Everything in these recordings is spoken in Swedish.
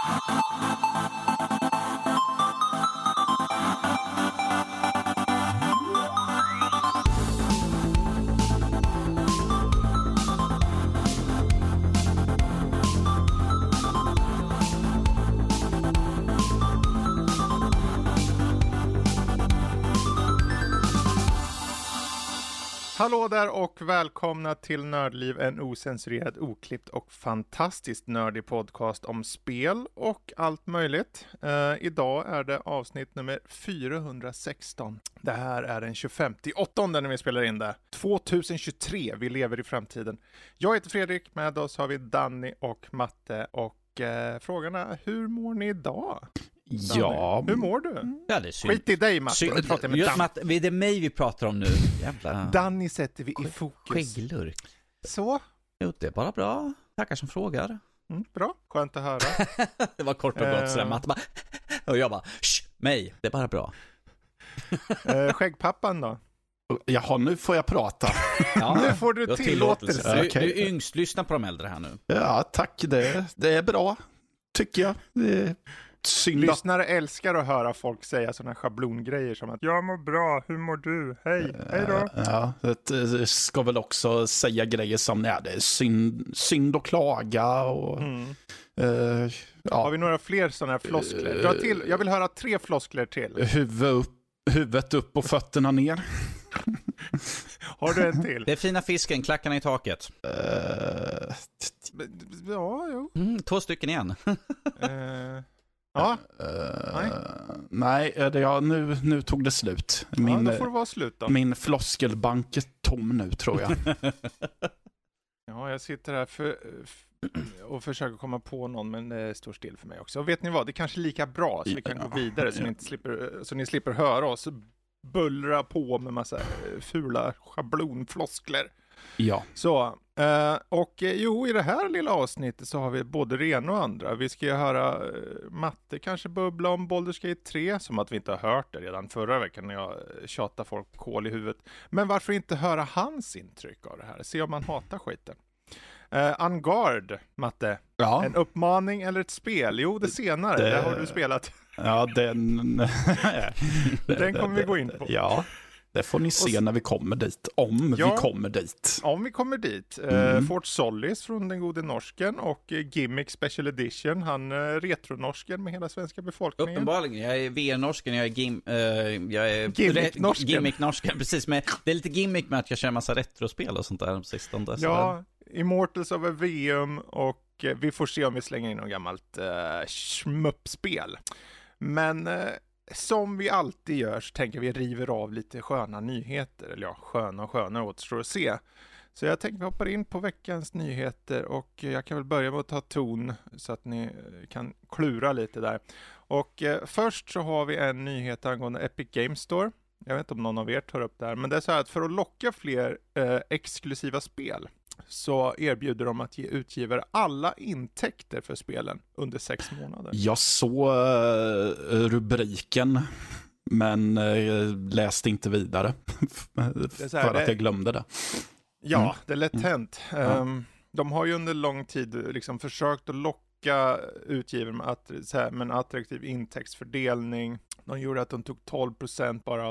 Hallå där och välkomna till Nördliv, en osensurerad, oklippt och fantastiskt nördig podcast om spel och allt möjligt. Idag är det avsnitt nummer 416. Det här är den 25/8 när vi spelar in det. 2023, vi lever i framtiden. Jag heter Fredrik, med oss har vi Danny och Matte och frågan är, hur mår ni idag? Ja. Hur mår du? Ja, det är synd. Skit i dig, Matte. Det är mig vi pratar om nu. Jävla Danny sätter vi i fokus. skägglurk. Så? Jo, det är bara bra. Tackar som frågar. Bra, skönt att höra. Det var kort och gott sådär. Matte bara, och jag bara, mig, det är bara bra. Skäggpappan då? Jaha, nu får jag prata. Ja, nu får du tillåtelse. Du är yngst, lyssna på de äldre här nu. Ja, tack. Det är bra, tycker jag. Det är synd. Lyssnare älskar att höra folk säga sådana schablongrejer som att jag mår bra, hur mår du? Hej då. Ja, det ska väl också säga grejer som det är synd och klaga och... Ja. Har vi några fler sådana här floskler? Dra till. Jag vill höra 3 floskler till. Huvudet upp och fötterna ner. Har du en till? Det är fina fisken, klackarna i taket. Ja, jo. 2 stycken igen. Ja. Nej, nu tog det slut. Då får det vara slut då. Min floskelbank är tom nu, tror jag. Ja, jag sitter här och försöker komma på någon, men det står still för mig också. Och vet ni vad, det är kanske lika bra så vi kan gå vidare så ni slipper höra oss bullra på med massa fula schablonfloskler. Ja. Så, i det här lilla avsnittet så har vi både det ena och andra. Vi ska ju höra Matte kanske bubbla om Baldur's Gate 3, som att vi inte har hört det redan förra veckan när jag tjatade folk kol i huvudet. Men varför inte höra hans intryck av det här? Se om han hatar skiten. Angard, Matte. Ja. En uppmaning eller ett spel? Jo, det senare. Det har du spelat. Ja, den kommer vi gå in på. Ja. Det får ni se när vi kommer dit. Om vi kommer dit. Om vi kommer dit. Fort Solis från den gode norsken och Gimmick Special Edition. Han retronorsken med hela svenska befolkningen. Uppenbarligen. Jag är VR-norsken, jag är Gimmick-norsken. Precis, men det är lite gimmick med att jag kör en massa retrospel och sånt där på 16. Ja, Immortals of VM och vi får se om vi slänger in något gammalt schmuppspel. Men... som vi alltid gör så tänker vi river av lite sköna nyheter. Eller ja, sköna och sköna återstår att se. Så jag tänker vi hoppar in på veckans nyheter och jag kan väl börja med att ta ton så att ni kan klura lite där. Och först så har vi en nyhet angående Epic Games Store. Jag vet inte om någon av er tar upp det här, men det är så här att för att locka fler exklusiva spel så erbjuder de att ge utgivare alla intäkter för spelen under 6 månader. Jag såg rubriken, men läste inte vidare för att jag glömde det. Ja, det är lätt hänt. De har ju under lång tid liksom försökt att locka utgivare med en attraktiv intäktsfördelning. De gjorde att de tog 12% bara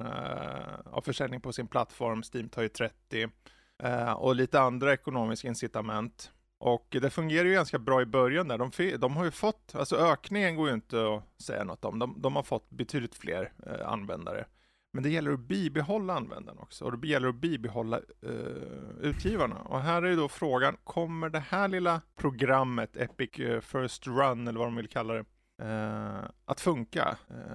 av försäljning på sin plattform. Steam tar ju 30%. Och lite andra ekonomiska incitament. Och det fungerar ju ganska bra i början där. De har ju fått, alltså ökningen går ju inte att säga något om. De har fått betydligt fler användare. Men det gäller att bibehålla användarna också. Och det gäller att bibehålla utgivarna. Och här är ju då frågan, kommer det här lilla programmet, Epic First Run eller vad de vill kalla det, att funka?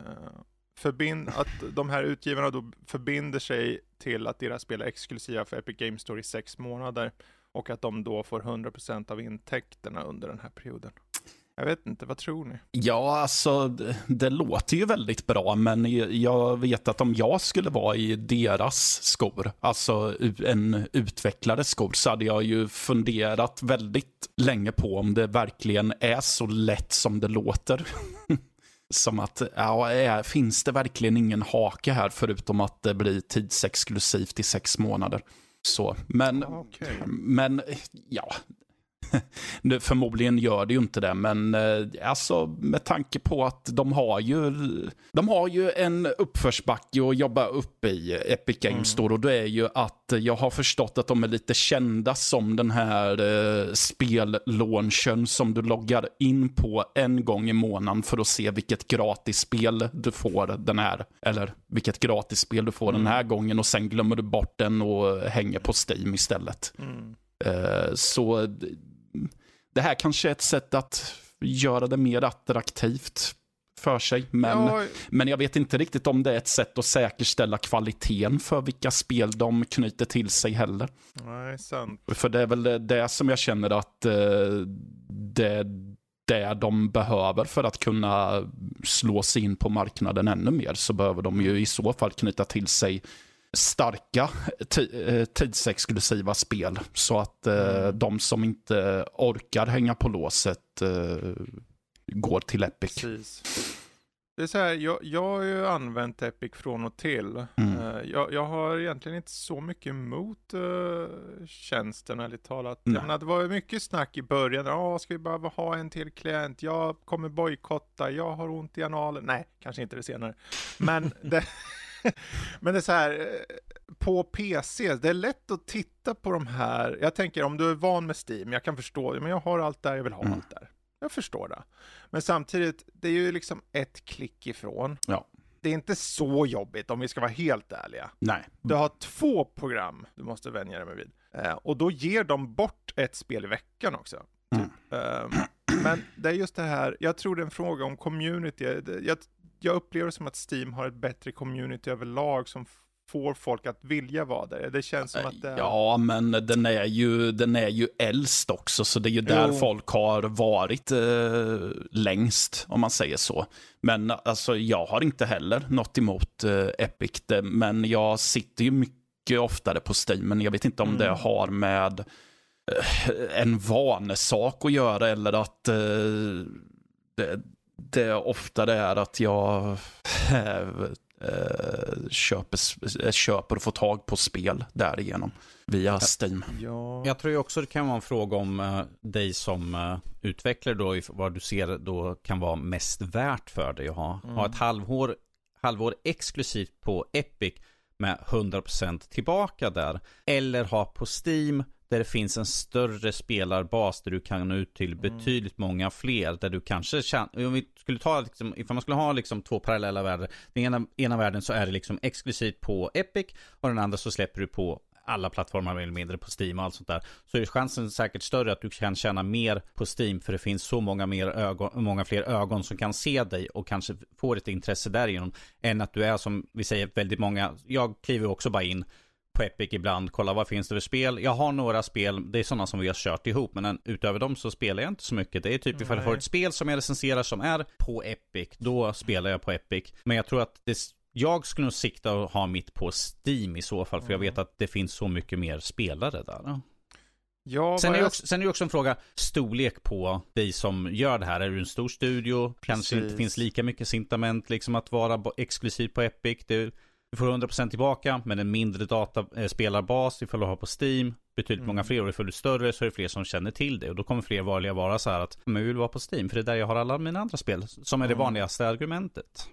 Att de här utgivarna då förbinder sig till att deras spel är exklusiva för Epic Games Store i 6 månader och att de då får 100% av intäkterna under den här perioden. Jag vet inte, vad tror ni? Ja, alltså det låter ju väldigt bra, men jag vet att om jag skulle vara i deras skor, alltså en utvecklare skor, så hade jag ju funderat väldigt länge på om det verkligen är så lätt som det låter. Som att, finns det verkligen ingen hake här förutom att det blir tidsexklusivt i 6 månader. Så, men ja, Förmodligen gör det ju inte det, men alltså med tanke på att de har ju en uppförsbacke att jobba upp i Epic Games Store, och det är ju att jag har förstått att de är lite kända som den här spellaunchen som du loggar in på en gång i månaden för att se vilket gratisspel du får vilket gratisspel du får den här gången, och sen glömmer du bort den och hänger på Steam istället. Så det här kanske är ett sätt att göra det mer attraktivt för sig, men jag vet inte riktigt om det är ett sätt att säkerställa kvaliteten för vilka spel de knyter till sig heller. Nej, sant. För det är väl det som jag känner att det de behöver för att kunna slå sig in på marknaden ännu mer, så behöver de ju i så fall knyta till sig starka tidsexklusiva spel, så att de som inte orkar hänga på låset går till Epic. Precis. Det är så här, jag har ju använt Epic från och till. Jag har egentligen inte så mycket emot tjänsten, eller talat. Det var mycket snack i början. Ska vi bara ha en till klient? Jag kommer bojkotta. Jag har ont i analen. Nej, kanske inte det senare. Men men det är så här, på PC, det är lätt att titta på de här. Jag tänker, om du är van med Steam, jag kan förstå det, men jag har allt där, jag vill ha allt där. Jag förstår det. Men samtidigt, det är ju liksom ett klick ifrån. Ja. Det är inte så jobbigt om vi ska vara helt ärliga. Nej. Du har 2 program du måste vänja dig med vid. Och då ger de bort ett spel i veckan också. Typ. Men det är just det här, jag tror det är en fråga om community. Jag upplever det som att Steam har ett bättre community överlag som får folk att vilja vara där. Det känns som att det är... Ja, men den är ju äldst också, så det är ju där folk har varit längst, om man säger så. Men alltså, jag har inte heller något emot Epic, men jag sitter ju mycket oftare på Steam, men jag vet inte om det har med en vanesak att göra, eller att det oftare är att jag köper och får tag på spel därigenom via Steam. Ja. Jag tror ju också det kan vara en fråga om dig som utvecklare då, vad du ser då kan vara mest värt för dig att ha ett halvår exklusivt på Epic med 100% tillbaka där, eller ha på Steam där det finns en större spelarbas där du kan nå ut till betydligt många fler, där du kanske om vi skulle ta liksom, ifall man skulle ha liksom 2 parallella världar, den ena världen så är det liksom exklusivt på Epic, och den andra så släpper du på alla plattformar mer eller mindre, på Steam och allt sånt där, så är chansen säkert större att du kan tjäna mer på Steam, för det finns så många fler ögon som kan se dig och kanske får ett intresse därigenom, än att du är, som vi säger, väldigt många. Jag kliver också bara in på Epic ibland, kolla vad finns det för spel. Jag har några spel, det är sådana som vi har kört ihop, men utöver dem så spelar jag inte så mycket. Det är typ ifall jag får ett spel som jag recenserar som är på Epic, då spelar jag på Epic. Men jag tror att jag skulle nog sikta och ha mitt på Steam i så fall, för jag vet att det finns så mycket mer spelare där. Ja, sen är det också en fråga, storlek på dig som gör det här. Är du en stor studio? Kanske inte finns lika mycket incitament liksom att vara exklusiv på Epic. Du får 100% tillbaka, men en mindre spelarbas ifall du har på Steam, betydligt många fler, och ifall du är större så är det fler som känner till det, och då kommer fler vanliga vara så här att man vill vara på Steam, för det är där jag har alla mina andra spel, som är det vanligaste argumentet.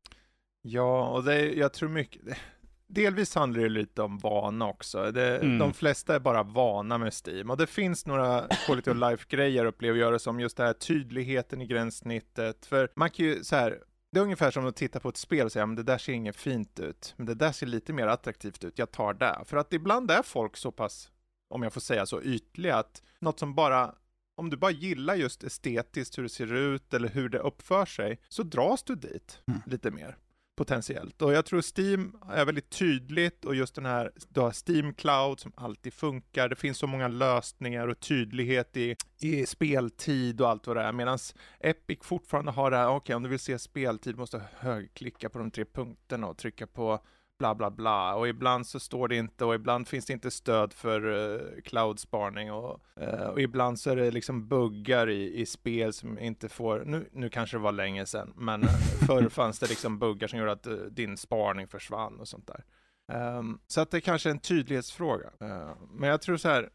Ja, och jag tror mycket, delvis handlar det lite om vana också. De flesta är bara vana med Steam, och det finns några quality of life-grejer upplever jag, som just det här tydligheten i gränssnittet, för man kan ju så här. Det är ungefär som att titta på ett spel och säga, men det där ser inget fint ut. Men det där ser lite mer attraktivt ut. Jag tar det. För att ibland är folk så pass, om jag får säga så, ytliga att något som bara, om du bara gillar just estetiskt hur det ser ut eller hur det uppför sig, så dras du dit lite mer potentiellt. Och jag tror Steam är väldigt tydligt, och just den här, du har Steam Cloud som alltid funkar. Det finns så många lösningar och tydlighet i speltid och allt vad det är. Medan Epic fortfarande har det här, okej, om du vill se speltid måste du högklicka på de 3 punkterna och trycka på bla bla bla, och ibland så står det inte, och ibland finns det inte stöd för cloud-sparning, och ibland så är det liksom buggar i spel som inte får, nu kanske det var länge sedan, men förr fanns det liksom buggar som gjorde att din sparning försvann och sånt där. Så att det kanske är en tydlighetsfråga. Men jag tror så här,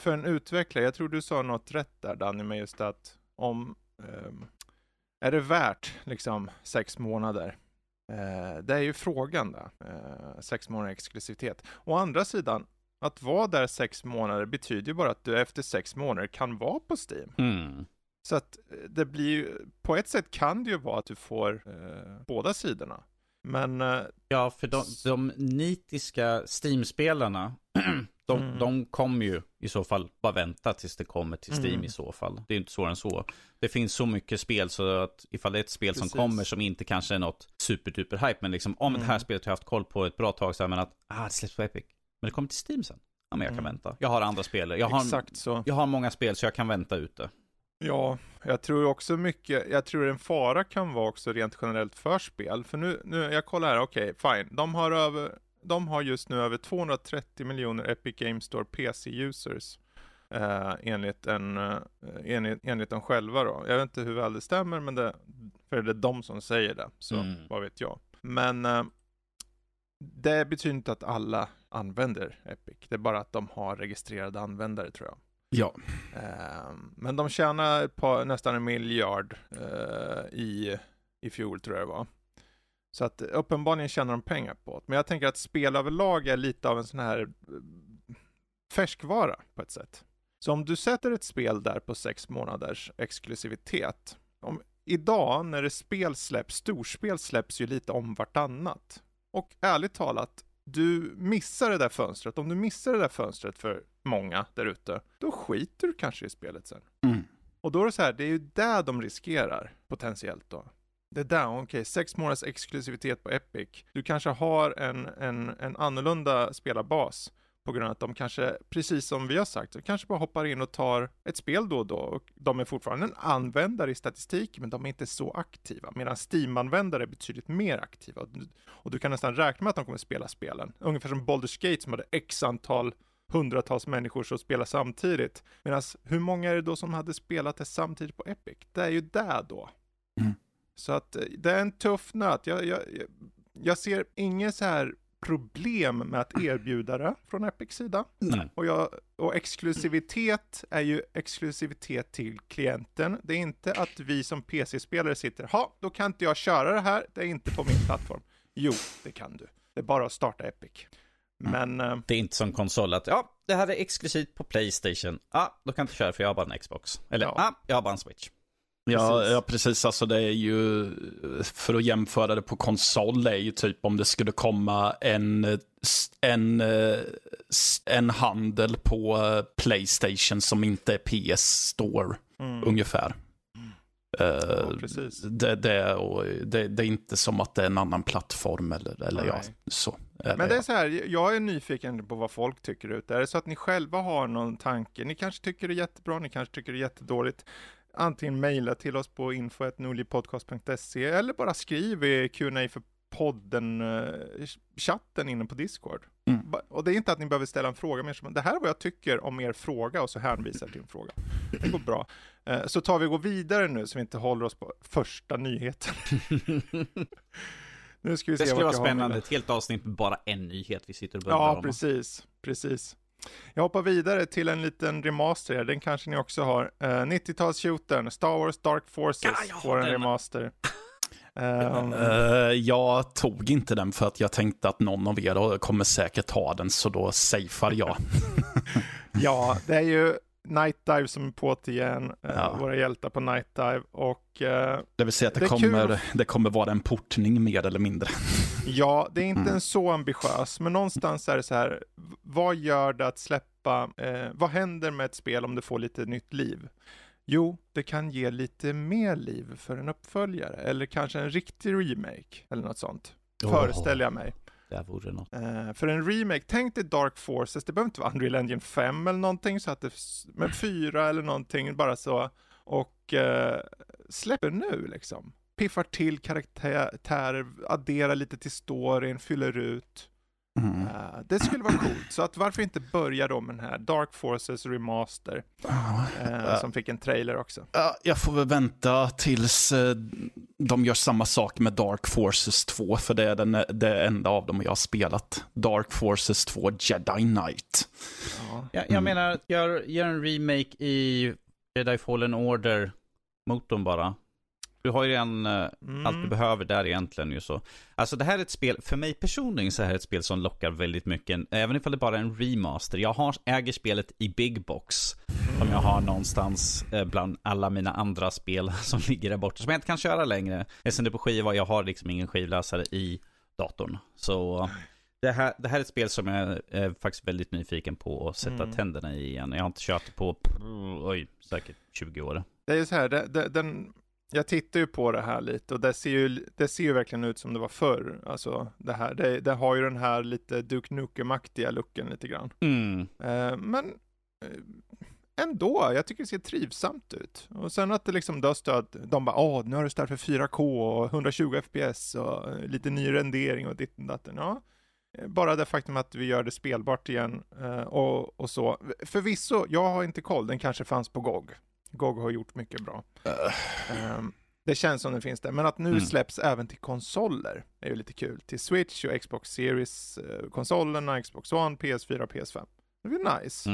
för en utvecklare, jag tror du sa något rätt där Danny, med just att om är det värt liksom 6 månader? Det är ju frågan där. 6 månader exklusivitet. Å andra sidan, att vara där 6 månader betyder ju bara att du efter 6 månader kan vara på Steam. Så att det blir ju, på ett sätt kan det ju vara att du får båda sidorna. Men ja, för de nitiska Steam-spelarna de kommer ju i så fall bara vänta tills det kommer till Steam i så fall. Det är inte svårare än så. Det finns så mycket spel så att ifall det är ett spel som kommer som inte kanske är något superduper hype, men liksom om det här spelet har jag haft koll på ett bra tag så här, men att det släpps på Epic. Men det kommer till Steam sen. Ja, men jag kan vänta. Jag har andra spel. Jag har många spel så jag kan vänta ute. Ja, jag tror också mycket, jag tror en fara kan vara också rent generellt för spel. För nu jag kollar här, okej, fine. De har just nu över 230 miljoner Epic Games Store PC-users. Enligt dem själva då. Jag vet inte hur väl det stämmer, men för det är de som säger det. Så vad vet jag. Men det betyder inte att alla använder Epic. Det är bara att de har registrerade användare, tror jag. Ja. Men de tjänar på nästan 1 miljard i fjol, tror jag det var. Så att uppenbarligen tjänar de pengar på det. Men jag tänker att spel överlag är lite av en sån här färskvara på ett sätt. Så om du sätter ett spel där på 6 månaders exklusivitet. Idag när det storspel släpps ju lite om vartannat. Och ärligt talat, du missar det där fönstret. Om du missar det där fönstret för många där ute, då skiter du kanske i spelet sen. Och då är det så här, det är ju där de riskerar potentiellt då. Det är där, okej, 6 månaders exklusivitet på Epic. Du kanske har en annorlunda spelarbas på grund av att de kanske, precis som vi har sagt, kanske bara hoppar in och tar ett spel då och då. Och de är fortfarande en användare i statistik, men de är inte så aktiva. Medan Steam-användare är betydligt mer aktiva. Och du kan nästan räkna med att de kommer spela spelen. Ungefär som Baldur's Gate som hade x antal hundratals människor som spelar samtidigt. Medan hur många är det då som hade spelat det samtidigt på Epic? Det är ju där då. Så att det är en tuff nöt. Jag ser inget så här problem med att erbjuda det från Epics sida. Nej. Och exklusivitet är ju exklusivitet till klienten. Det är inte att vi som PC-spelare sitter, då kan inte jag köra det här, det är inte på min plattform. Jo, det kan du. Det är bara att starta Epic. Men det är inte som konsol att det här är exklusivt på PlayStation. Då kan jag inte köra för jag har bara en Xbox. Eller jag har bara en Switch. Ja, precis. Alltså det är ju, för att jämföra det på konsol, är ju typ om det skulle komma en handel på PlayStation som inte är PS Store ungefär. Precis. Det är inte som att det är en annan plattform eller så. Men det är så här, jag är nyfiken på vad folk tycker ut. Är det så att ni själva har någon tanke? Ni kanske tycker det är jättebra, ni kanske tycker det är jättedåligt. Antingen mejla till oss på info@nordlypodcast.se eller bara skriv i Q&A för podden chatten inne på Discord. Och det är inte att ni behöver ställa en fråga, men det här är vad jag tycker om er fråga och så hänvisar till en fråga. Det går bra. Så tar vi och går vidare nu så vi inte håller oss på första nyheten. Nu ska vi se, det skulle vara spännande, ett helt avsnitt med bara en nyhet vi sitter och börjar om. Ja, precis. Jag hoppar vidare till en liten remaster här. Den kanske ni också har. 90-tals-shootern Star Wars Dark Forces får en remaster. Jag tog inte den för att jag tänkte att någon av er kommer säkert ha den, så då safear jag. Ja, det är ju Night Dive som är på igen. Våra hjältar på Night Dive. Och, det vill säga att det kommer vara en portning mer eller mindre. Ja, det är inte en så ambitiös, men någonstans är det så här, vad gör det att släppa, vad händer med ett spel om det får lite nytt liv? Jo, det kan ge lite mer liv för en uppföljare, eller kanske en riktig remake, eller något sånt, föreställer jag mig. Det vore något. För en remake, tänk dig Dark Forces, det behöver inte vara Unreal Engine 5 eller någonting, så att det, med 4 eller någonting, bara så, och släpper nu liksom. Piffar till karaktärer, adderar lite till storyn, fyller ut. Det skulle vara coolt. Så att varför inte börja då med den här Dark Forces Remaster som fick en trailer också. Jag får väl vänta tills de gör samma sak med Dark Forces 2, för det är det enda av dem jag har spelat. Dark Forces 2 Jedi Knight. Ja. Jag menar, gör en remake i Jedi Fallen Order-motorn bara. Du har ju redan allt du behöver där egentligen ju så. Alltså det här är ett spel, för mig personligen så är det ett spel som lockar väldigt mycket, även ifall det bara är en remaster. Jag äger spelet i Big Box, som jag har någonstans bland alla mina andra spel som ligger där borta, som jag inte kan köra längre. Eftersom det är på skiva, jag har liksom ingen skivläsare i datorn. Så det här är ett spel som jag är faktiskt väldigt nyfiken på att sätta tänderna i igen. Jag har inte kört det på säkert 20 år. Det är ju så här, jag tittar ju på det här lite och det ser ju verkligen ut som det var förr. Alltså det här, det har ju den här lite Duke Nukem-aktiga looken lite grann. Men ändå, jag tycker det ser trivsamt ut. Och sen att det liksom då stöd, de bara, nu har det ställt för 4K och 120 FPS och lite ny rendering och ditt och datten. Ja, bara det faktum att vi gör det spelbart igen och så. Förvisso, jag har inte koll, den kanske fanns på GOG. GOG har gjort mycket bra. Det känns som det finns där. Men att nu släpps även till konsoler är ju lite kul. Till Switch och Xbox Series konsolerna, Xbox One, PS4 och PS5. Det är nice.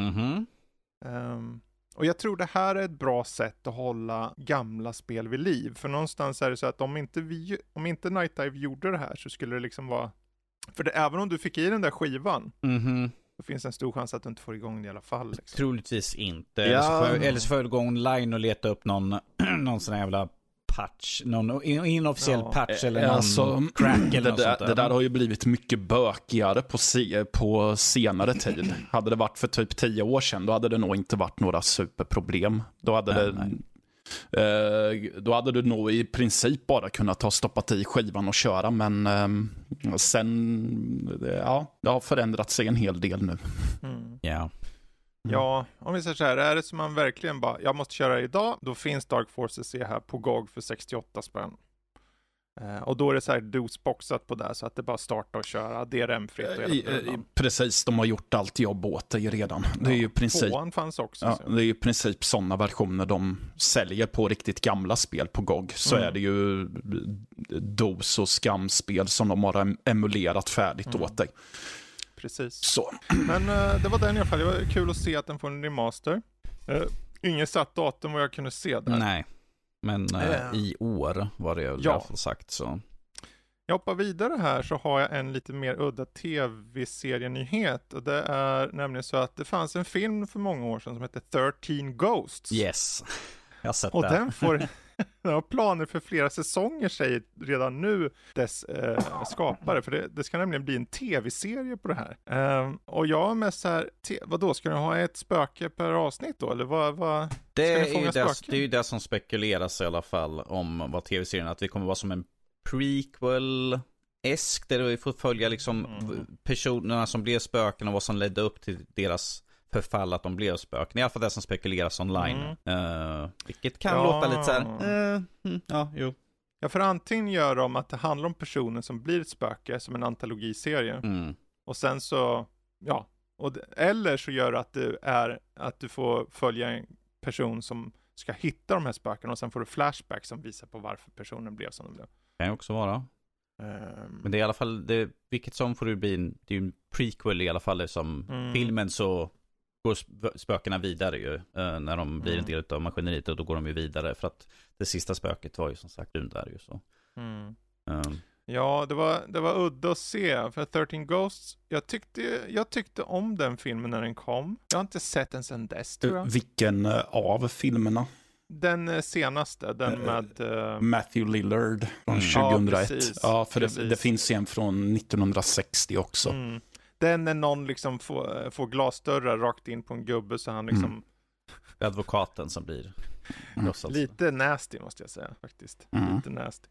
Och jag tror det här är ett bra sätt att hålla gamla spel vid liv. För någonstans är det så att om inte Night Dive gjorde det här så skulle det liksom vara... För även om du fick i den där skivan så finns en stor chans att du inte får igång det i alla fall. Liksom. Troligtvis inte. Eller så får du gå online och leta upp någon sån här jävla patch. Någon inofficiell patch eller någon crack eller något sånt där. Det där har ju blivit mycket bökigare på senare tid. Hade det varit för typ 10 år sedan, då hade det nog inte varit några superproblem. Då hade du nog i princip bara kunnat ta stoppat i skivan och köra, men sen det har förändrat sig en hel del nu. Ja, om vi säger så här, är det som man verkligen bara, jag måste köra idag, då finns Dark Forces här på GOG för 68 spänn. Och då är det så här DOS-boxat på det så att det bara startar och köra DRM-fritt. Precis, de har gjort allt jobb åt dig redan. Det är ju princip, fanns också. Det är ju i princip sådana versioner de säljer på riktigt gamla spel på GOG. Så är det ju DOS och skamspel som de har emulerat färdigt åt dig. Precis. Så. Men det var den i alla fall. Det var kul att se att den får en remaster. Ingen satt datum vad jag kunde se där. Nej, men i år var det i alla fall sagt så. Jag hoppar vidare här så har jag en lite mer udda tv-serienyhet. Och det är nämligen så att det fanns en film för många år sedan som heter 13 Ghosts. Yes, jag har sett och det. Den har planer för flera säsonger, säger redan nu dess skapare. För det ska nämligen bli en tv-serie på det här. Och jag är mest så här, vadå, ska du ha ett spöke per avsnitt då? Eller vad det är ju det som spekuleras i alla fall om vad tv-serien, att det kommer vara som en prequel-esk där vi får följa liksom personerna som blev spöken och vad som ledde upp till deras förfall att de blev spöken. I alla fall det som spekuleras online. Vilket kan låta lite så här. Ja, för antingen gör de att det handlar om personen som blir ett spöke som en antologiserie. Och sen så, eller så gör det att du får följa en person som ska hitta de här spöken och sen får du flashback som visar på varför personen blev som den blev. Det kan också vara. Men det är i alla fall, vilket som får det bli, det är ju en prequel i alla fall som filmen, så går spökena vidare ju när de blir en del av maskineriet, och då går de ju vidare för att det sista spöket var ju som sagt där ju så. Ja, det var udda att se för 13 Ghosts. Jag tyckte om den filmen när den kom. Jag har inte sett den sedan dess, tror jag. Vilken av filmerna? Den senaste, den med Matthew Lillard från 2001. Ja, för det finns en från 1960 också. Den när någon liksom får glasdörrar rakt in på en gubbe så han liksom... Advokaten som blir lite nasty måste jag säga faktiskt. Lite nasty.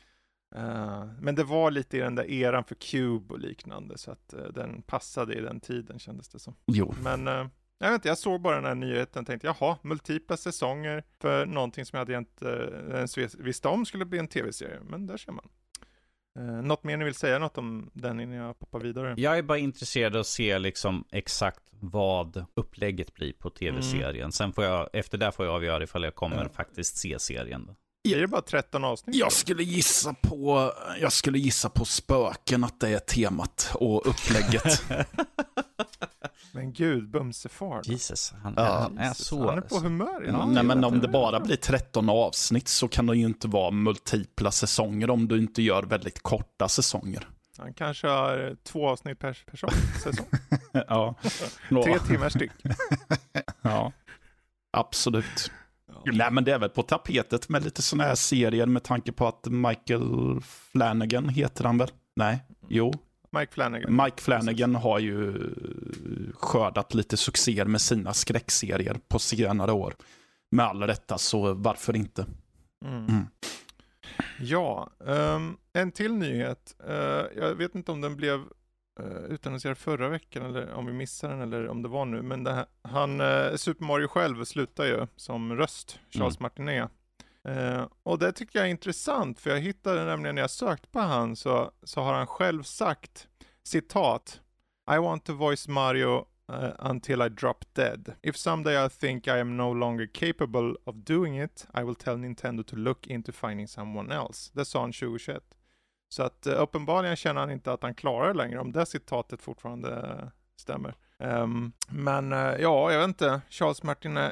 Men det var lite i den där eran för Cube och liknande, så att den passade i den tiden, kändes det som. Jo. Men jag vet inte, jag såg bara den här nyheten och tänkte, jaha, multipla säsonger för någonting som jag hade inte ens visste om skulle bli en tv-serie. Men där ser man. Något mer ni vill säga något om den innan jag poppar vidare? Jag är bara intresserad av att se liksom exakt vad upplägget blir på tv-serien. Sen får jag, efter det får jag avgöra ifall jag kommer faktiskt se serien. Är det bara 13 avsnitt? Jag skulle gissa på spöken, att det är temat och upplägget. Men gud, bumsefar. Jesus, han är så... Han är på humör idag. Nej, men om det bara blir 13 avsnitt så kan det ju inte vara multipla säsonger om du inte gör väldigt korta säsonger. Han kanske har 2 avsnitt per säsong. Ja. 3 timmar styck. Ja, absolut. Nej, men det är väl på tapetet med lite sådana här serier med tanke på att Michael Flanagan heter han väl? Nej, jo. Mike Flanagan har ju skördat lite succéer med sina skräckserier på senare år. Med all rätta, så varför inte? Ja, en till nyhet. Jag vet inte om den blev utannonserad förra veckan eller om vi missade den eller om det var nu. Men Super Mario själv slutar ju som röst, Charles Martinet. Och det tycker jag är intressant, för jag hittade nämligen när jag sökt på han så har han själv sagt, citat: I want to voice Mario until I drop dead. If someday I think I am no longer capable of doing it, I will tell Nintendo to look into finding someone else. Det sa han 2021. Så att uppenbarligen känner han inte att han klarar det längre, om det citatet fortfarande stämmer. Men ja, jag vet inte. Charles Martinet,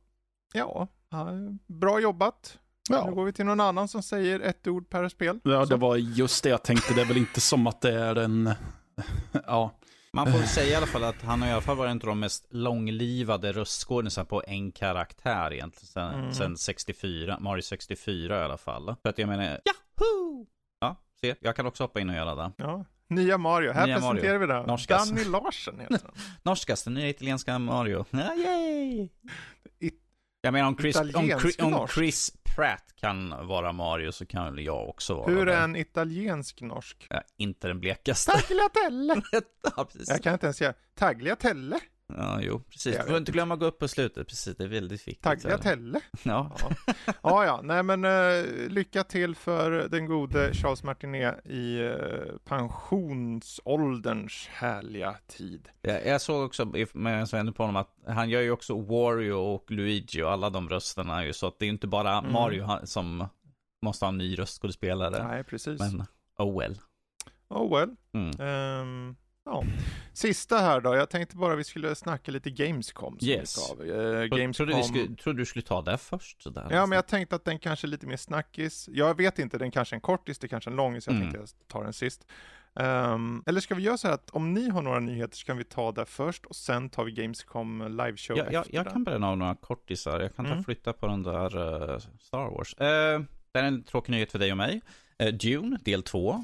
bra jobbat. Ja. Nu går vi till någon annan som säger ett ord per spel. Ja, det var just det jag tänkte. Det är väl inte som att det är en... ja. Man får säga i alla fall att han har i alla fall varit en av de mest långlivade röstskådisarna på en karaktär egentligen sen 64, Mario 64 i alla fall. För att jag menar, Yahoo! Ja, se, jag kan också hoppa in och göra det. Ja, nya Mario. Här nya presenterar Mario. vi det. Norskas. Danny Larsen heter han. Norskas, den nya italienska Mario. Ja, yay! Jag menar, om Chris Pratt kan vara Mario så kan väl jag också vara. Hur är en italiensk norsk? Ja, inte den blekaste. Tagliatelle! Ja, precis. Jag kan inte ens säga Tagliatelle. Ja, jo, precis. Du får inte glömma att gå upp på slutet, precis. Det är väldigt viktigt. Tagliatelle? Ja. Ja. Nej, men lycka till för den gode Charles Martinet i pensionsålderns härliga tid. Jag såg också, med en vän på honom, att han gör ju också Wario och Luigi och alla de rösterna ju, så att det är inte bara Mario som måste ha en ny röstskådespelare. Nej, precis. Men, oh well. Ja. Sista här då. Jag tänkte bara vi skulle snacka lite Gamescom. Yes. Trodde du skulle ta det först? Sådär, ja, men jag tänkte att den kanske är lite mer snackis. Jag vet inte, den kanske är en kortis, det kanske är en långis. Jag tänkte jag tar den sist. Eller ska vi göra så här att om ni har några nyheter så kan vi ta det först och sen tar vi Gamescom liveshow efter. Jag kan börja ha några kortisar. Jag kan ta flytta på den där Star Wars. Det är en tråkig nyhet för dig och mig. Dune, del 2.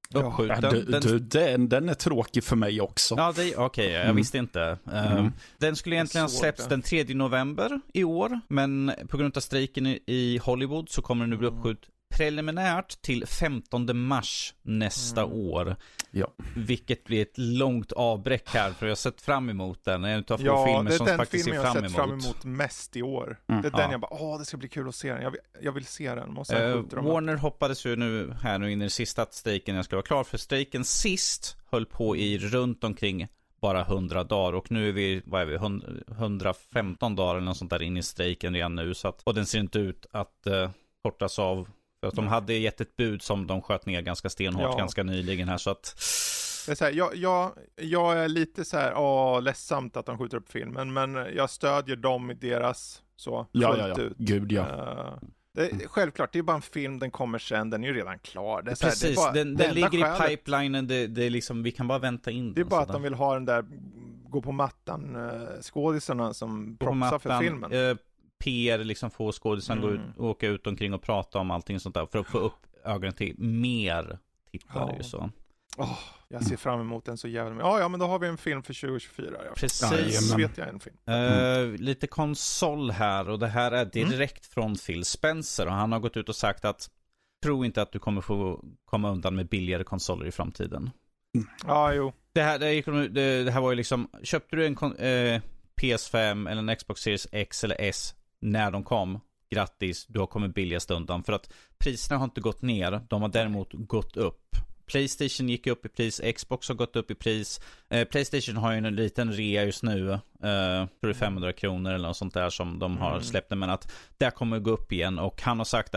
Uppskjuten. Den är tråkig för mig också. Ja, okej, jag visste inte. Den skulle egentligen ha släppts den 3 november i år, men på grund av strejken i Hollywood så kommer den nu bli uppskjuten preliminärt till 15 mars nästa år. Ja. Vilket blir ett långt avbräck här, för jag har sett fram emot den. En av få filmer som faktiskt ser fram emot. Det är den filmen jag har sett fram emot mest i år. Det är den jag bara, det ska bli kul att se den. Jag vill se den. Warner hoppades ju nu in i det sista att strejken jag skulle vara klar, för strejken sist höll på i runt omkring bara 100 dagar, och nu är vi 115 dagar eller något sånt där in i strejken redan nu, så att, och den ser inte ut att kortas av. För att de hade gett ett bud som de sköt ner ganska stenhårt ganska nyligen här, så att... Det är så här, jag är lite så här, ledsamt att de skjuter upp filmen, men jag stödjer dem i deras fullt ut. Gud, ja. Självklart, det är bara en film, den kommer sen, den är ju redan klar. Det är precis, här, det är bara, den ligger i pipelinen, det är liksom, vi kan bara vänta in den. Det är bara att de vill ha den där gå på mattan skådisarna som propsar för filmen. PR, liksom få skådisen åka ut omkring och prata om allting sånt där för att få upp ögonen till mer tittare ju så. Jag ser fram emot den så jävla. Ja, men då har vi en film för 2024. Precis. Vet jag en film. Lite konsol här, och det här är direkt från Phil Spencer, och han har gått ut och sagt att tro inte att du kommer få komma undan med billigare konsoler i framtiden. Jo. Det här var ju liksom, köpte du en PS5 eller en Xbox Series X eller S när de kom, grattis, du har kommit billigast undan, för att priserna har inte gått ner, de har däremot gått upp. PlayStation gick upp i pris, Xbox har gått upp i pris. PlayStation har ju en liten rea just nu, tror det är 500 kronor eller något sånt där som de har släppt, men att det kommer gå upp igen, och han har sagt att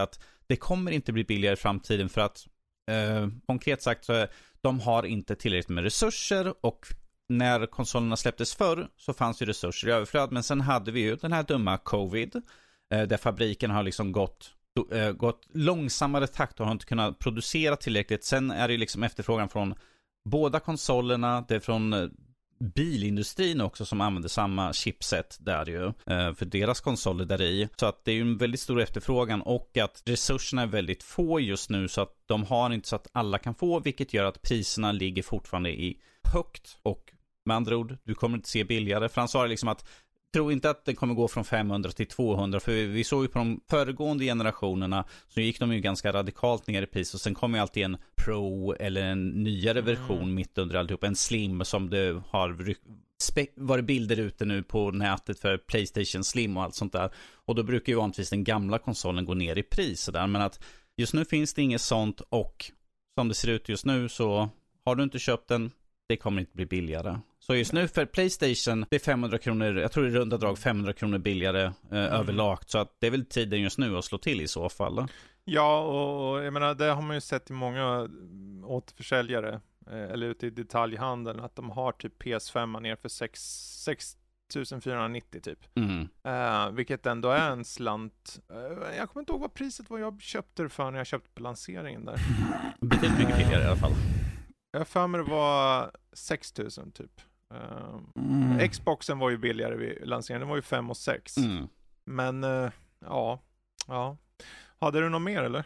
det kommer inte bli billigare i framtiden för att konkret sagt så de har inte tillräckligt med resurser, och när konsolerna släpptes förr så fanns ju resurser i överflöd, men sen hade vi ju den här dumma covid där fabriken har liksom gått långsammare takt och har inte kunnat producera tillräckligt. Sen är det ju liksom efterfrågan från båda konsolerna, det är från bilindustrin också som använder samma chipset där ju för deras konsoler där i. Så att det är ju en väldigt stor efterfrågan, och att resurserna är väldigt få just nu, så att de har inte så att alla kan få, vilket gör att priserna ligger fortfarande i högt, och med andra ord, du kommer inte se billigare. För han sa liksom att tror inte att det kommer gå från 500 till 200, för vi såg ju på de föregående generationerna så gick de ju ganska radikalt ner i pris, och sen kommer ju alltid en Pro eller en nyare version mitt under alltihop, en Slim som det har varit bilder ute nu på nätet för PlayStation Slim och allt sånt där, och då brukar ju vanligtvis den gamla konsolen gå ner i pris där, men att just nu finns det inget sånt, och som det ser ut just nu så har du inte köpt den, det kommer inte bli billigare. Så just nu för PlayStation, det är 500 kronor, jag tror i runda drag 500 kronor billigare överlag. Så att det är väl tiden just nu att slå till i så fall. Ja, och jag menar, det har man ju sett i många återförsäljare eller ute i detaljhandeln, att de har typ PS5 ner för 6 490 typ. Vilket ändå är en slant. Jag kommer inte ihåg vad priset var jag köpte det för när jag köpte på lanseringen där. Betydligt mycket billigare i alla fall. Jag för mig det var 6 000 typ. Xboxen var ju billigare vid lanseringen. Den var ju 5 och 6. Men ja. Hade du något mer eller?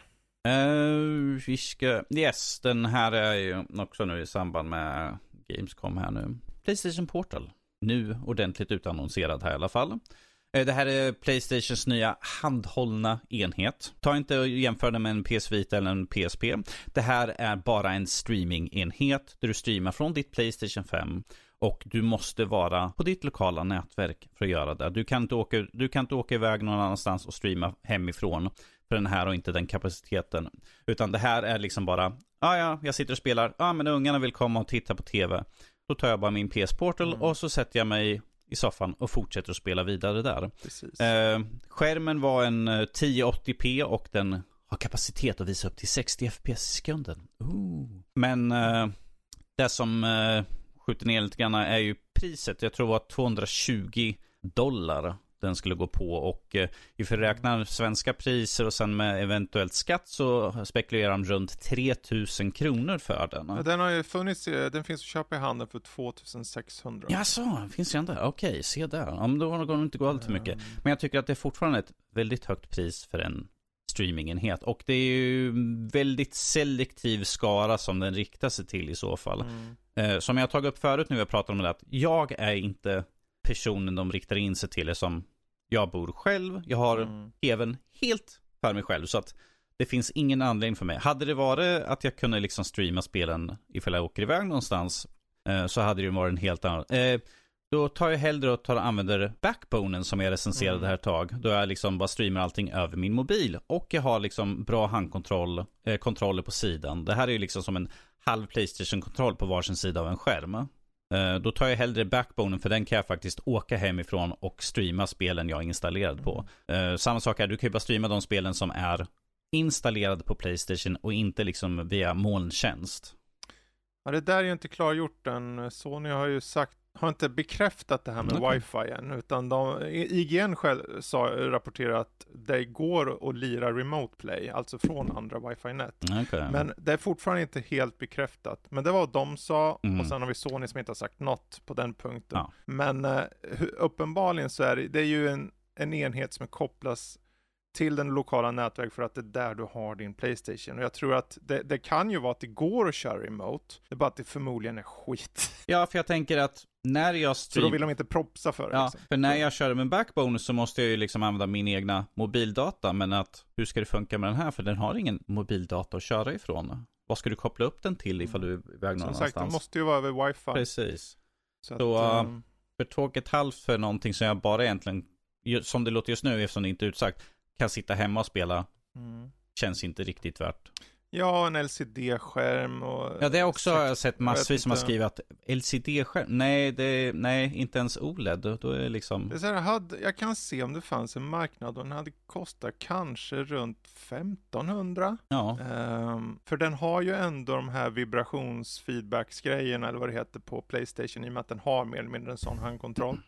Yes, den här är ju också nu i samband med Gamescom här nu. PlayStation Portal. Nu ordentligt utannonserad här i alla fall. Det här är PlayStations nya handhållna enhet. Ta inte och jämför det med en PS Vita eller en PSP. Det här är bara en streamingenhet där du streamar från ditt PlayStation 5. Och du måste vara på ditt lokala nätverk för att göra det. Du kan inte åka iväg någon annanstans och streama hemifrån för den här och inte den kapaciteten. Utan det här är liksom bara, jag sitter och spelar. Men ungarna vill komma och titta på tv. Då tar jag bara min PS Portal och så sätter jag mig i soffan och fortsätter att spela vidare där. Skärmen var en 1080p och den har kapacitet att visa upp till 60 fps i sekunden. Men det som skjuter ner lite grann är ju priset. Jag tror det var $220 den skulle gå på, och if vi räknar svenska priser och sen med eventuellt skatt så spekulerar de runt 3000 kronor för den. Ja, den har ju funnits, den finns att köpa i handeln för 2600. Jaså, finns det ändå? Okej, se där. Då går det inte gå allt för mycket. Men jag tycker att det är fortfarande ett väldigt högt pris för en streamingenhet, och det är ju väldigt selektiv skara som den riktar sig till i så fall. Som jag har tagit upp förut nu, jag pratar om det, att jag är inte personen de riktar in sig till, som jag bor själv. Jag har även helt för mig själv, så att det finns ingen anledning för mig. Hade det varit att jag kunde liksom streama spelen ifall jag åker iväg någonstans, så hade det ju varit en helt annan. Då tar jag hellre och använder Backbonen som jag recenserade här ett tag. Då jag liksom bara streamar allting över min mobil. Och jag har liksom bra handkontroll, kontroller på sidan. Det här är ju liksom som en halv PlayStation-kontroll på varsin sida av en skärm. Då tar jag hellre Backbonen, för den kan jag faktiskt åka hemifrån och streama spelen jag är installerad på. Samma sak här, du kan ju bara streama de spelen som är installerade på PlayStation och inte liksom via molntjänst. Ja, det där är ju inte klargjort än. Sony har inte bekräftat det här med Wi-Fi än, utan IGN själv rapporterar att det går att lira remote play, alltså från andra Wi-Fi-nät. Men det är fortfarande inte helt bekräftat. Men det var vad de sa, och sen har vi Sony som inte har sagt något på den punkten. Men uppenbarligen så är det är ju en enhet som kopplas till den lokala nätverk, för att det är där du har din PlayStation. Och jag tror att det kan ju vara att det går att köra remote. Det är bara att det förmodligen är skit. Ja, för jag tänker att när jag Så då vill de inte propsa för det. Ja, liksom. För när jag kör med Backbone så måste jag ju liksom använda min egna mobildata. Men hur ska det funka med den här? För den har ingen mobildata att köra ifrån. Vad ska du koppla upp den till ifall du är iväg någon annanstans? Som sagt, det måste ju vara över Wi-Fi. Precis. Så för 2,5 för någonting som jag bara egentligen, som det låter just nu eftersom det inte är utsagt, kan sitta hemma och spela, känns inte riktigt värt. Ja, en LCD-skärm och... Ja, det också har jag sett massvis som har skrivit att LCD-skärm, nej, inte ens OLED. Då är det liksom... Det är så här, jag kan se om det fanns en marknad och den hade kostat kanske runt 1500. Ja. För den har ju ändå de här vibrationsfeedbacks-grejerna eller vad det heter på PlayStation i och med att den har mer eller mindre en sån handkontroll.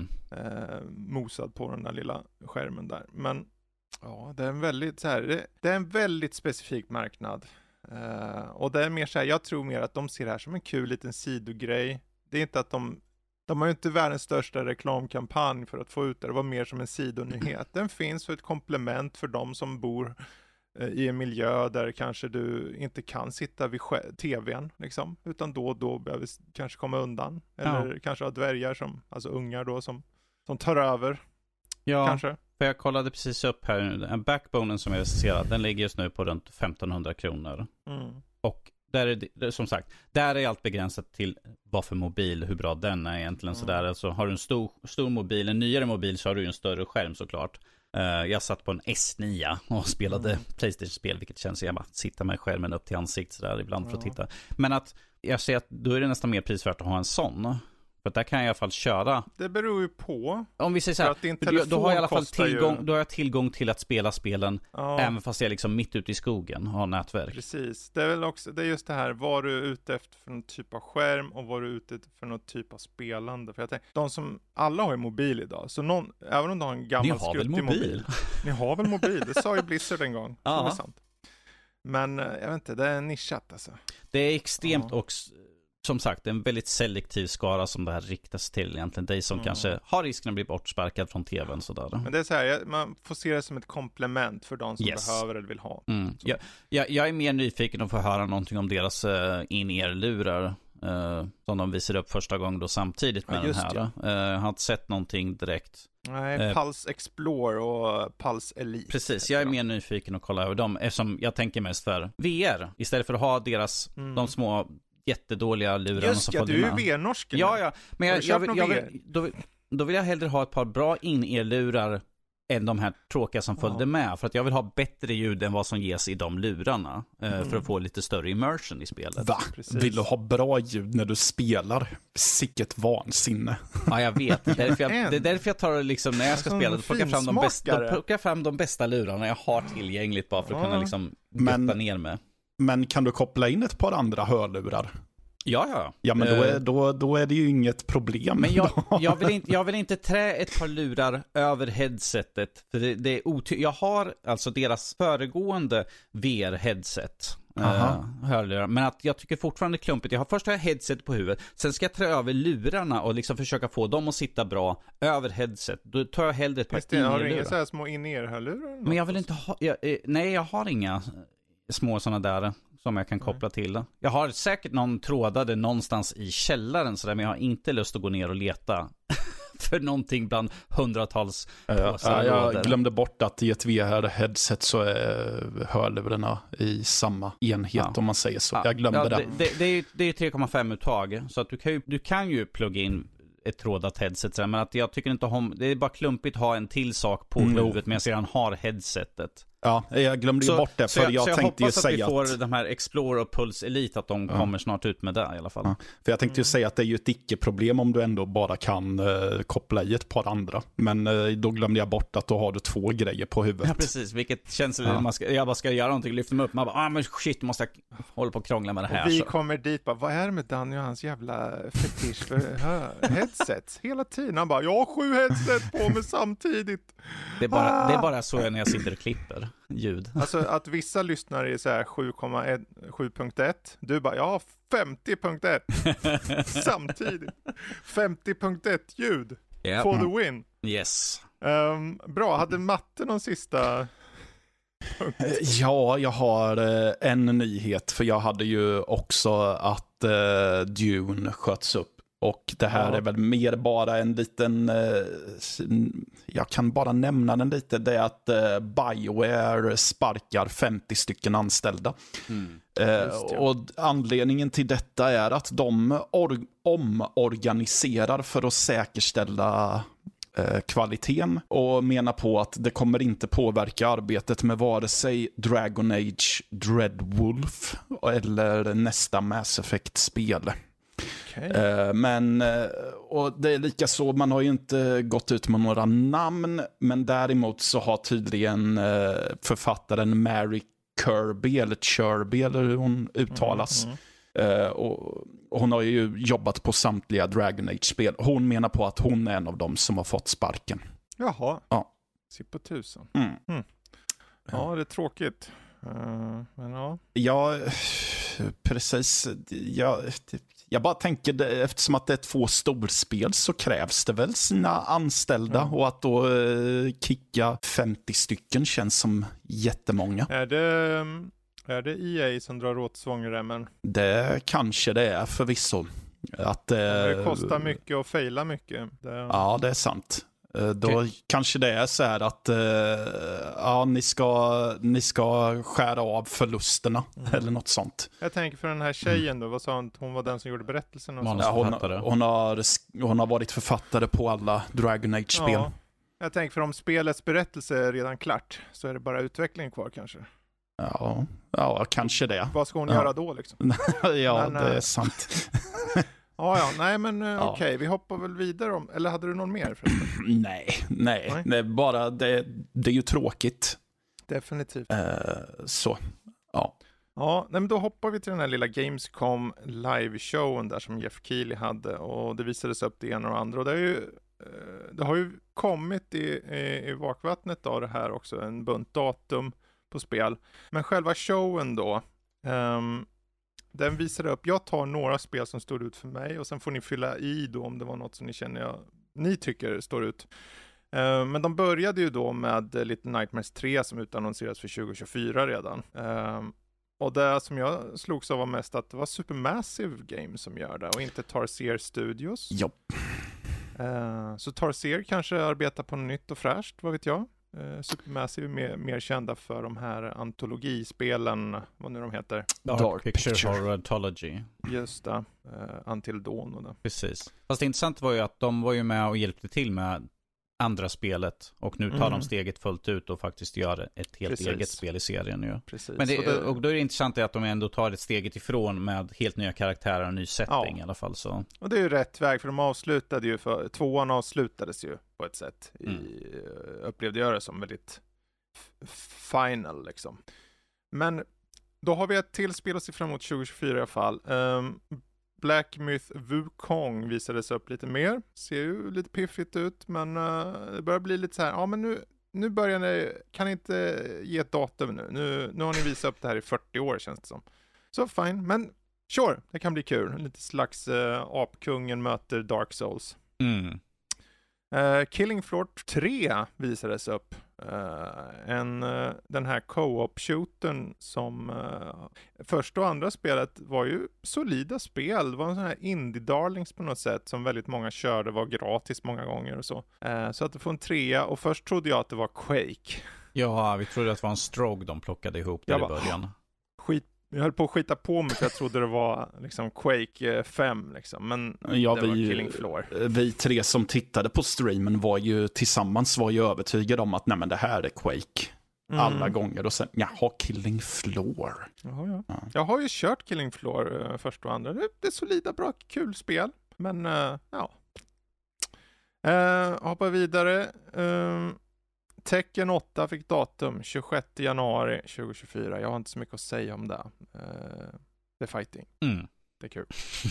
Mosad på den där lilla skärmen där. Men ja, det är en väldigt så här, det är en väldigt specifik marknad. Och det är mer så här, jag tror mer att de ser det här som en kul liten sidogrej. Det är inte att de har ju inte världens största reklamkampanj för att få ut det. Det var mer som en sidonyhet. Den finns för ett komplement för de som bor i en miljö där kanske du inte kan sitta vid tvn liksom, utan då och då behöver kanske komma undan. Eller kanske ha dvärgar som, alltså ungar då som tar över. Ja, kanske. För jag kollade precis upp här nu. En Backbone som jag ser, den ligger just nu på runt 1500 kronor. Och där är det, som sagt, där är allt begränsat till vad för mobil, hur bra den är egentligen. Så där, alltså, har du en stor mobil, en nyare mobil, så har du ju en större skärm såklart. Jag satt på en S9 och spelade PlayStation-spel, vilket känns som att sitta med skärmen upp till ansiktet så där ibland för att titta. Men att jag ser att då är det nästan mer prisvärt att ha en sån. För att där kan jag i alla fall köra. Det beror ju på. Om vi säger så här, då har jag i alla fall då har jag tillgång till att spela spelen även fast jag är liksom mitt ute i skogen och har nätverk. Precis. Det är väl också, det är just det här, var du ute efter för någon typ av skärm och var du ute för någon typ av spelande. För jag tänker, de som, alla har ju mobil idag. Så även om du har en gammal skuttig mobil. Ni har väl mobil? Det sa ju Blizzard en gång. Det är sant. Men jag vet inte, det är nischat alltså. Det är extremt och som sagt, en väldigt selektiv skara som det här riktas till egentligen. Dig som kanske har risken att bli bortsparkad från tvn sådär. Men det är så här, man får se det som ett komplement för de som behöver eller vill ha. Jag är mer nyfiken att få höra någonting om deras in-ear-lurar som de visar upp första gången då samtidigt med den här. Jag har inte sett någonting direkt. Nej, Pulse Explore och Pulse Elite. Precis, jag är mer nyfiken att kolla över dem eftersom jag tänker mest för VR istället för att ha deras, de små jättedåliga lurarna. Just ja, du är ju VR-norsken. Ja, men då vill jag hellre ha ett par bra in-ear-lurar än de här tråkiga som följde med. För att jag vill ha bättre ljud än vad som ges i de lurarna. För att få lite större immersion i spelet. Va? Vill du ha bra ljud när du spelar? Sicket vansinne. Ja, jag vet. Det är därför jag tar liksom, när jag ska spela, då plockar jag fram de bästa lurarna jag har tillgängligt bara för att kunna liksom götta ner med. Men kan du koppla in ett par andra hörlurar? Ja. Ja, men då är det ju inget problem. Men jag vill inte trä ett par lurar över headsetet. För det är jag har alltså deras föregående VR-headset. Hörlurar. Men att jag tycker fortfarande klumpigt. Först har jag headset på huvudet. Sen ska jag trä över lurarna och liksom försöka få dem att sitta bra över headset. Då tar jag hellre ett par in-ear-lurar. Har du inga så här små in-ear-hörlurar? Men jag vill inte ha... Nej, jag har inga små sådana där som jag kan koppla till. Jag har säkert någon trådade någonstans i källaren så där, men jag har inte lust att gå ner och leta för någonting bland hundratals påsar. Jag glömde bort att i ett VR-headset så är hörlurarna i samma enhet om man säger så. Jag glömde det. Det är 3,5-uttag så att du kan ju plugga in ett trådat headset, men att jag tycker inte om, det är bara klumpigt att ha en till sak på huvudet medan jag har headsetet. Ja, jag glömde ju bort det för jag tänkte ju säga att vi får de här Explorer och Pulse Elite, att de kommer snart ut med det i alla fall. Ja. För jag tänkte ju säga att det är ju ett icke-problem om du ändå bara kan koppla i ett par andra. Men då glömde jag bort att då har du två grejer på huvudet. Ja, precis. Vilket känns jag bara ska göra någonting, lyfta mig upp. Man bara, men shit, måste jag hålla på och krångla med det här. Och vi kommer dit bara, vad är det med Danny och hans jävla fetisch för headsets? Hela tiden. Han bara, jag har 7 headset på mig samtidigt. Det är bara så när jag sitter och klipper ljud. Alltså att vissa lyssnar i så här 7.1. Du bara, jag har 50.1 samtidigt. 50.1 ljud for the win. Yes. Bra, hade Matte någon sista punkt? Ja, jag har en nyhet. För jag hade ju också att Dune sköts upp. Och det här är väl mer bara en liten, jag kan bara nämna den lite, det är att BioWare sparkar 50 stycken anställda. Och anledningen till detta är att de omorganiserar för att säkerställa kvaliteten och menar på att det kommer inte påverka arbetet med vare sig Dragon Age Dreadwolf eller nästa Mass Effect-spel. Men och det är lika så, man har ju inte gått ut med några namn, men däremot så har tydligen författaren Mary Kirby eller hur hon uttalas. Och hon har ju jobbat på samtliga Dragon Age-spel. Hon menar på att hon är en av dem som har fått sparken. Jaha. Ja. Se på tusen. Ja, det är tråkigt. Men ja. Ja, precis. Jag bara tänker, eftersom att det är 2 storspel så krävs det väl sina anställda och att då kicka 50 stycken känns som jättemånga. Är det EA som drar åt svångremmen? Det kanske det är förvisso. Att det kostar mycket och failar mycket. Ja, det är sant. Då kanske det är så här att ni ska skära av förlusterna eller något sånt. Jag tänker för den här tjejen då, vad sa hon var den som gjorde berättelsen? Och hon har varit författare på alla Dragon Age-spel. Ja, jag tänker för om spelets berättelse är redan klart så är det bara utvecklingen kvar kanske. Ja, kanske det. Vad ska hon göra då liksom? Men, det är sant. Nej men okej, vi hoppar väl vidare eller hade du någon mer förresten? Nej. Det är bara, det är ju tråkigt. Definitivt. Så, ja. Ja, men då hoppar vi till den här lilla Gamescom live-showen där som Jeff Keighley hade och det visades upp det ena och andra och det har ju kommit i vakvattnet av det här också, en bunt datum på spel. Men själva showen då, den visade upp, jag tar några spel som står ut för mig och sen får ni fylla i då om det var något som ni tycker står ut. Men de började ju då med Little Nightmares 3 som utannonserades för 2024 redan. Och det som jag slogs av var mest att det var Supermassive Games som gör det och inte Tarsier Studios. Ja. Så Tarsier kanske arbetar på något nytt och fräscht, vad vet jag. Supermassive är mer kända för de här antologispelen, vad nu de heter. Dark Picture Horror-Antology. Just det, Until Dawn och det. Precis. Fast det intressanta var ju att de var ju med och hjälpte till med andra spelet och nu tar de steget fullt ut och faktiskt gör ett helt eget spel i serien ju. Precis. Men och då är det intressant att de ändå tar ett steget ifrån med helt nya karaktärer och ny setting i alla fall så. Och det är ju rätt väg för de avslutade ju tvåan avslutades ju på ett sätt upplevde jag det som väldigt final liksom. Men då har vi ett till spel att se fram emot 2024 i alla fall. Black Myth Wukong visades upp lite mer. Ser ju lite piffigt ut, men det börjar bli lite så här, ja men nu börjar ni, kan ni inte ge ett datum nu har ni visat upp det här i 40 år känns det som. Så fine, men sure, det kan bli kul. Lite slags apkungen möter Dark Souls. Killing Floor 3 visades upp. Den här co-op-shooten som första och andra spelet var ju solida spel. Det var en sån här indie-darlings på något sätt som väldigt många körde, var gratis många gånger och så. Så att det får en 3 och först trodde jag att det var Quake. Ja, vi trodde att det var en Stroke de plockade ihop där i början. Jag höll på att skita på mig för jag trodde det var liksom Quake 5 liksom, men det var Killing Floor. Vi 3 som tittade på streamen var ju övertygade om att nej men det här är Quake alla gånger och sen Killing Floor. Jaha, ja. Jag har ju kört Killing Floor först och andra. Det är solida, bra, kul spel, men hoppa vidare. Tekken 8 fick datum 26 januari 2024. Jag har inte så mycket att säga om det. Det är fighting. Det är kul.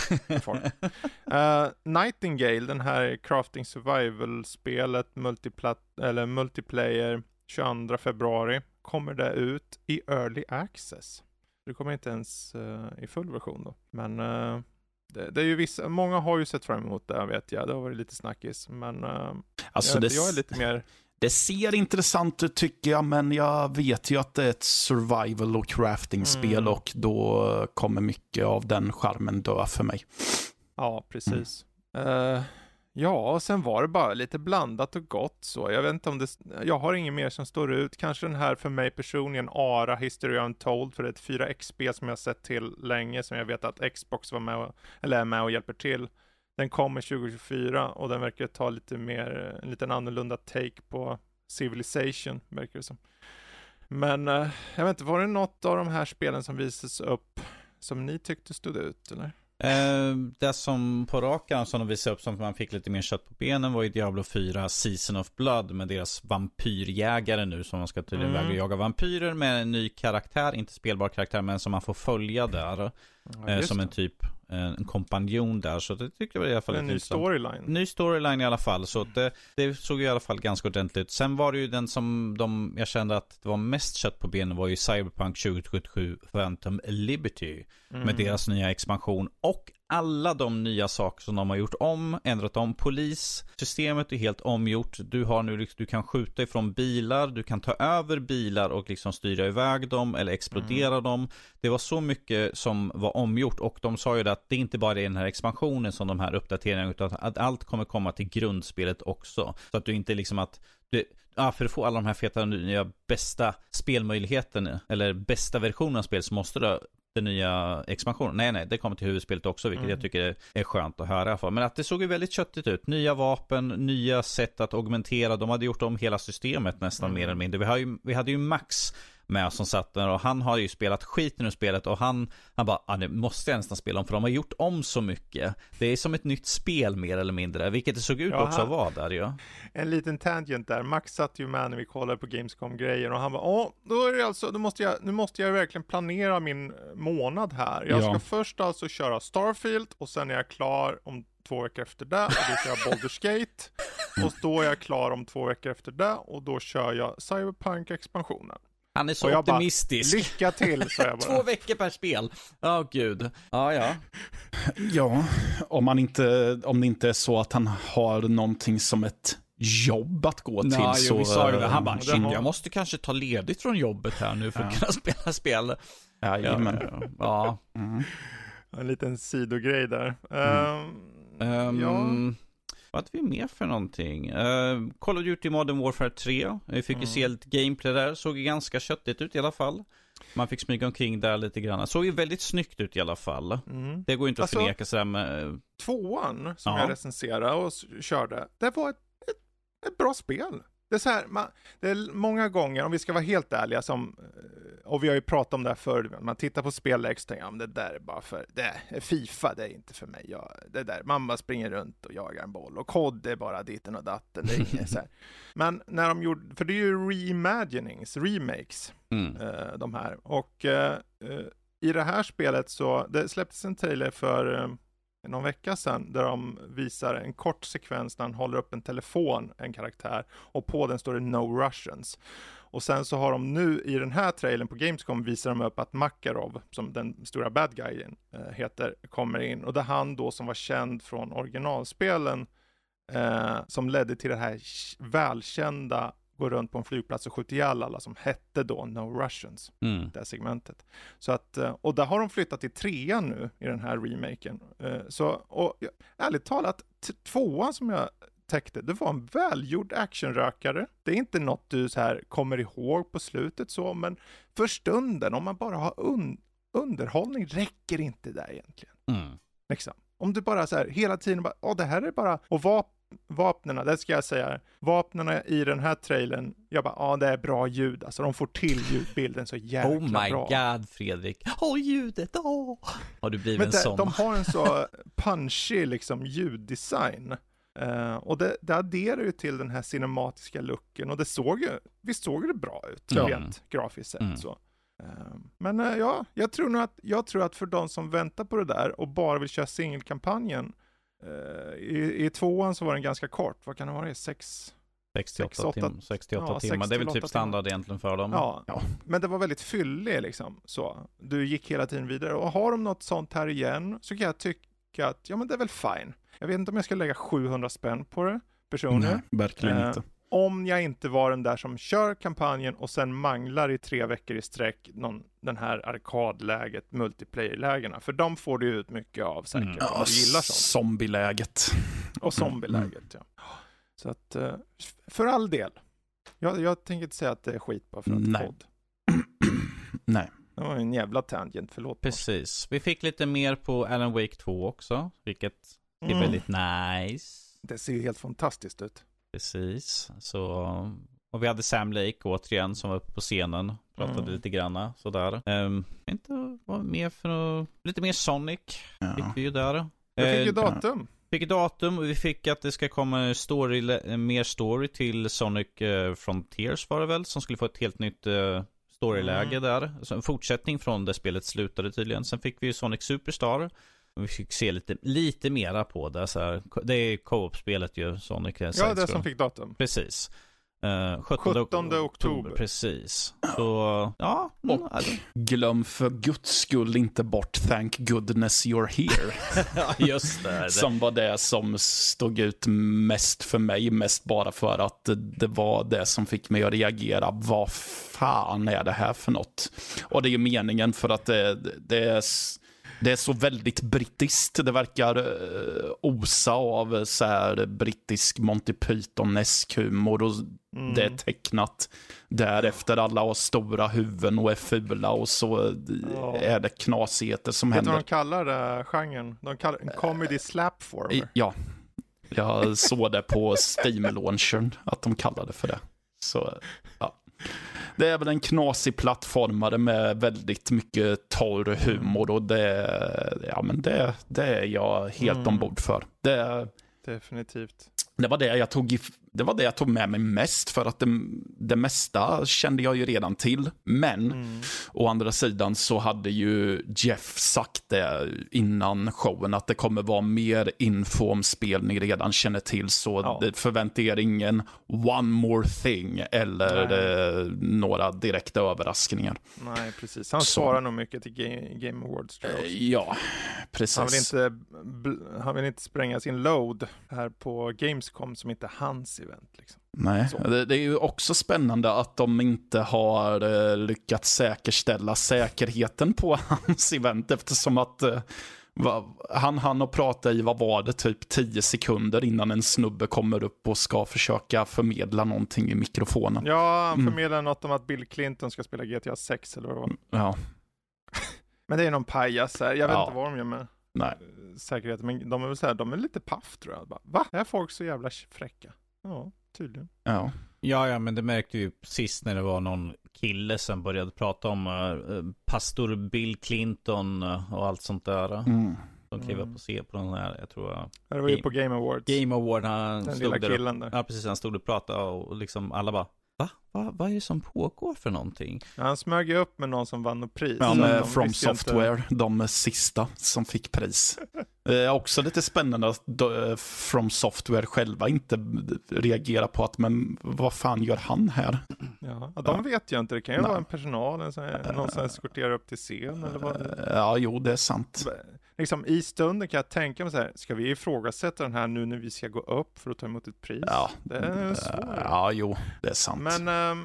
Nightingale, den här crafting survival-spelet, multiplayer, 22 februari kommer det ut i early access. Det kommer inte ens i full version då. Men det är ju många har ju sett fram emot det, vet jag. Det har varit lite snackis, men jag är lite mer. Det ser intressant ut tycker jag, men jag vet ju att det är ett survival och crafting-spel och då kommer mycket av den charmen dö för mig. Ja, precis. Ja, och sen var det bara lite blandat och gott så. Jag vet inte om jag har inget mer som står ut. Kanske den här för mig personligen, Ara History Untold, för det är ett 4X-spel som jag har sett till länge, som jag vet att Xbox är med och hjälper till. Den kommer 2024 och den verkar ta lite mer, en liten annorlunda take på Civilization, verkar det som. Men jag vet inte, var det något av de här spelen som visades upp som ni tyckte stod ut, eller? Det som på rakan som de visade upp som man fick lite mer kött på benen var ju Diablo 4 Season of Blood med deras vampyrjägare nu som man ska tydligen väga jaga vampyrer med en ny karaktär, inte spelbar karaktär men som man får följa där som en typ en kompanjon där, så det tyckte jag i alla fall en ny storyline. Ny storyline i alla fall, så det såg ju i alla fall ganska ordentligt ut. Sen var det ju den som jag kände att det var mest kött på benen var ju Cyberpunk 2077 Phantom Liberty med deras nya expansion och alla de nya saker som de har gjort om, ändrat om. Polissystemet är helt omgjort. Du har nu, du kan skjuta ifrån bilar, du kan ta över bilar och liksom styra iväg dem eller explodera dem. Det var så mycket som var omgjort, och de sa ju det att det inte bara är den här expansionen som de här uppdateringarna, utan att allt kommer komma till grundspelet också. Så att du inte liksom att för att få alla de här feta nya bästa spelmöjligheten eller bästa versionen av spel så måste du den nya expansionen. Nej, det kommer till huvudspelet också, vilket jag tycker är skönt att höra för. Men att det såg ju väldigt köttigt ut. Nya vapen, nya sätt att augmentera. De hade gjort om hela systemet nästan mer eller mindre. Vi hade ju Max med som satt där, och han har ju spelat skiten ur spelet, och han bara, det måste jag nästan spela om, för de har gjort om så mycket. Det är som ett nytt spel mer eller mindre, vilket det såg ut också att vara där. Ja. En liten tangent där. Max satt ju med när vi kollade på Gamescom-grejer, och han bara, då är det alltså, nu måste jag verkligen planera min månad här. Jag ska först alltså köra Starfield, och sen är jag klar om 2 veckor efter det, och då kör jag Baldur's Gate, och då är jag klar om 2 veckor efter det, och då kör jag Cyberpunk-expansionen. Han är så optimistisk. Bara, lycka till, så jag bara. 2 veckor per spel. Gud. Ja. Ja, om det inte är så att han har någonting som ett jobb att gå till. Så vi sa ju det. Han bara, jag måste kanske ta ledigt från jobbet här nu för att kunna spela spel. Ja. En liten sidogrej där. Vad hade vi mer för någonting? Call of Duty Modern Warfare 3. Vi fick ju se lite gameplay där. Såg ju ganska köttigt ut i alla fall. Man fick smyga omkring där lite grann. Såg ju väldigt snyggt ut i alla fall. Det går inte att förneka sådär med... 2:an som jag recenserade och körde, det var ett bra spel. Det är så här, det är många gånger, om vi ska vara helt ärliga, och vi har ju pratat om det här förr, man tittar på spelläge och tänker, det där är bara det är FIFA, det är inte för mig. Det där, mamma springer runt och jagar en boll, och kod är bara ditten och datten, det är inget så här. Men när de gjorde, för det är ju reimaginings, remakes, de här, och i det här spelet så, det släpptes en trailer för någon vecka sedan där de visar en kort sekvens när han håller upp en telefon, en karaktär, och på den står det No Russians. Och sen så har de nu i den här trailern på Gamescom visar de upp att Makarov, som den stora bad guyen heter, kommer in, och det är han då som var känd från originalspelen som ledde till det här välkända gå runt på en flygplats och skjuta ihjäl alla, som hette då No Russians, det här segmentet. Så att, och där har de flyttat till 3:an nu i den här remaken. Och ärligt talat, 2:an som jag täckte, det var en välgjord actionrökare. Det är inte något du så här kommer ihåg på slutet så, men för stunden, om man bara har underhållning, räcker inte där egentligen. Liksom. Om du bara så här hela tiden bara, det här är bara, och vapnena, det ska jag säga, vapnena i den här trailern, jag bara, det är bra ljud, alltså de får till ljudbilden så jäkla bra. Oh my god, Fredrik, ljudet, har du blivit en sån? De har en så punchy liksom ljuddesign, och det adderar ju till den här cinematiska looken, och visst såg det bra ut rent grafiskt sett så. Men jag tror att för de som väntar på det där och bara vill köra singelkampanjen, i 2:an så var den ganska kort. Vad kan det vara? 68 timmar. Det är väl typ standard egentligen för dem. Ja. Men det var väldigt fyllig liksom. Så. Du gick hela tiden vidare. Och har de något sånt här igen så kan jag tycka att men det är väl fine. Jag vet inte om jag ska lägga 700 spänn på det personligen. Nej, verkligen inte. Om jag inte var den där som kör kampanjen och sen manglar i 3 veckor i sträck den här arkadläget, multiplayer-lägena. För de får du ut mycket av säkert. Om du gillar sånt. Zombieläget. Och zombieläget, ja. Så att, för all del. Jag tänker inte säga att det är skit bara för att podd. Nej. Det var en jävla tangent, förlåt. Precis. Vi fick lite mer på Alan Wake 2 också, vilket Det är väldigt nice. Det ser ju helt fantastiskt ut. Precis. Så, och vi hade Sam Lake återigen som var uppe på scenen. Pratade lite granna sådär. Inte vad mer för lite mer Sonic fick vi ju där. Vi fick ju datum. Fick ett datum och vi fick att det ska komma mer story till Sonic Frontiers var det väl. Som skulle få ett helt nytt storyläge där. Så en fortsättning från det spelet slutade tydligen. Sen fick vi ju Sonic Superstar. Och vi fick se lite mera på det. Så här. Det är co-op-spelet ju, Sonic. Ja, det som fick datum. Precis. 17 oktober. Precis. Så, ja. Och glöm för guds skull inte bort Thank Goodness You're Here. Just det. Som var det som stod ut mest för mig. Mest bara för att det var det som fick mig att reagera. Vad fan är det här för något? Och det är ju meningen för att det är så väldigt brittiskt. Det verkar osa av så här brittisk Monty Python-esk humor och det är tecknat därefter. Alla har stora huvuden och är fula och så är det knasigheter som händer. Vet du vad de kallar det, genren? De kallar en comedy slapformer. Ja, jag såg det på Steam-launchern att de kallade för det. Så, ja. Det är väl en knasig plattformare med väldigt mycket torr humor och det är jag helt ombord för. Definitivt. Det var det jag tog med mig mest för att det mesta kände jag ju redan till. Men å andra sidan så hade ju Jeff sagt det innan showen att det kommer vara mer info om spel ni redan känner till. Så det förväntar er ingen one more thing eller några direkta överraskningar. Nej, precis. Han svarar nog mycket till Game Awards. Ja, precis. Han vill inte spränga sin load här på Gamescom som inte är hans event. Liksom. Nej, det är ju också spännande att de inte har lyckats säkerställa säkerheten på hans event eftersom att han hann att prata i, vad var det, typ 10 sekunder innan en snubbe kommer upp och ska försöka förmedla någonting i mikrofonen. Ja, han förmedlar något om att Bill Clinton ska spela GTA 6 eller vad det var. Ja. Men det är någon pajas här. Jag vet inte vad de gör med säkerheten. Men de är väl så här, de är lite paff tror jag. Bara, va? Är folk så jävla fräcka? Ja, tydligen. Ja, men det märkte vi precis när det var någon kille som började prata om pastor Bill Clinton och allt sånt där. De klev upp och se på den här, jag tror. Det var ju på Game Awards. Game Award, den lilla killen där. Ja, precis, han stod och pratade och liksom alla bara, va? Vad är det som pågår för någonting? Ja, han smög upp med någon som vann något pris. Ja, med From Software, de sista som fick pris. Också lite spännande att From Software själva inte reagerar på att, men vad fan gör han här? Ja, de vet ju inte. Det kan ju vara en personal, någon som eskorterar upp till scen eller vad. Ja, jo, det är sant. Liksom, i stunden kan jag tänka mig så här, ska vi ifrågasätta den här nu när vi ska gå upp för att ta emot ett pris? Ja, det är svårt. Ja, jo, det är sant. Men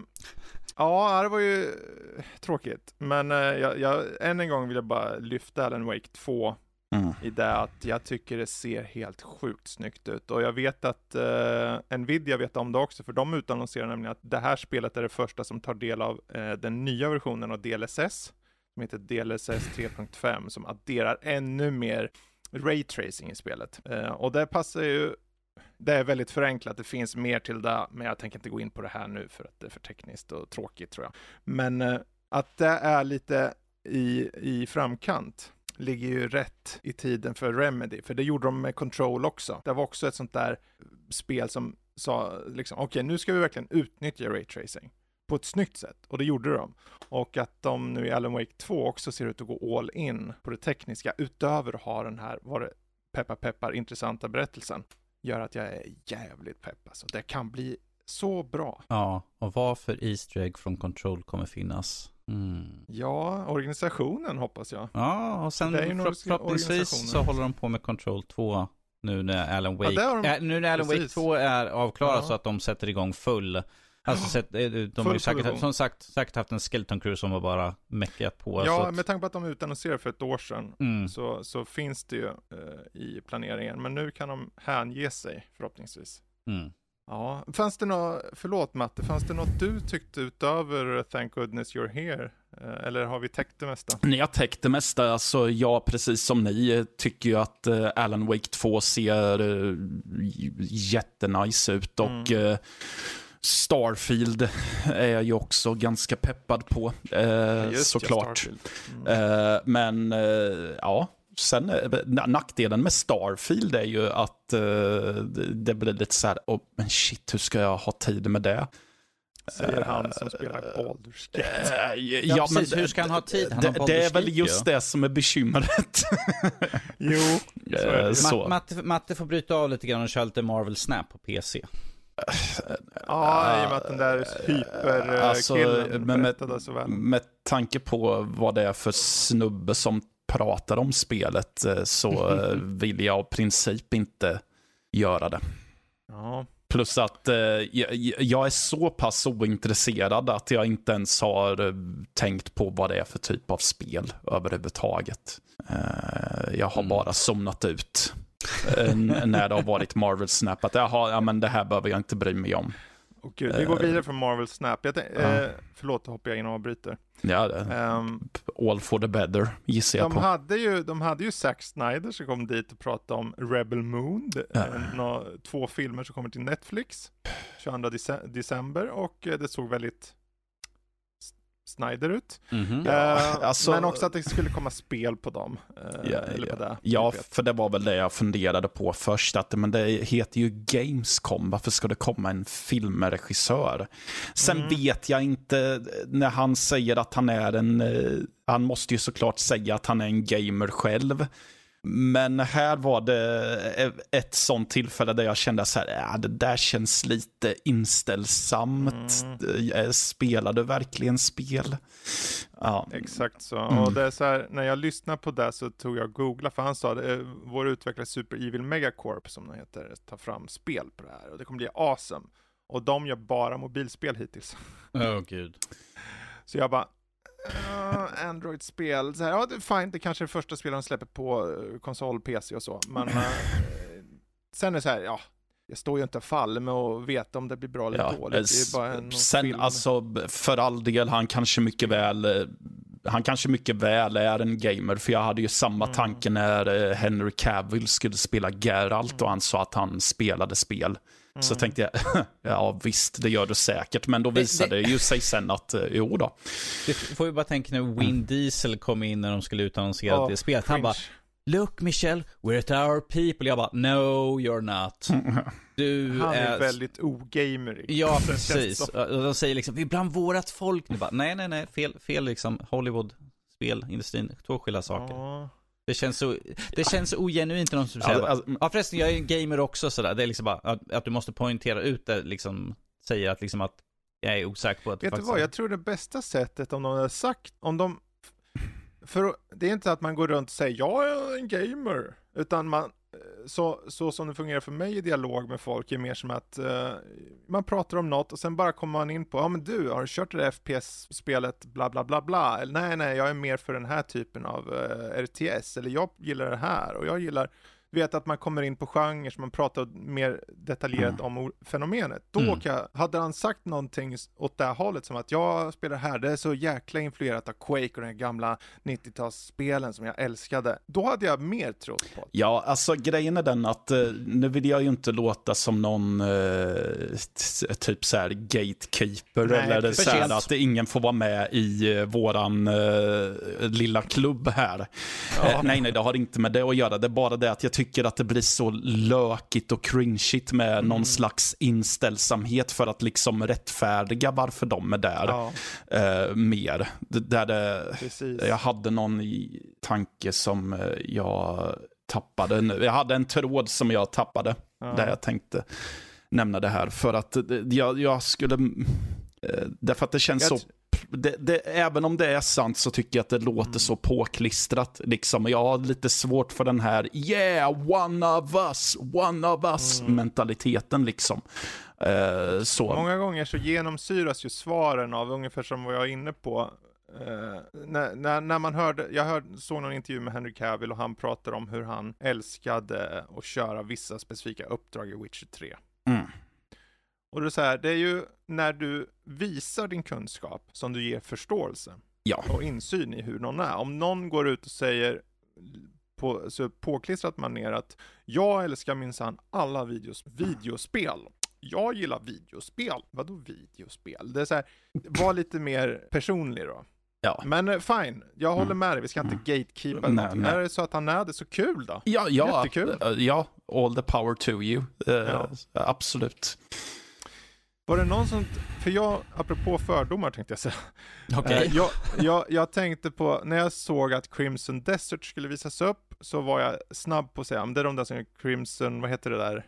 det var ju tråkigt. Men jag än en gång vill jag bara lyfta Alan Wake 2 i det att jag tycker det ser helt sjukt snyggt ut. Och jag vet att Nvidia vet om det också, för de utannonserar nämligen att det här spelet är det första som tar del av den nya versionen av DLSS. Som heter DLSS 3.5 som adderar ännu mer raytracing i spelet. Och det passar ju, det är väldigt förenklat, det finns mer till det, men jag tänker inte gå in på det här nu för att det är för tekniskt och tråkigt tror jag. Men att det är lite i framkant ligger ju rätt i tiden för Remedy, för det gjorde de med Control också. Det var också ett sånt där spel som sa liksom, okej, nu ska vi verkligen utnyttja raytracing på ett snyggt sätt, och det gjorde de. Och att de nu i Alan Wake 2 också ser ut att gå all in på det tekniska utöver att ha den här, peppar intressanta berättelsen, gör att jag är jävligt pepp. Alltså, det kan bli så bra. Ja, och vad för Easter egg från Control kommer finnas? Ja, organisationen hoppas jag. Ja, och sen förhoppningsvis så håller de på med Control 2 nu när Alan Wake, nu när Alan Wake 2 är avklarad så att de sätter igång full. Alltså de har ju säkert haft en skeleton crew som var bara meckat på. Ja, med tanke på att de utannonserade för ett år sedan så finns det ju i planeringen. Men nu kan de hänge sig förhoppningsvis. Ja, fanns det något, förlåt Matte, fanns det något du tyckte utöver Thank Goodness You're Here? Eller har vi täckt det mesta? Ni har täckt det mesta, alltså jag precis som ni tycker ju att Alan Wake 2 ser jättenice ut och Starfield är jag ju också ganska peppad på, såklart. Men ja, sen nackdelen med Starfield är ju att det blir lite så här, men shit, hur ska jag ha tid med det? Säger han som spelar Baldur's Gate. Ja, precis, men hur ska han ha tid? Det är väl just det som är bekymret. Jo, så. Matte får bryta av lite grann och köra lite Marvel Snap på PC. Ja, i och med att den där hyperkillen berättade så väl. Med tanke på vad det är för snubbe som pratar om spelet så vill jag i princip inte göra det. Ja. Plus att jag är så pass ointresserad att jag inte ens har tänkt på vad det är för typ av spel överhuvudtaget. Jag har bara somnat ut när det har varit Marvel Snap. Att men det här behöver jag inte bry mig om. Och gud, vi går vidare från Marvel Snap. Förlåt, hoppar jag in och avbryter. Ja, all for the better, gissar jag på. De hade ju Zack Snyder som kom dit och pratade om Rebel Moon. 2 filmer som kommer till Netflix 22 december och det såg väldigt Snyder ut. Men också att det skulle komma spel på dem. För det var väl det jag funderade på först. Men det heter ju Gamescom. Varför ska det komma en filmregissör? Sen vet jag inte när han säger att han är han måste ju såklart säga att han är en gamer själv. Men här var det ett sånt tillfälle där jag kände så här, det där känns lite inställsamt. Spelar du verkligen spel? Ja. Exakt så. Och det är så här, när jag lyssnade på det så tog jag och googlade, för han sa att vår utvecklare Super Evil Megacorp, som den heter, tar fram spel på det här. Och det kommer bli awesome. Och de gör bara mobilspel hittills. Gud. Så jag bara, Android-spel, så här, ja det är fint, det kanske är det första spelet de släpper på konsol, PC och så, men sen är det så här, ja, jag står ju inte och faller med att veta om det blir bra eller dåligt. Det är bara en sen film. Alltså, för all del, han kanske mycket väl är en gamer, för jag hade ju samma tanke när Henry Cavill skulle spela Geralt och han sa att han spelade spel. Så tänkte jag, ja visst, det gör du säkert. Men då visade det ju sig sen att, jo då. Du får ju bara tänka när Vin Diesel kom in när de skulle utannonsera det spelet. Han bara, look Michelle, we're at our people. Jag bara, no you're not. Han är väldigt ogamerig. Ja, precis. Och de säger liksom, vi är bland vårat folk. Nu bara, nej, fel liksom. Hollywood, spelindustrin, 2 skilda saker. Det känns så ogenuint när de säger förresten, jag är en gamer också sådär. Det är liksom bara att du måste poängtera ut det, liksom säger att liksom att jag är osäker på att vet du vad, jag tror det bästa sättet om de har sagt, för det är inte att man går runt och säger jag är en gamer, utan man så som det fungerar för mig i dialog med folk är mer som att man pratar om något och sen bara kommer man in på, men du, har du kört det där FPS-spelet bla bla bla bla, eller nej, jag är mer för den här typen av RTS, eller jag gillar det här och jag gillar, vet att man kommer in på genre som man pratar mer detaljerat om fenomenet. Då hade han sagt någonting åt det här hållet som att jag spelar här, det är så jäkla influerat av Quake och den här gamla 90-talsspelen som jag älskade. Då hade jag mer trott på det. Ja, alltså grejen är den att nu vill jag ju inte låta som någon typ så här gatekeeper. Nej, eller så här att ingen får vara med i våran lilla klubb här. Nej, det har inte med det att göra. Det är bara det att jag tycker att det blir så lökigt och cringeigt med någon slags inställsamhet för att liksom rättfärdiga varför de är där mer. Jag hade någon tanke som jag tappade nu. Jag hade en tråd som jag tappade där jag tänkte nämna det här för att jag skulle därför att det känns så även om det är sant så tycker jag att det låter så påklistrat liksom. Jag har lite svårt för den här one of us mentaliteten liksom. Så. Många gånger så genomsyras ju svaren av ungefär som vad jag är inne på. När man såg någon intervju med Henry Cavill och han pratade om hur han älskade att köra vissa specifika uppdrag i Witcher 3. Och det är så här, det är ju när du visar din kunskap som du ger förståelse och insyn i hur någon är. Om någon går ut och säger på så påklistrat manér att jag älskar minsann alla videospel. Jag gillar videospel. Vadå videospel? Det är så här, var lite mer personlig då. Ja. Men fine, jag håller med dig. Vi ska inte gatekeepa någonting. Är det så att han är det, så kul då. Ja, jättekul. Ja, all the power to you. Absolut. Var det någon som, för jag, apropå fördomar tänkte jag säga. Okej. Jag tänkte på, när jag såg att Crimson Desert skulle visas upp, så var jag snabb på att säga, det är de där som är Crimson, vad heter det där?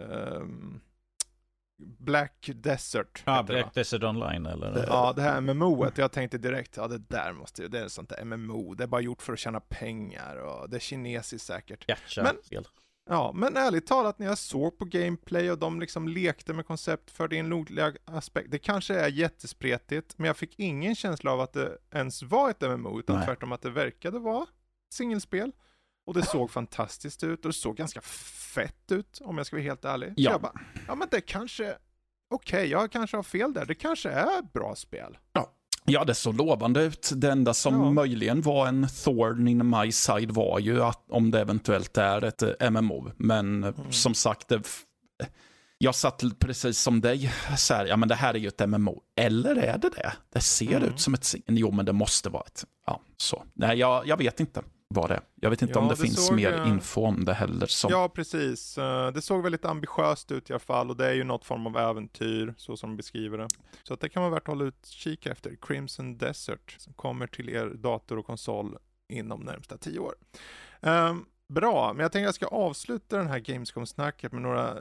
Black Desert. Black Desert Online eller? Ja, det här MMO-et. Jag tänkte direkt, det där det är sånt där MMO. Det är bara gjort för att tjäna pengar och det är kinesiskt säkert. Men ärligt talat, när jag såg på gameplay och de liksom lekte med koncept för din nordliga aspekt. Det kanske är jättespretigt, men jag fick ingen känsla av att det ens var ett MMO, utan tvärtom att det verkade vara ett singelspel. Och det såg fantastiskt ut och det såg ganska fett ut, om jag ska vara helt ärlig. Så jag bara, men det kanske, jag kanske har fel där. Det kanske är ett bra spel. Ja, det såg lovande ut. Det enda som möjligen var en thorn in my side var ju att om det eventuellt är ett MMO. Men som sagt, jag satt precis som dig så här, men det här är ju ett MMO. Eller är det det? Det ser ut som ett... Jo, men det måste vara ett... Ja, så. Nej, jag vet inte vad det är. Jag vet inte om det finns mer info om det heller. Ja, precis. Det såg väldigt ambitiöst ut i alla fall, och det är ju något form av äventyr, så som de beskriver det. Så att det kan vara värt att hålla utkik efter. Crimson Desert, som kommer till er dator och konsol inom närmsta 10 år. Bra, men jag tänker att jag ska avsluta den här Gamescom-snacket med några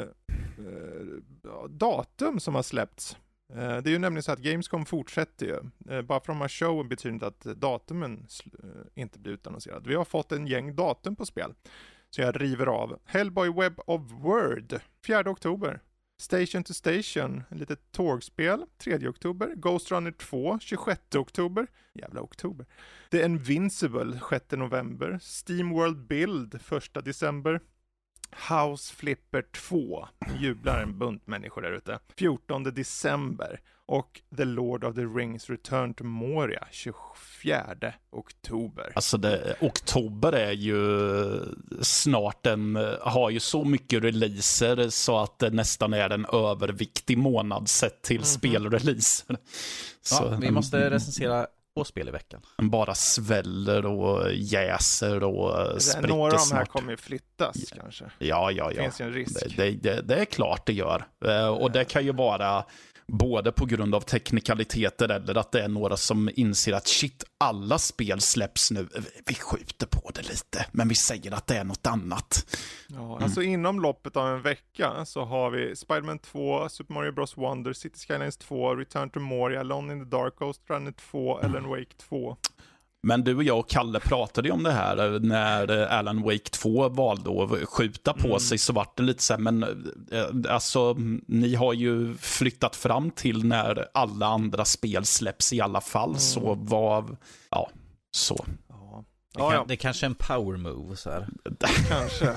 datum som har släppts. Det är ju nämligen så att Gamescom fortsätter ju. Bara för att de här showen betyder inte att datumen inte blir utannonserad. Vi har fått en gäng datum på spel. Så jag river av. Hellboy Web of Word, 4 oktober. Station to Station, ett litet tågspel, 3 oktober. Ghost Runner 2, 26 oktober. Jävla oktober. The Invincible, 6 november. SteamWorld Build, 1 december. House Flipper 2, jublar en bunt människor där ute. 14 december. Och The Lord of the Rings Return to Moria, 24 oktober. Alltså oktober är ju snart har ju så mycket releaser så att det nästan är en överviktig månad sett till spelreleaser. Så, vi måste recensera 2 spel i veckan. Bara sväller och jäser och spricker. Några av de här snart. kommer ju flyttas kanske. Ja. Det finns en risk. Det är klart det gör. Och det kan ju vara både på grund av teknikaliteter eller att det är några som inser att shit, alla spel släpps nu. Vi skjuter på det lite, men vi säger att det är något annat. Ja, alltså inom loppet av en vecka så har vi Spider-Man 2, Super Mario Bros. Wonder, City Skylines 2, Return to Moria, Alone in the Dark, Ghost Runner 2, Alan Wake 2. Men du och jag och Kalle pratade ju om det här när Alan Wake 2 valde att skjuta på sig, så vart det lite så här, men alltså ni har ju flyttat fram till när alla andra spel släpps i alla fall, så vad, så. Det kanske är en power move så här. Kanske.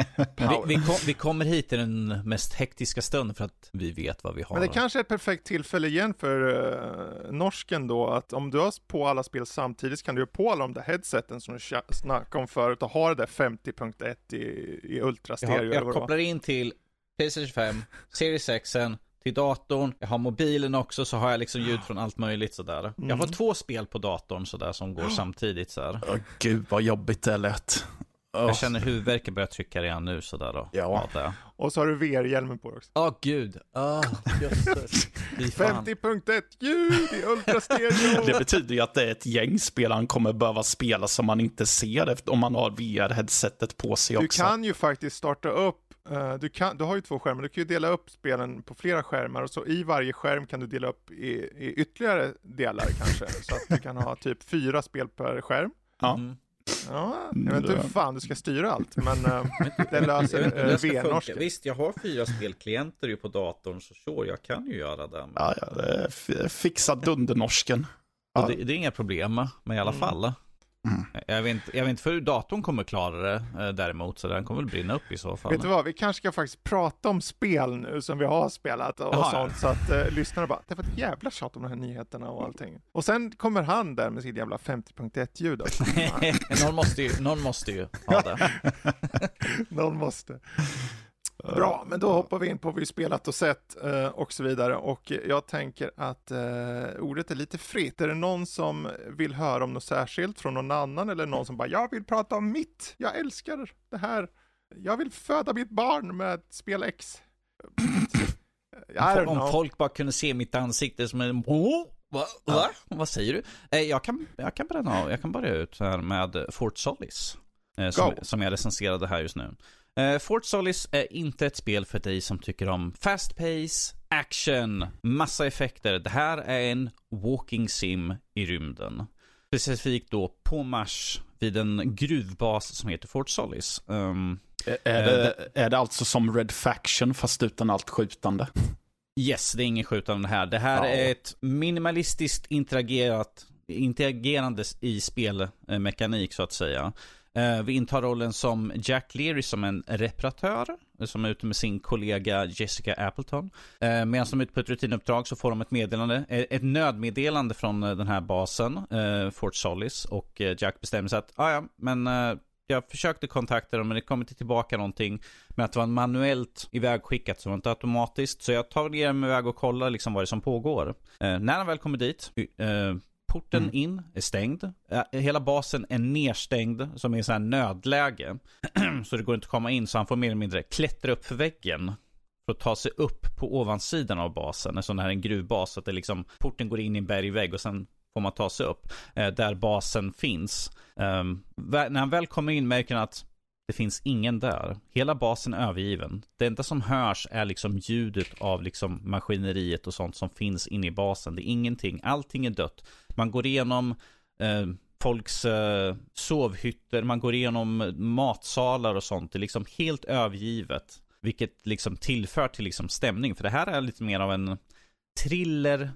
Vi kommer hit till den mest hektiska stunden för att vi vet vad vi har. Men det kanske är ett perfekt tillfälle igen för norsken då, att om du har på alla spel samtidigt kan du på alla de där headseten som du snackade om förut och ha det där 50.1 i ultra stereo. Jag kopplar in till PlayStation 5, Series X, till datorn. Jag har mobilen också, så har jag liksom ljud från allt möjligt sådär. Jag har 2 spel på datorn sådär som går samtidigt sådär. Gud vad jobbigt det lät. Jag känner huvudvärken börjar trycka redan nu sådär då. Ja. Och så har du VR-hjälmen på också. Gud. Jösses. 50.1 ljud i ultra stereo. Det betyder ju att det är ett gäng spel han kommer behöva spela som man inte ser om man har VR-headsetet på sig också. Du kan ju faktiskt starta upp. Du har ju 2 skärmar. Du kan ju dela upp spelen på flera skärmar, och så i varje skärm kan du dela upp i ytterligare delar kanske. Så att du kan ha typ 4 spel per skärm. Ja. Ja, jag vet inte hur fan du ska styra allt, men det löser VR-norska. Visst, jag har 4 spelklienter ju på datorn, så jag kan ju göra det. Men... Ja, det är fixat dundernorsken. Ja. Det är inga problem, men i alla fall. Jag vet inte hur datorn kommer klara det däremot, så den kommer väl brinna upp i så fall. Vet du vad, vi kanske ska faktiskt prata om spel nu som vi har spelat och sånt, så att lyssnarna bara, det var ett jävla tjat om de här nyheterna och allting. Och sen kommer han där med sitt jävla 50.1-ljud. Någon måste ju ha det. Någon måste. Bra, men då hoppar vi in på vad vi spelat och sett och så vidare. Och jag tänker att ordet är lite fritt. Är det någon som vill höra om något särskilt från någon annan? Eller någon som bara, jag vill prata om mitt. Jag älskar det här. Jag vill föda mitt barn med spel X. Om folk bara kunde se mitt ansikte som en... Va? Vad säger du? Jag kan bränna av. Jag kan börja ut här med Fort Solis. Som jag recenserade här just nu. Fort Solis är inte ett spel för dig som tycker om fast pace, action, massa effekter. Det här är en walking sim i rymden. Specifikt då på Mars vid en gruvbas som heter Fort Solis. Är det alltså som Red Faction fast utan allt skjutande? Yes, det är ingen skjutande här. Det här är ett minimalistiskt interagerande i spelmekanik så att säga. Vi intar rollen som Jack Leary som en reparatör som är ute med sin kollega Jessica Appleton. Medan de är ute på ett rutinuppdrag så får de ett nödmeddelande från den här basen, Fort Solis, och Jack bestämmer sig att jag försökte kontakta dem men det kom inte tillbaka någonting, men att det var manuellt ivägskickat så det var inte automatiskt, så jag tar ner dem iväg och kollar liksom vad det som pågår. När han väl kommer dit, porten in är stängd. Hela basen är nedstängd som är en sån här nödläge. Så det går inte att komma in, så han får mer eller mindre klättra upp för väggen för att ta sig upp på ovansidan av basen. En sån här en gruvbas, så att det liksom, porten går in i en bergvägg och sen får man ta sig upp där basen finns. När han väl kommer in märker han att det finns ingen där. Hela basen är övergiven. Det enda som hörs är liksom ljudet av liksom maskineriet och sånt som finns inne i basen. Det är ingenting. Allting är dött. Man går igenom folks sovhytter. Man går igenom matsalar och sånt. Det är liksom helt övergivet. Vilket liksom tillför till liksom stämning. För det här är lite mer av en thriller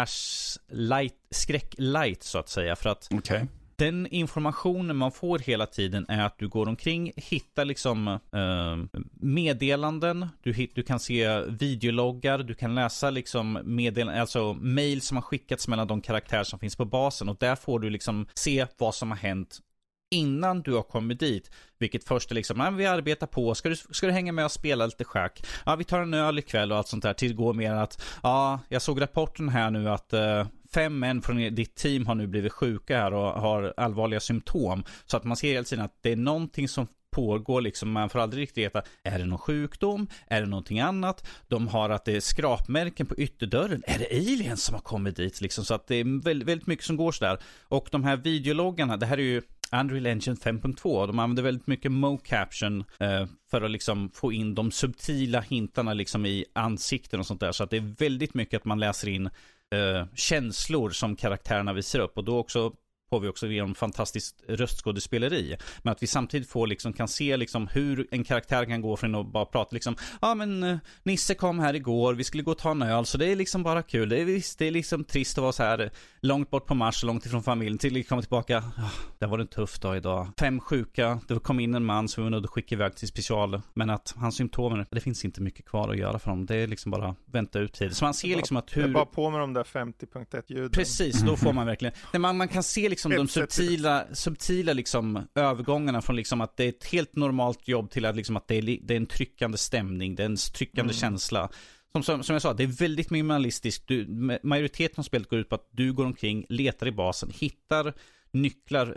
/ skräck-light så att säga. För att den informationen man får hela tiden är att du går omkring, hittar liksom meddelanden, du kan se videologgar, du kan läsa liksom meddelanden, alltså mail som har skickats mellan de karaktärer som finns på basen, och där får du liksom se vad som har hänt innan du har kommit dit. Vilket först är liksom, vi arbetar på, ska du hänga med och spela lite schack? Ja, vi tar en öl ikväll och allt sånt där. Till går mer att, jag såg rapporten här nu att 5 män från ditt team har nu blivit sjuka här och har allvarliga symptom. Så att man ser hela tiden att det är någonting som pågår liksom, man får aldrig riktigt veta, är det någon sjukdom? Är det någonting annat? De har att det är skrapmärken på ytterdörren. Är det aliens som har kommit dit liksom? Så att det är väldigt mycket som går så där. Och de här videologgarna, det här är ju Unreal Engine 5.2. De använder väldigt mycket mo-caption för att liksom få in de subtila hintarna liksom i ansikten och sånt där. Så att det är väldigt mycket att man läser in känslor som karaktärerna visar upp. Och då också får vi också genom fantastiskt röstskådespeleri. Men att vi samtidigt får liksom, kan se liksom hur en karaktär kan gå från att bara prata liksom, Nisse kom här igår, vi skulle gå och ta en öl, så det är liksom bara kul. Det är liksom trist att vara så här långt bort på Mars, långt ifrån familjen, till att komma tillbaka. Det var en tuff dag idag. 5 sjuka, det kom in en man som vi var nödda att skicka iväg till special, men att hans symptomer, det finns inte mycket kvar att göra för dem. Det är liksom bara vänta ut tid. Så man ser liksom att hur... Det är bara på med de där 50.1-ljuden. Precis, då får man verkligen... Man kan se liksom de subtila liksom övergångarna från liksom att det är ett helt normalt jobb till att liksom att det är en tryckande stämning, det är en tryckande känsla. Som jag sa, det är väldigt minimalistiskt. Majoriteten av spelet går ut på att du går omkring, letar i basen, hittar nycklar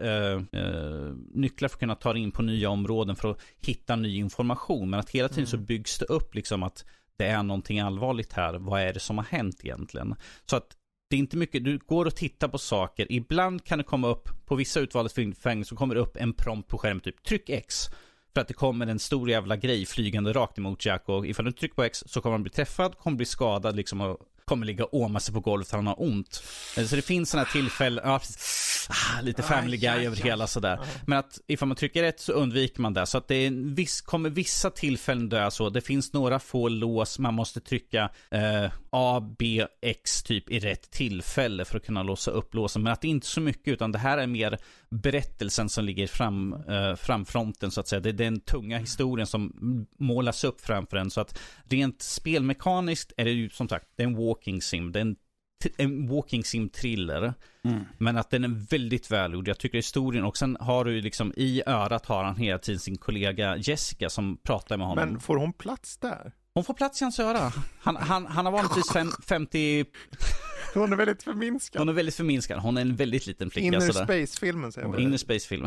för att kunna ta dig in på nya områden för att hitta ny information. Men att hela tiden så byggs det upp liksom att det är någonting allvarligt här. Vad är det som har hänt egentligen? Så att det är inte mycket, du går och tittar på saker. Ibland kan det komma upp, på vissa utvalda fängelse så kommer det upp en prompt på skärmen, typ tryck X. För att det kommer en stor jävla grej flygande rakt emot Jack, och ifall du trycker på X så kommer han bli träffad, kommer bli skadad liksom, och kommer ligga och åma sig på golvet för han har ont. Så det finns sådana här tillfällen, lite Family Guy över hela sådär. Men att ifall man trycker rätt så undviker man det. Så att det är kommer vissa tillfällen dö så. Det finns några få lås, man måste trycka A, B, X typ i rätt tillfälle för att kunna låsa upp låsen. Men att det är inte så mycket, utan det här är mer berättelsen som ligger framfronten så att säga. Det är den tunga historien som målas upp framför en, så att rent spelmekaniskt är det ju som sagt, det är en walking sim, det är en walking sim thriller, men att den är väldigt välgjord. Jag tycker historien, och sen har du liksom i örat har han hela tiden sin kollega Jessica som pratar med honom. Men får hon plats där? Hon får plats i hans öra. Han har vanligtvis 50... Hon är väldigt förminskad. Hon är väldigt förminskad. Hon är en väldigt liten flicka. Inner Space-filmen säger man. Inner Space-filmen.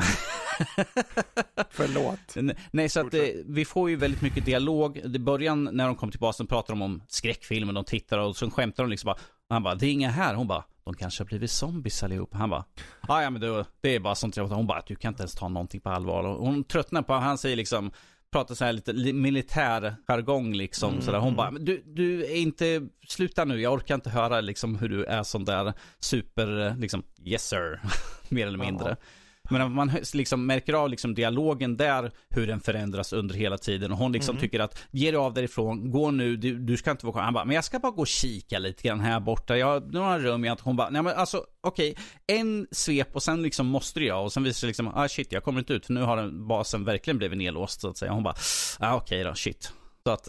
Förlåt. Nej, så att vi får ju väldigt mycket dialog. I början när de kom till basen pratar de om skräckfilmen. De tittar och så skämtar de liksom bara. Han bara, det är inga här. Hon bara, de kanske har blivit zombies allihop. Han bara, ja men det är bara sånt. Hon bara, du kan inte ens ta någonting på allvar. Och hon tröttnar på, han säger liksom, pratar så här lite militär jargong liksom, så där. Hon bara, du är inte, sluta nu, jag orkar inte höra liksom hur du är sån där super liksom, yes sir, mer eller mindre. Men man liksom märker av liksom dialogen där, hur den förändras under hela tiden. Och hon liksom tycker att, ge dig av därifrån, gå nu, du ska inte vara kvar. Han bara, men jag ska bara gå och kika lite grann här borta. Jag har några rum i att hon bara, nej men alltså, okej, en svep och sen liksom måste jag. Och sen visar det liksom, shit, jag kommer inte ut. För nu har den basen verkligen blivit nedlåst så att säga. Hon bara, okej då, shit. Så att,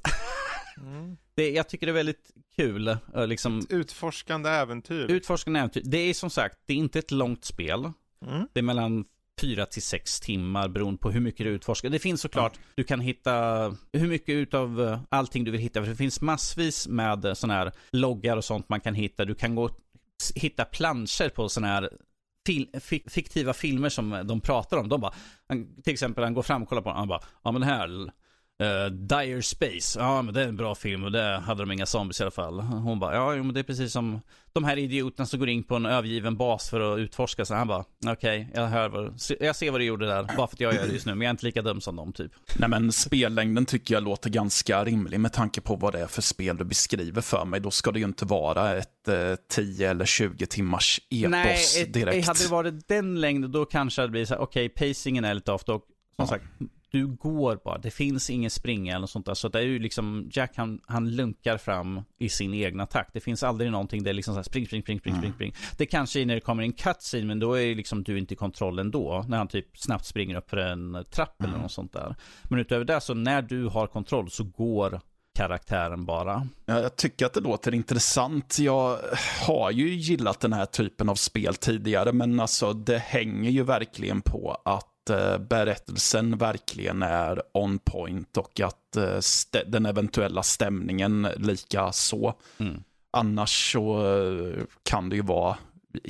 jag tycker det är väldigt kul. Liksom, ett utforskande äventyr. Utforskande äventyr. Det är som sagt, det är inte ett långt spel. Det är mellan 4 till 6 timmar beroende på hur mycket du utforskar. Det finns såklart, du kan hitta hur mycket utav allting du vill hitta. För det finns massvis med såna här loggar och sånt man kan hitta. Du kan gå och hitta planscher på såna här fiktiva filmer som de pratar om. De bara, till exempel han går fram och kollar på den. Han bara, ja men här Dire Space, ja men det är en bra film och det hade de inga zombies i alla fall. Hon bara, ja men det är precis som de här idioterna som går in på en övergiven bas för att utforska. Så han bara, okej, jag ser vad du gjorde där, bara för att jag gör det just nu, men jag är inte lika dum som dem typ. Nej men spellängden tycker jag låter ganska rimlig med tanke på vad det är för spel du beskriver för mig. Då ska det ju inte vara ett 10 eller 20 timmars epos direkt. Hade det varit den längden då kanske det blir så här, okej, pacingen är lite off då, som sagt. Du går bara, det finns ingen springa eller något sånt där. Så det är ju liksom, Jack han lunkar fram i sin egna takt. Det finns aldrig någonting där liksom så här, spring. Det kanske är när det kommer en cutscene, men då är liksom du inte i kontroll ändå. När han typ snabbt springer upp för en trapp eller något sånt där. Men utöver det, så när du har kontroll så går karaktären bara. Jag tycker att det låter intressant. Jag har ju gillat den här typen av spel tidigare, men alltså det hänger ju verkligen på att berättelsen verkligen är on point och att den eventuella stämningen lika så. Annars så kan det ju vara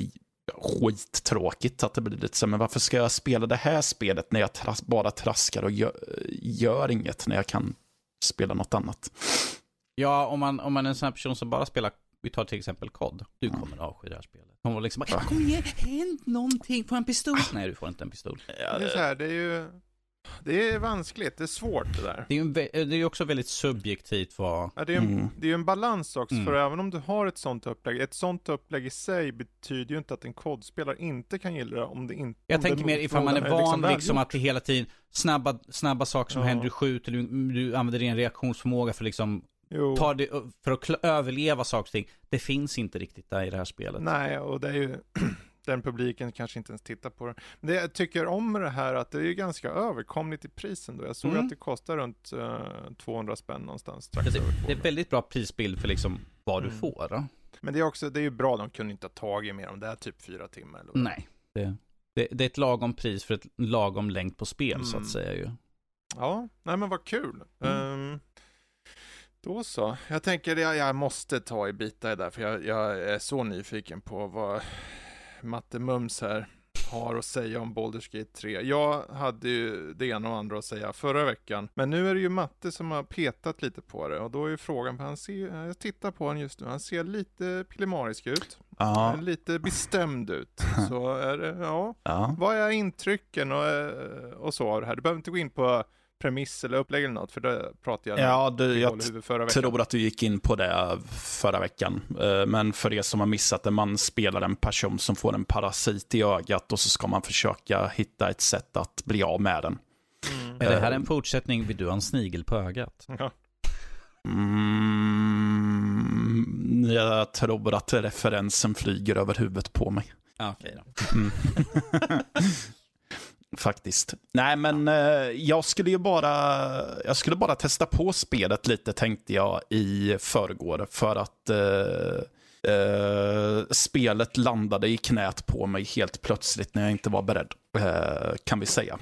skittråkigt att det blir lite så, men varför ska jag spela det här spelet när jag bara traskar och gör inget när jag kan spela något annat? Ja, om man är en sån här person som bara spelar, vi tar till exempel COD. Du kommer att avsky det här spelet. Hon var liksom bara, kom igen, hänt någonting på en pistol. Nej, du får inte en pistol. Det är så här, det är vanskligt, det är svårt det där. Det är ju också väldigt subjektivt vad... Ja, det är ju en balans också, för även om du har ett sånt upplägg i sig betyder ju inte att en kodspelare inte kan gilla det om det inte... Jag tänker mer ifall man är van liksom att det hela tiden snabba saker som händer, du skjuter, du använder din reaktionsförmåga för liksom ta det för att överleva saker och ting. Det finns inte riktigt där i det här spelet. Nej, och det är ju den publiken kanske inte ens tittar på det. Men det jag tycker om det här att det är ju ganska överkomligt i prisen då. Jag såg att det kostar runt 200 spänn någonstans. Det är väldigt bra prisbild för liksom vad du får. Då. Men det är ju bra, de kunde inte ha tagit mer om det är typ 4 timmar. Eller nej, det är ett lagom pris för ett lagom längd på spel så att säga ju. Ja, nej men vad kul. Då så. Jag tänker jag måste ta i bitar där, för jag är så nyfiken på vad Matte Mums här har att säga om Baldur's Gate 3. Jag hade ju det ena och andra att säga förra veckan, men nu är det ju Matte som har petat lite på det, och då är ju frågan, jag tittar på honom just nu, han ser lite pillemarisk ut, lite bestämd ut, så är det, vad är intrycken och så av det här? Du behöver inte gå in på premiss eller upplägg eller något, för det pratade jag jag tror att du gick in på det förra veckan. Men för er som har missat det, man spelar en person som får en parasit i ögat och så ska man försöka hitta ett sätt att bli av med den. Är det här en fortsättning vid du har en snigel på ögat? Ja. Jag tror att referensen flyger över huvudet på mig. Okej då. faktiskt. Nej, men jag skulle bara testa på spelet lite, tänkte jag i förrgår, för att spelet landade i knät på mig helt plötsligt när jag inte var beredd, kan vi säga.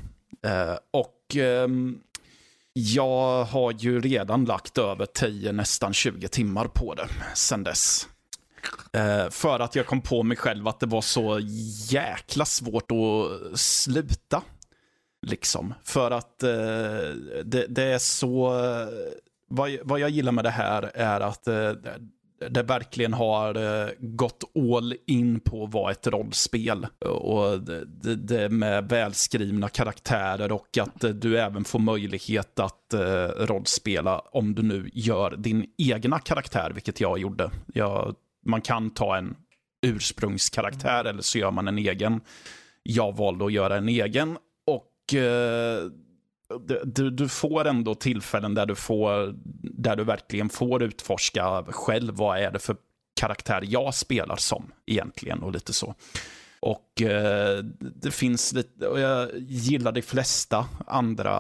Jag har ju redan lagt över 10, nästan 20 timmar på det sedan dess. För att jag kom på mig själv att det var så jäkla svårt att sluta. Liksom. För att det är så... Vad jag gillar med det här är att det verkligen har gått all in på att vara ett rollspel. Och det med välskrivna karaktärer, och att du även får möjlighet att rollspela om du nu gör din egna karaktär, vilket jag gjorde. Man kan ta en ursprungskaraktär eller så gör man en egen. Jag valde att göra en egen, och du får ändå tillfällen där du verkligen får utforska själv, vad är det för karaktär jag spelar som egentligen, och lite så. Och det finns lite, och jag gillar de flesta andra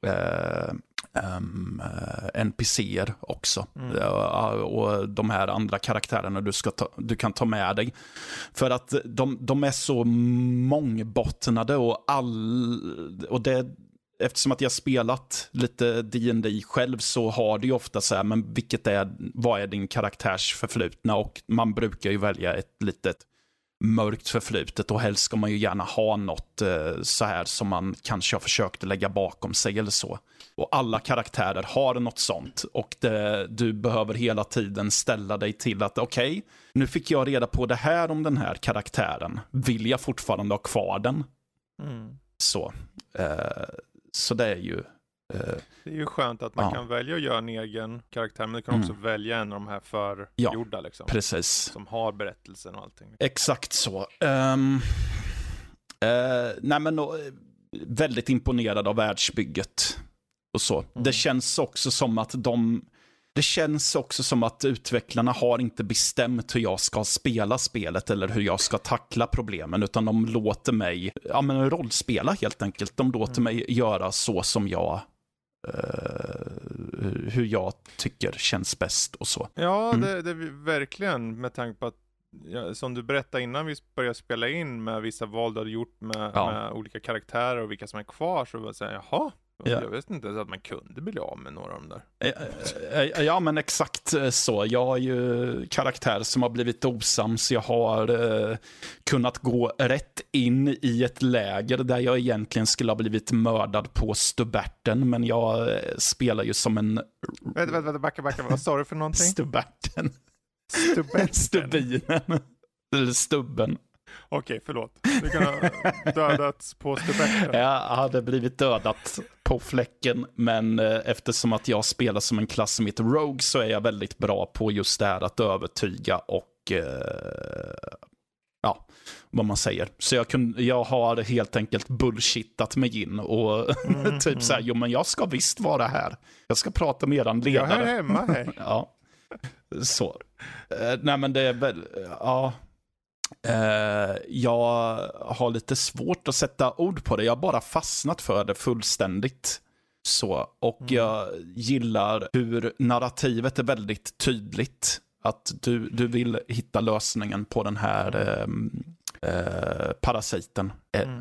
NPCer också. Och de här andra karaktärerna du kan ta med dig. För att de är så mångbottnade, och det, eftersom att jag spelat lite D&D själv, så har det ju ofta så här, men vad är din karaktärs förflutna? Och man brukar ju välja ett litet mörkt förflutet, och helst ska man ju gärna ha något så här som man kanske har försökt lägga bakom sig eller så. Och alla karaktärer har något sånt, och du behöver hela tiden ställa dig till att okej, nu fick jag reda på det här om den här karaktären. Vill jag fortfarande ha kvar den? Så det är ju... Det är ju skönt att man kan välja att göra en egen karaktär, men du kan också välja en av de här förgjorda liksom. Precis. Som har berättelsen och allting. Exakt så. Nej, men väldigt imponerad av världsbygget och så. Det känns också som att utvecklarna har inte bestämt hur jag ska spela spelet eller hur jag ska tackla problemen, utan de låter mig rollspela helt enkelt. De låter mig göra så som jag hur jag tycker känns bäst och så. Ja, det är verkligen, med tanke på att som du berättade innan vi började spela in, med vissa val du hade gjort med olika karaktärer och vilka som är kvar, så var det så här, jaha. Jag visste inte ens att man kunde bli av med några av dem där. Ja, men exakt så. Jag har ju karaktär som har blivit osams. Jag har kunnat gå rätt in i ett läger där jag egentligen skulle ha blivit mördad på Stubberten, men jag spelar ju som en... Vänta, backa. Vad sa du för någonting? Stubberten. Stubinen. Eller stubben. Okej, förlåt. Du kan ha dödats på Stubberten. Jag hade blivit dödat på fläcken, men eftersom att jag spelar som en klass som heter Rogue, så är jag väldigt bra på just det här att övertyga och vad man säger. Så jag har helt enkelt bullshittat mig in och typ så här, jo men jag ska visst vara här. Jag ska prata med eran ledare. Jag är hemma här. Ja, så. Nej, men det är väl, jag har lite svårt att sätta ord på det. Jag har bara fastnat för det fullständigt. Så. Och jag gillar hur narrativet är väldigt tydligt. Att du vill hitta lösningen på den här parasiten.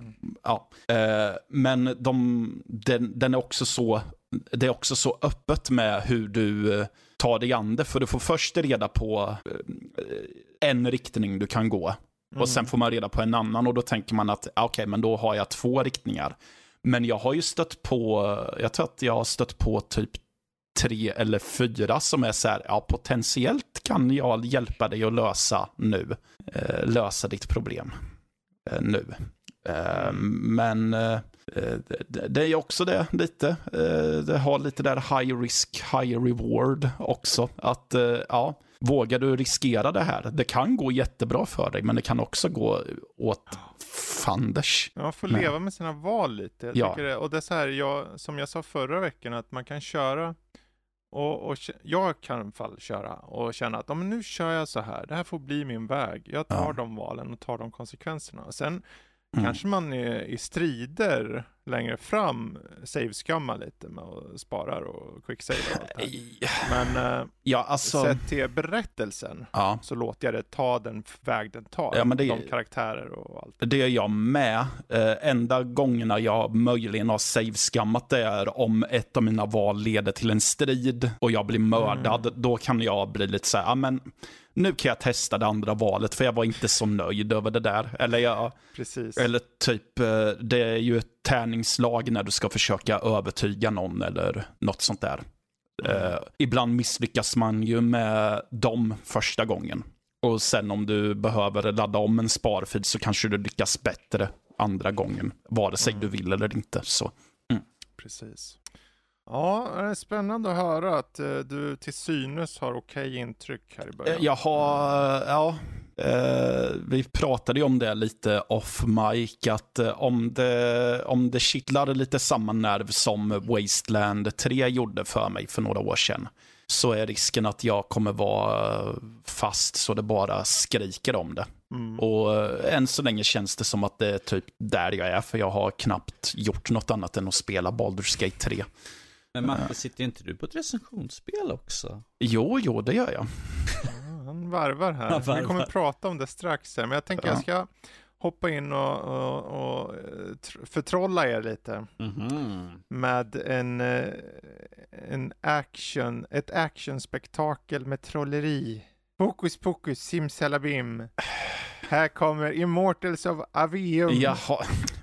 Men den är också så... Det är också så öppet med hur du tar dig an det. För du får först reda på en riktning du kan gå. Och sen får man reda på en annan. Och då tänker man att okej, men då har jag 2 riktningar. Men jag har ju stött på... Jag tror att jag har stött på typ 3 eller 4 som är så här, potentiellt kan jag hjälpa dig att lösa ditt problem nu. Men det är också det lite. Det har lite där high risk, high reward också. Att vågar du riskera det här? Det kan gå jättebra för dig, men det kan också gå åt fanders. Man får leva med sina val lite. Jag tycker det. Och det är så här, som jag sa förra veckan, att man kan köra och jag kan i alla fall köra och känna att nu kör jag så här. Det här får bli min väg. Jag tar de valen och tar de konsekvenserna. Och sen Kanske man i strider längre fram save-skammar lite med och sparar och quicksave och allt det här. Men sett till berättelsen så låter jag det ta den väg den tar. De karaktärer och allt. Det är jag med. Enda gångerna jag möjligen har save-skammat det är om ett av mina val leder till en strid och jag blir mördad. Då kan jag bli lite så här, men nu kan jag testa det andra valet för jag var inte så nöjd över det där. Eller typ, det är ju ett tärningslag när du ska försöka övertyga någon eller något sånt där. Ibland misslyckas man ju med dem första gången. Och sen om du behöver ladda om en sparfil så kanske du lyckas bättre andra gången. Vare sig du vill eller inte. Så. Precis. Ja, det är spännande att höra att du till synes har okej intryck här i början. Jag har, vi pratade ju om det lite off mic, att om det kittlar lite samma nerv som Wasteland 3 gjorde för mig för några år sedan, så är risken att jag kommer vara fast så det bara skriker om det. Och än så länge känns det som att det är typ där jag är, för jag har knappt gjort något annat än att spela Baldur's Gate 3. Men Matte, sitter inte du på ett recensionsspel också? Jo, det gör jag. Han varvar här. Vi kommer prata om det strax här, men jag tänker jag ska hoppa in och förtrolla er lite med ett actionspektakel med trolleri. Fokus pokus simsalabim. Här kommer Immortals of Aveum. Jaha.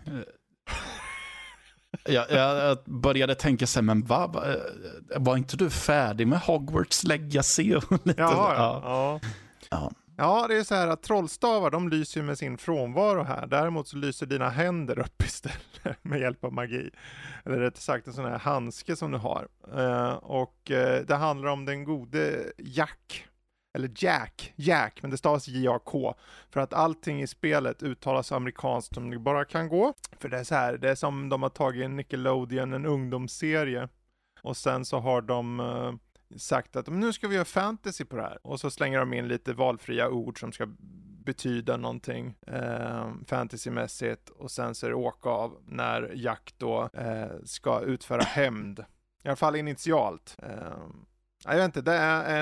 Jag började tänka sig, men var inte du färdig med Hogwarts Legacy? Ja, det är så här att trollstavar, de lyser med sin frånvaro här. Däremot så lyser dina händer upp istället med hjälp av magi. Eller rätt sagt en sån här handske som du har. Och det handlar om den gode Jack. Eller Jack, men det stavas J-A-K. För att allting i spelet uttalas amerikanskt som det bara kan gå. För det är så här, det är som de har tagit en Nickelodeon, en ungdomsserie. Och sen så har de sagt att nu ska vi göra fantasy på det här. Och så slänger de in lite valfria ord som ska betyda någonting fantasymässigt. Och sen så är det åka av när Jack då ska utföra hämnd. I alla fall initialt. Jag vet inte, det är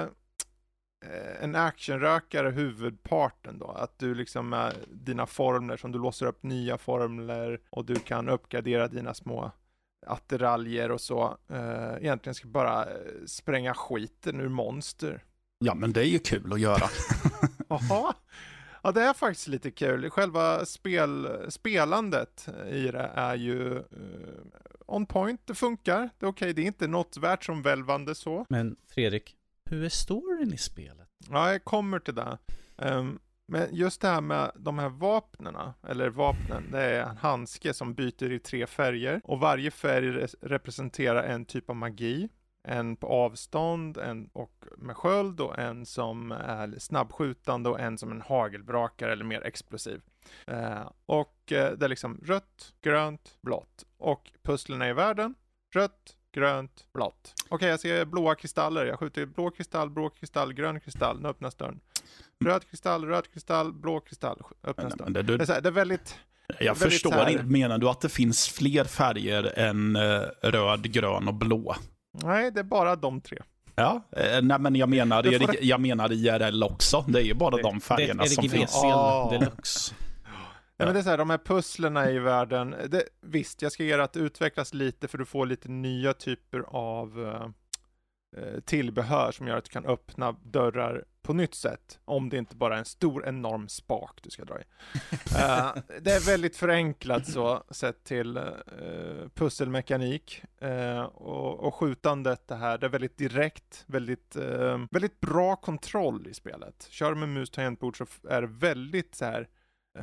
en actionrökare huvudparten då, att du liksom med dina formler som du låser upp nya formler och du kan uppgradera dina små attiraljer och så egentligen ska bara spränga skiten ur monster. Ja, men det är ju kul att göra. Jaha. Ja, det är faktiskt lite kul. Själva spelandet i det är ju on point, det funkar. Det är okej, det är inte något världsomvälvande så. Men Fredrik, hur är storyn i spelet? Ja, jag kommer till det. Men just det här med de här vapnen, det är en handske som byter i 3 färger. Och varje färg representerar en typ av magi. En på avstånd, en och med sköld och en som är snabbskjutande och en som en hagelbrakare eller mer explosiv. Och det är liksom rött, grönt, blått. Och pusslerna i världen, rött, grönt, blått. Okej, jag ser blåa kristaller. Jag skjuter blå kristall, grön kristall. Nu öppnas dörren. Röd kristall, blå kristall. Öppnas dörren. Det är väldigt... Jag förstår inte. Menar du att det finns fler färger än röd, grön och blå? Nej, det är bara de 3. Ja, nej, men jag menar IRL också. Det är ju bara de färgerna som finns. Deluxe. Nej, men det är så här, de här pusslerna i världen, visst, jag ska ge att det utvecklas lite för du får lite nya typer av tillbehör som gör att du kan öppna dörrar på nytt sätt, om det inte bara är en stor enorm spak du ska dra i. Det är väldigt förenklat så sett till pusselmekanik och skjutandet det här, det är väldigt direkt, väldigt bra kontroll i spelet. Kör med mus och tangentbord så är det väldigt så här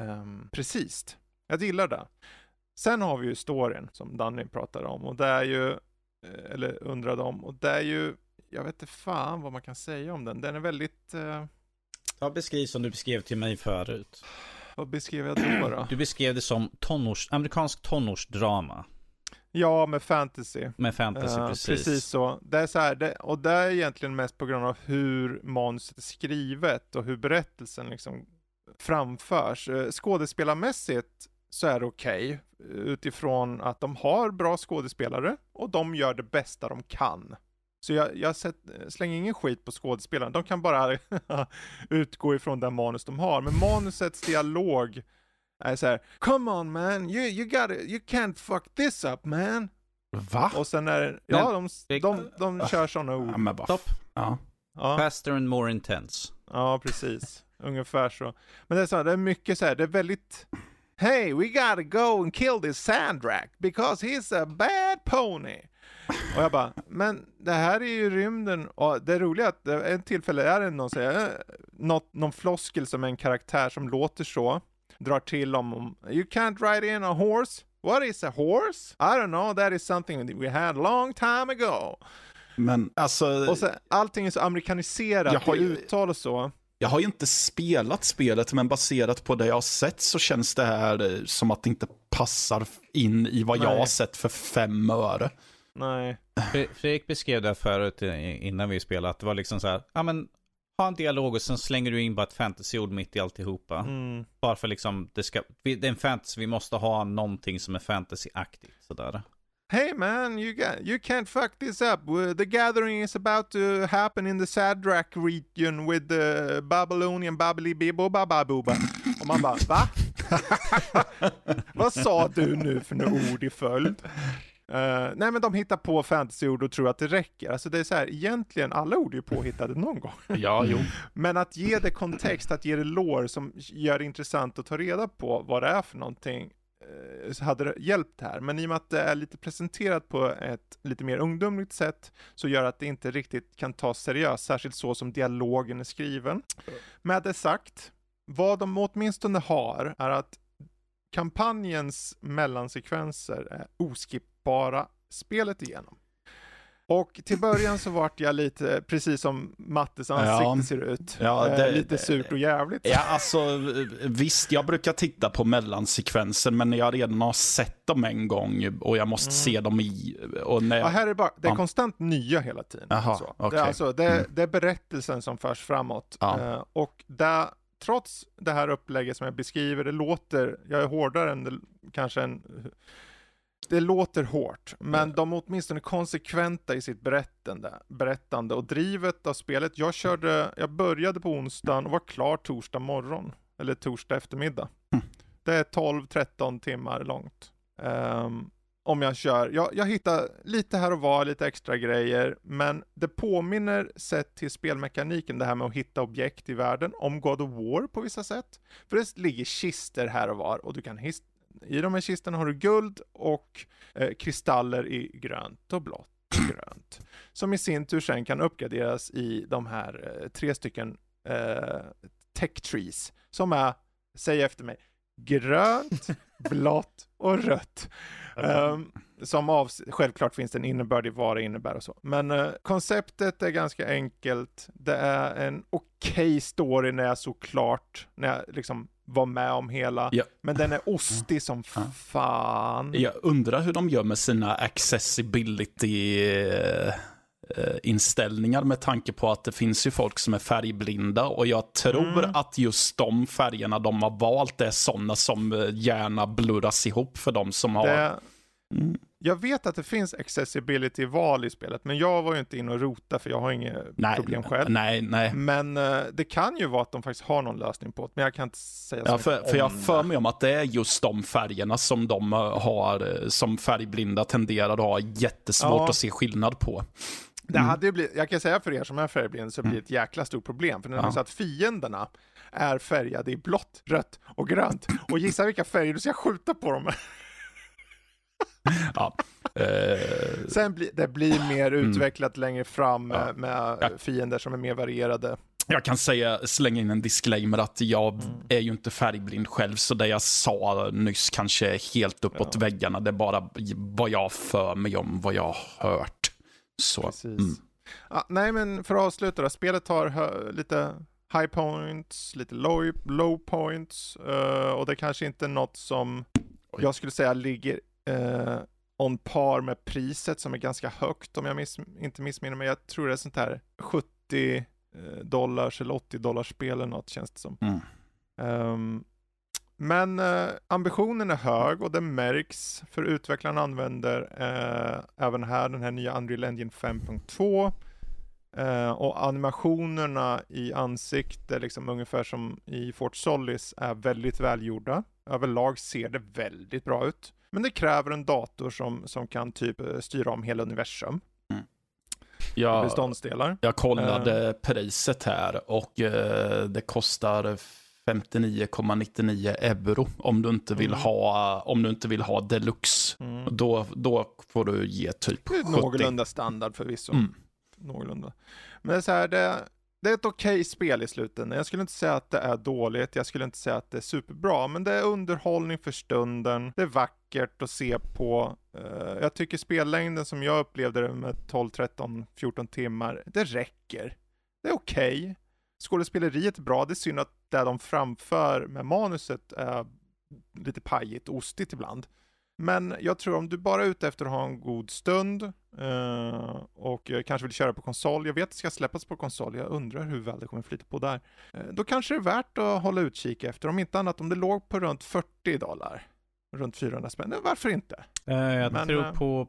precis. Jag gillar det. Sen har vi ju storyn som Danny pratade om och det är ju eller undrade om och det är ju, jag vet inte fan vad man kan säga om den. Den är väldigt Ja, beskriv som du beskrev till mig förut. Vad beskrev jag då? Du beskrev det som amerikansk tonårsdrama. Ja, med fantasy. Med fantasy, precis. Precis så. Det är så här, och det är egentligen mest på grund av hur manuset är skrivet och hur berättelsen liksom framförs. Skådespelarmässigt så är det okej. Utifrån att de har bra skådespelare och de gör det bästa de kan. Så jag slänger ingen skit på skådespelarna. De kan bara utgå ifrån den manus de har. Men manusets dialog är så här: come on man, you can't fuck this up man. Va? Och sen är de kör sådana ord. Ja, men bara, ja. Faster and more intense. Ja, precis. Ungefär så. Men det är så, det är mycket så här, det är väldigt hey, we gotta go and kill this Sandrak because he's a bad pony. Och jag bara, men det här är ju rymden. Och det är roligt att en tillfälle är det någon säger någon floskel som en karaktär som låter så drar till om you can't ride in a horse. What is a horse? I don't know, that is something we had a long time ago. Men alltså... Och så, allting är så amerikaniserat i uttal och så. Jag har ju inte spelat spelet, men baserat på det jag har sett så känns det här som att det inte passar in i vad jag har sett för 5 öre. Nej. Fredrik beskrev det förut innan vi spelade att det var liksom så här, ja men ha en dialog och sen slänger du in bara ett fantasyord mitt i alltihopa. Bara för liksom, det är en fantasy, vi måste ha någonting som är fantasyaktigt sådär. Hey man, you can't fuck this up. The gathering is about to happen in the Sadrak region with the Babylonian Babili-Bibo-Bababuba. Och man bara, va? Vad sa du nu för några ord i följd? Nej men de hittar på fantasyord och tror att det räcker. Alltså det är så här, egentligen alla ord är ju påhittade någon gång. Ja, jo. Men att ge det kontext, att ge det lore som gör det intressant att ta reda på vad det är för någonting, så hade det hjälpt här. Men i och med att det är lite presenterat på ett lite mer ungdomligt sätt så gör att det inte riktigt kan tas seriöst, särskilt så som dialogen är skriven. Med det sagt, vad de åtminstone har är att kampanjens mellansekvenser är oskippbara spelet igenom. Och till början så vart jag lite, precis som Mattes ansikte ser ut, lite surt och jävligt. Ja, alltså visst, jag brukar titta på mellansekvensen, men jag redan har sett dem en gång och jag måste se dem i... Och när... här är det är konstant nya hela tiden. Aha, så. okay. Det är berättelsen som förs framåt. Och där, trots det här upplägget som jag beskriver, jag är hårdare än det låter hårt, men de är åtminstone konsekventa i sitt berättande och drivet av spelet. Jag började på onsdagen och var klar torsdag morgon, eller torsdag eftermiddag. Det är 12-13 timmar långt. Om jag kör, jag hittar lite här och var, lite extra grejer, men det påminner sett till spelmekaniken, det här med att hitta objekt i världen, om God of War på vissa sätt. För det ligger kister här och var och du kan i de här kistorna har du guld och kristaller i grönt och blått och grönt. Som i sin tur sen kan uppgraderas i de här 3 stycken tech trees. Som är, säg efter mig, grönt, blått och rött. Självklart finns det en innebörd i vad det innebär och så. Men konceptet är ganska enkelt. Det är en okej story när jag liksom var med om hela. Ja. Men den är ostig som fan. Jag undrar hur de gör med sina accessibility inställningar, med tanke på att det finns ju folk som är färgblinda, och jag tror att just de färgerna de har valt är sådana som gärna blurras ihop för de som har... Jag vet att det finns accessibility-val i spelet, men jag var ju inte in och rota för jag har inget problem själv. Nej. Men det kan ju vara att de faktiskt har någon lösning på det, men jag kan inte säga så. För jag för mig om att det är just de färgerna som de har, som färgblinda tenderar att ha jättesvårt att se skillnad på. Det hade ju blivit, jag kan säga för er som är färgblinda så blir det ett jäkla stort problem, för när man så att fienderna är färgade i blått, rött och grönt, och gissa vilka färger du ska skjuta på dem. Sen det blir mer utvecklat längre fram med fiender som är mer varierade. Jag kan slänga in en disclaimer att jag är ju inte färgblind själv, så det jag sa nyss kanske är helt uppåt väggarna. Det är bara vad jag för mig om, vad jag har hört. Så. Precis. Nej, men för att avsluta då, spelet har lite high points, lite low points, och det kanske inte är något som jag skulle säga ligger on par med priset som är ganska högt, om jag inte missminner mig. Jag tror det är sånt här $70 eller $80 spel eller något, känns det som. Men ambitionen är hög och det märks, för utvecklaren använder även här den här nya Unreal Engine 5.2 och animationerna i ansikte liksom ungefär som i Fort Solis är väldigt välgjorda. Överlag ser det väldigt bra ut. Men det kräver en dator som kan typ styra om hela universum. Beståndsdelar. Jag kollade priset här och det kostar 59,99 euro om du inte vill ha deluxe. Då får du ge typ 70. Någorlunda standard förvisso. Någorlunda. Men det är så här, det är ett okej spel i slutändan. Jag skulle inte säga att det är dåligt. Jag skulle inte säga att det är superbra. Men det är underhållning för stunden. Det är vackert att se på. Jag tycker spellängden som jag upplevde det med 12, 13, 14 timmar. Det räcker. Det är okej. Skådespeleriet är bra. Det är synd att det de framför med manuset är lite pajigt och ostigt ibland. Men jag tror om du bara är ute efter att ha en god stund och kanske vill köra på konsol. Jag vet att det ska släppas på konsol. Jag undrar hur väl det kommer flyta på där. Då kanske det är värt att hålla utkik efter. Om inte annat, om det låg på runt $40. Runt 400 spänn. Varför inte? Jag tror på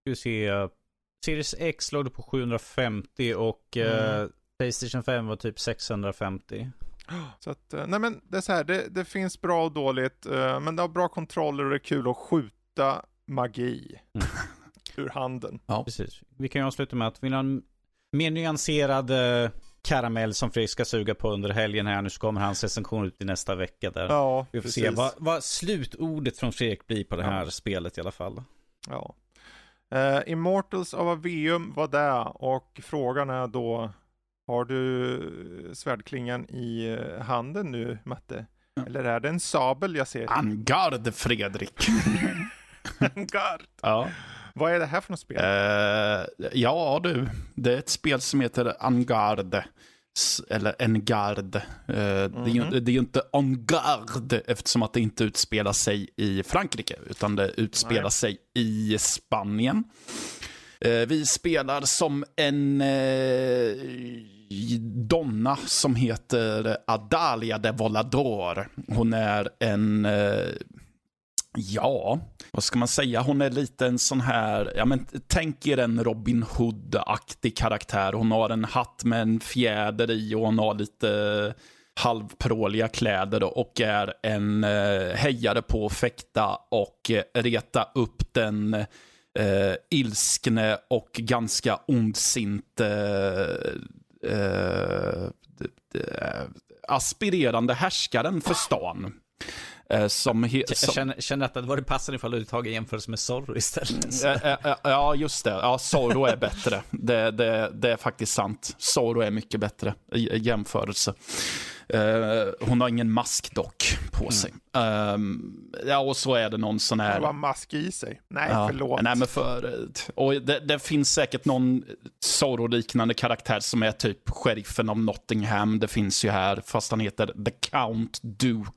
Series X låg det på 750 och PlayStation 5 var typ 650. Så att, nej men det är så här, det finns bra och dåligt, men det har bra kontroller och det är kul att skjuta magi ur handen. Ja, precis. Vi kan ju avsluta med att vi har en mer nyanserad karamell som Fredrik ska suga på under helgen här. Nu så kommer hans recension ut i nästa vecka där. Ja, vi får se vad slutordet från Fredrik blir på det här spelet i alla fall. Ja. Immortals of Aveum var det, och frågan är då: har du svärdklingan i handen nu, Matte? Eller är det en sabel jag ser? Angard, Fredrik. Angard. Ja. Vad är det här för något spel? Ja du, det är ett spel som heter Angard. Eller Engard. Det är ju inte Angard eftersom att det inte utspelar sig i Frankrike, utan det utspelar sig i Spanien. Vi spelar som en donna som heter Adalia de Volador. Hon är en, vad ska man säga? Hon är lite en sån här, tänk er en Robin Hood-aktig karaktär. Hon har en hatt med en fjäder i och hon har lite halvpråliga kläder och är en hejare på att fäkta och reta upp den ilskne och ganska ondsint aspirerande härskaren för stan. Jag känner att det var det passande ifall du tagit jämförelse med Zorro istället. Ja, just det. Ja, Zorro är bättre. Det är faktiskt sant. Zorro är mycket bättre i jämförelse. Hon har ingen mask dock på sig. Och så är det någon sån här... Det var mask i sig. Nej, förlåt. Nej, men och det finns säkert någon Zorro-liknande karaktär som är typ sheriffen av Nottingham. Det finns ju här, fast han heter The Count Duke.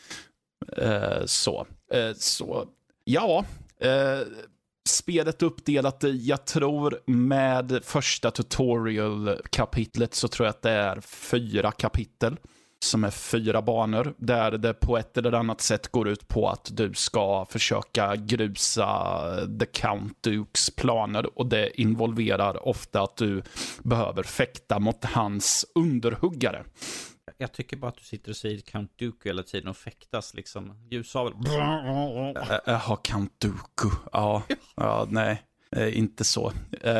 Spelet uppdelat i, jag tror med första tutorial-kapitlet så tror jag att det är 4 kapitel som är 4 banor där det på ett eller annat sätt går ut på att du ska försöka grusa The Count Dukes planer, och det involverar ofta att du behöver fäkta mot hans underhuggare. Jag tycker bara att du sitter och säger Count Dooku hela tiden och fäktas liksom. Ljushavel. Count Dooku. Ja, nej. Inte så.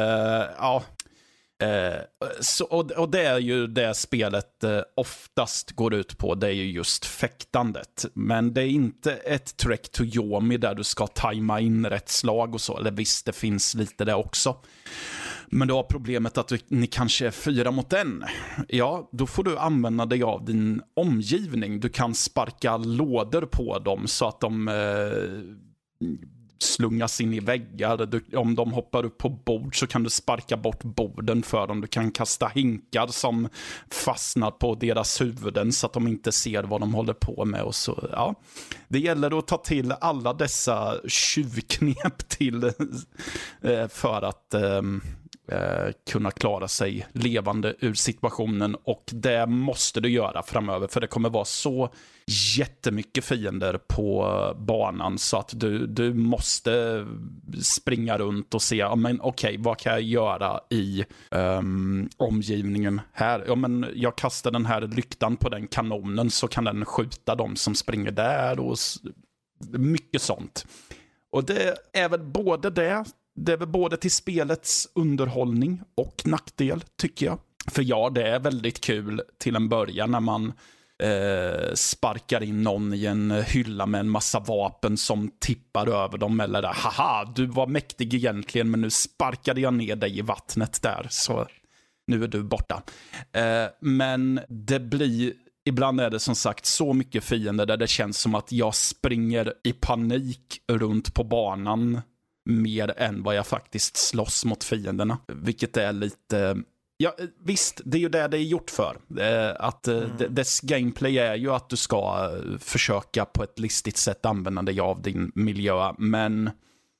Och det är ju det spelet oftast går ut på. Det är ju just fäktandet. Men det är inte ett Trek to Yomi där du ska tajma in rätt slag och så. Eller visst, det finns lite det också. Men då har problemet att ni kanske är 4 mot 1. Ja, då får du använda dig av din omgivning. Du kan sparka lådor på dem så att de slungas in i väggar. Om de hoppar upp på bord så kan du sparka bort borden för dem. Du kan kasta hinkar som fastnar på deras huvuden så att de inte ser vad de håller på med. Och så, ja. Det gäller att ta till alla dessa tjuvknep till för att kunna klara sig levande ur situationen, och det måste du göra framöver, för det kommer vara så jättemycket fiender på banan så att du måste springa runt och se, ja, men okej, vad kan jag göra i omgivningen här? Ja, men jag kastar den här lyktan på den kanonen så kan den skjuta de som springer där, och mycket sånt. Och det är väl det är väl både till spelets underhållning och nackdel, tycker jag. För ja, det är väldigt kul till en början när man sparkar in någon i en hylla med en massa vapen som tippar över dem, eller haha, du var mäktig egentligen, men nu sparkade jag ner dig i vattnet där, så nu är du borta. Men det blir, ibland är det som sagt så mycket fiender där det känns som att jag springer i panik runt på banan mer än vad jag faktiskt slåss mot fienderna. Vilket är lite... Ja, visst, det är ju det är gjort för. Dess gameplay är ju att du ska försöka på ett listigt sätt använda dig av din miljö. Men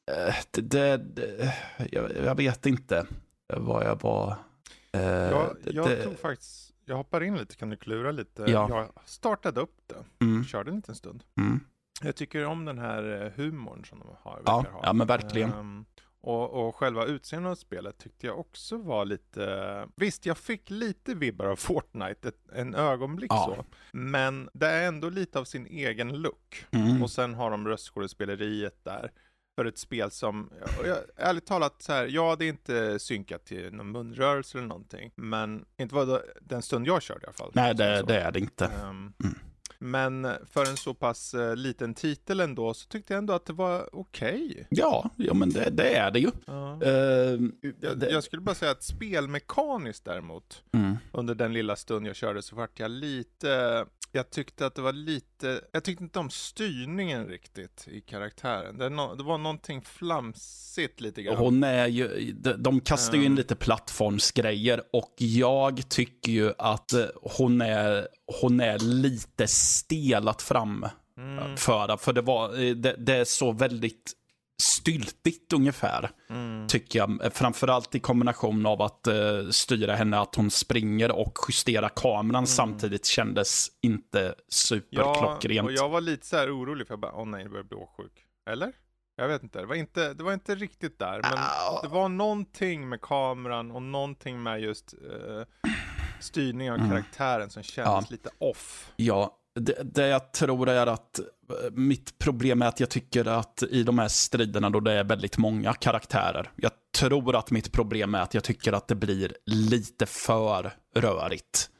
jag vet inte vad jag var... Jag tror faktiskt... Jag hoppar in lite, kan du klura lite? Ja. Jag startade upp det. Körde en liten stund. Jag tycker om den här humorn som de har. Ja, men verkligen. Och själva utseendet av spelet tyckte jag också var lite... Visst, jag fick lite vibbar av Fortnite en ögonblick så. Men det är ändå lite av sin egen look. Och sen har de röstskådespeleriet där. För ett spel som, ärligt talat så här, ja, det är inte synkat till någon munrörelse eller någonting. Men inte var det den stund jag körde i alla fall. Nej, det är det inte. Men för en så pass liten titel ändå så tyckte jag ändå att det var okej. Ja, men det är det ju. Jag skulle bara säga att spelmekaniskt däremot, under den lilla stund jag körde så vart jag lite... Jag tyckte att det var lite... Jag tyckte inte om styrningen riktigt i karaktären. Det var någonting flamsigt lite grann. Hon är ju... De kastar ju in lite plattformsgrejer, och jag tycker ju att hon är lite stelat fram för det är så väldigt styltigt ungefär, tycker jag. Framförallt i kombination av att styra henne, att hon springer och justera kameran samtidigt kändes inte superklockrent. Ja, och jag var lite så här orolig för att nej, det börjar bli åksjuk. Eller? Jag vet inte. Det var inte riktigt där. Men det var någonting med kameran och någonting med just styrning av karaktären som kändes lite off. Ja, det jag tror är att mitt problem är att jag tycker att i de här striderna då det är väldigt många karaktärer, jag tror att mitt problem är att jag tycker att det blir lite för rörigt.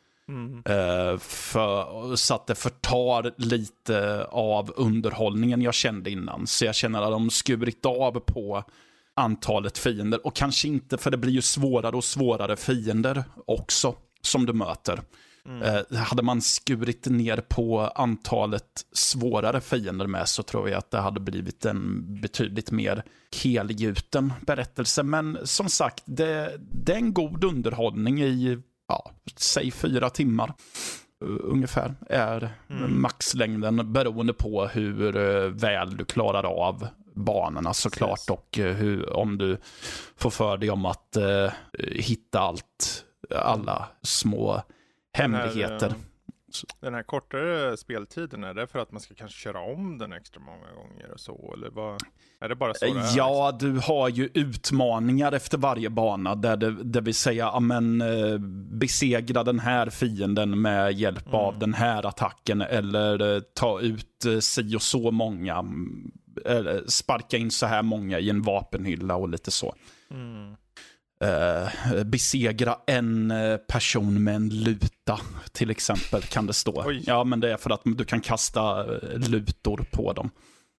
Så att det förtar lite av underhållningen jag kände innan. Så jag känner att de skurit av på antalet fiender, och kanske inte, för det blir ju svårare och svårare fiender också som du möter. Hade man skurit ner på antalet svårare fiender med, så tror jag att det hade blivit en betydligt mer helgjuten berättelse. Men som sagt, det är en god underhållning i, säg 4 timmar ungefär är maxlängden, beroende på hur väl du klarar av banorna såklart, och om du får för dig om att hitta alla små hemligheter. Den här kortare speltiden, är det för att man ska kanske köra om den extra många gånger och så, eller vad? Är det bara så det är? Ja, du har ju utmaningar efter varje bana där det vill säga, besegra den här fienden med hjälp av den här attacken, eller ta ut si och så många, eller sparka in så här många i en vapenhylla och lite så. Besegra en person med en luta till exempel, kan det stå. Oj. Ja, men det är för att du kan kasta lutor på dem.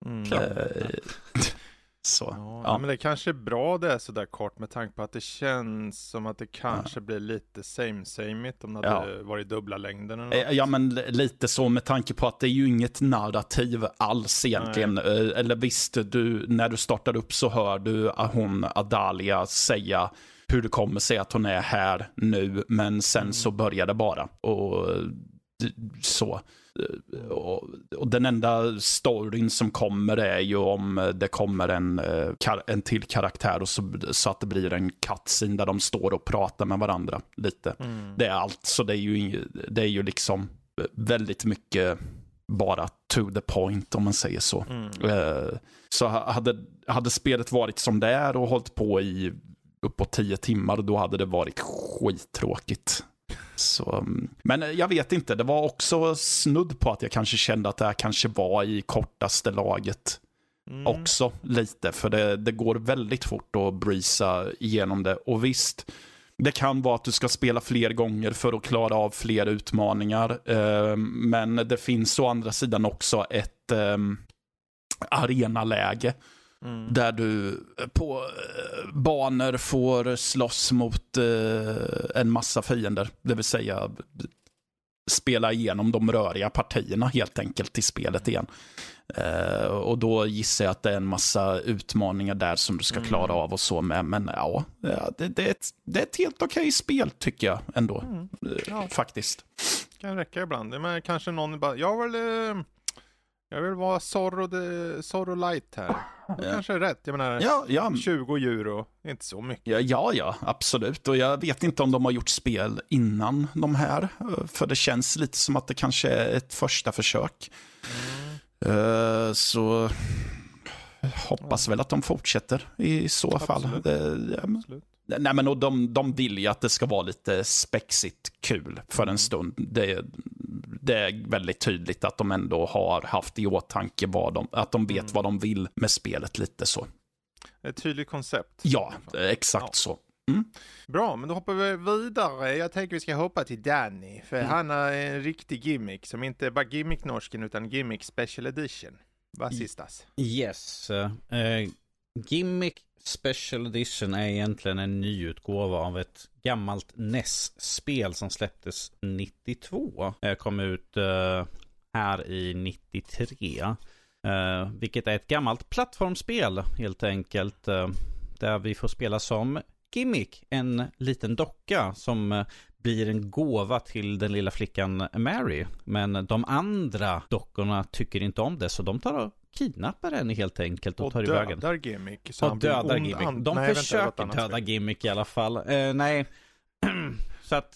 Så, ja. Men det kanske är bra det är så där kort, med tanke på att det känns som att det kanske blir lite same-samigt om det hade varit dubbla längden eller något. Ja, men lite så, med tanke på att det är ju inget narrativ alls egentligen. Eller visst, när du startar upp så hör du hon Adalia säga hur det kommer sig att hon är här nu, men sen så börjar det bara. Och så. Och den enda storyn som kommer är ju om det kommer en till karaktär och så att det blir en cutscene där de står och pratar med varandra lite. Det är allt, så det är ju liksom väldigt mycket bara to the point, om man säger så. Så hade spelet varit som det är och hållit på i uppåt 10 timmar, då hade det varit skittråkigt. Så, men jag vet inte, det var också snudd på att jag kanske kände att det här kanske var i kortaste laget också lite, för det går väldigt fort att breeza igenom det. Och visst, det kan vara att du ska spela fler gånger för att klara av fler utmaningar, men det finns å andra sidan också ett arenaläge där du på banor får slåss mot en massa fiender, det vill säga spela igenom de röriga partierna helt enkelt i spelet igen. Och då gissar jag att det är en massa utmaningar där som du ska klara av och så med. Men ja, det är ett helt okej spel tycker jag ändå. Faktiskt. Kan räcka ibland. Men kanske någon bara, jag vill vara Zorro Light här. Det kanske är rätt. Jag menar, 20 euro, inte så mycket. Ja, absolut. Och jag vet inte om de har gjort spel innan de här. För det känns lite som att det kanske är ett första försök. Så hoppas väl att de fortsätter i så fall. Absolut. Nej, men och de vill ju att det ska vara lite spexigt kul för en stund. Det är väldigt tydligt att de ändå har haft i åtanke att de vet vad de vill med spelet lite så. Ett tydligt koncept. Ja, exakt så. Bra, men då hoppar vi vidare. Jag tänker vi ska hoppa till Danny, för han har en riktig gimmick som inte är bara gimmick-norsken utan gimmick special edition. Vad sistas? Yes. Gimmick Special Edition är egentligen en nyutgåva av ett gammalt NES-spel som släpptes 92. Kom ut här i 93. Vilket är ett gammalt plattformsspel helt enkelt. Där vi får spela som Gimmick, en liten docka som blir en gåva till den lilla flickan Mary. Men de andra dockorna tycker inte om det, så de tar och kidnappar henne helt enkelt och tar iväg henne. Dödar Gimmick. Och dödar Gimmick. De försöker döda Gimmick i alla fall. Nej, så att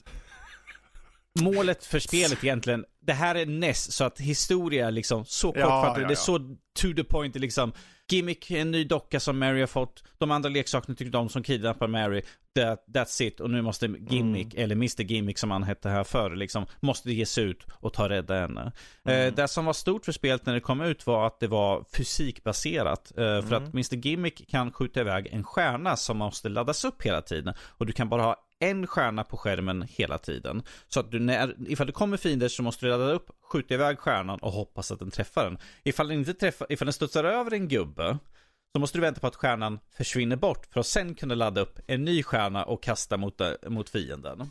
målet för spelet egentligen, det här är NES, så att historia är liksom så kortfattat, det är så to the point liksom. Gimmick, en ny docka som Mary har fått. De andra leksakerna tycker de som kidnappar Mary. That's it. Och nu måste Gimmick, eller Mr. Gimmick som han hette här förr, liksom, måste ge sig ut och ta rädda henne. Det som var stort för spelet när det kom ut var att det var fysikbaserat. För att Mr. Gimmick kan skjuta iväg en stjärna som måste laddas upp hela tiden. Och du kan bara ha en stjärna på skärmen hela tiden. Så att ifall det kommer fiender så måste du ladda upp, skjuta iväg stjärnan och hoppas att den träffar den. Ifall den inte träffar, ifall den studsar över en gubbe, så måste du vänta på att stjärnan försvinner bort för att sen kunna ladda upp en ny stjärna och kasta mot fienden.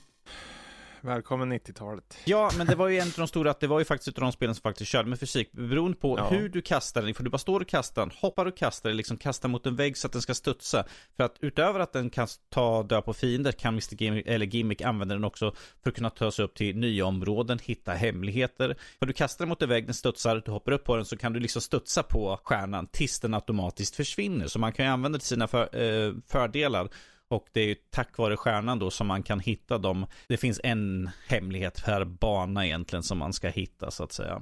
Välkommen 90-talet. Ja, men det var ju en av de stora, att det var ju faktiskt ett av de spelen som faktiskt körde med fysik. Beroende på hur du kastar den, för du bara står och kastar den, hoppar och kastar den, liksom kastar mot en vägg så att den ska studsa. För att utöver att den kan död på fiender kan Mr. Gimmick, eller Gimmick använda den också för att kunna ta sig upp till nya områden, hitta hemligheter. För du kastar den mot en vägg, den studsar, du hoppar upp på den, så kan du liksom studsa på stjärnan tills den automatiskt försvinner. Så man kan ju använda till sina fördelar. Och det är ju tack vare stjärnan då som man kan hitta dem. Det finns en hemlighet per bana egentligen som man ska hitta så att säga.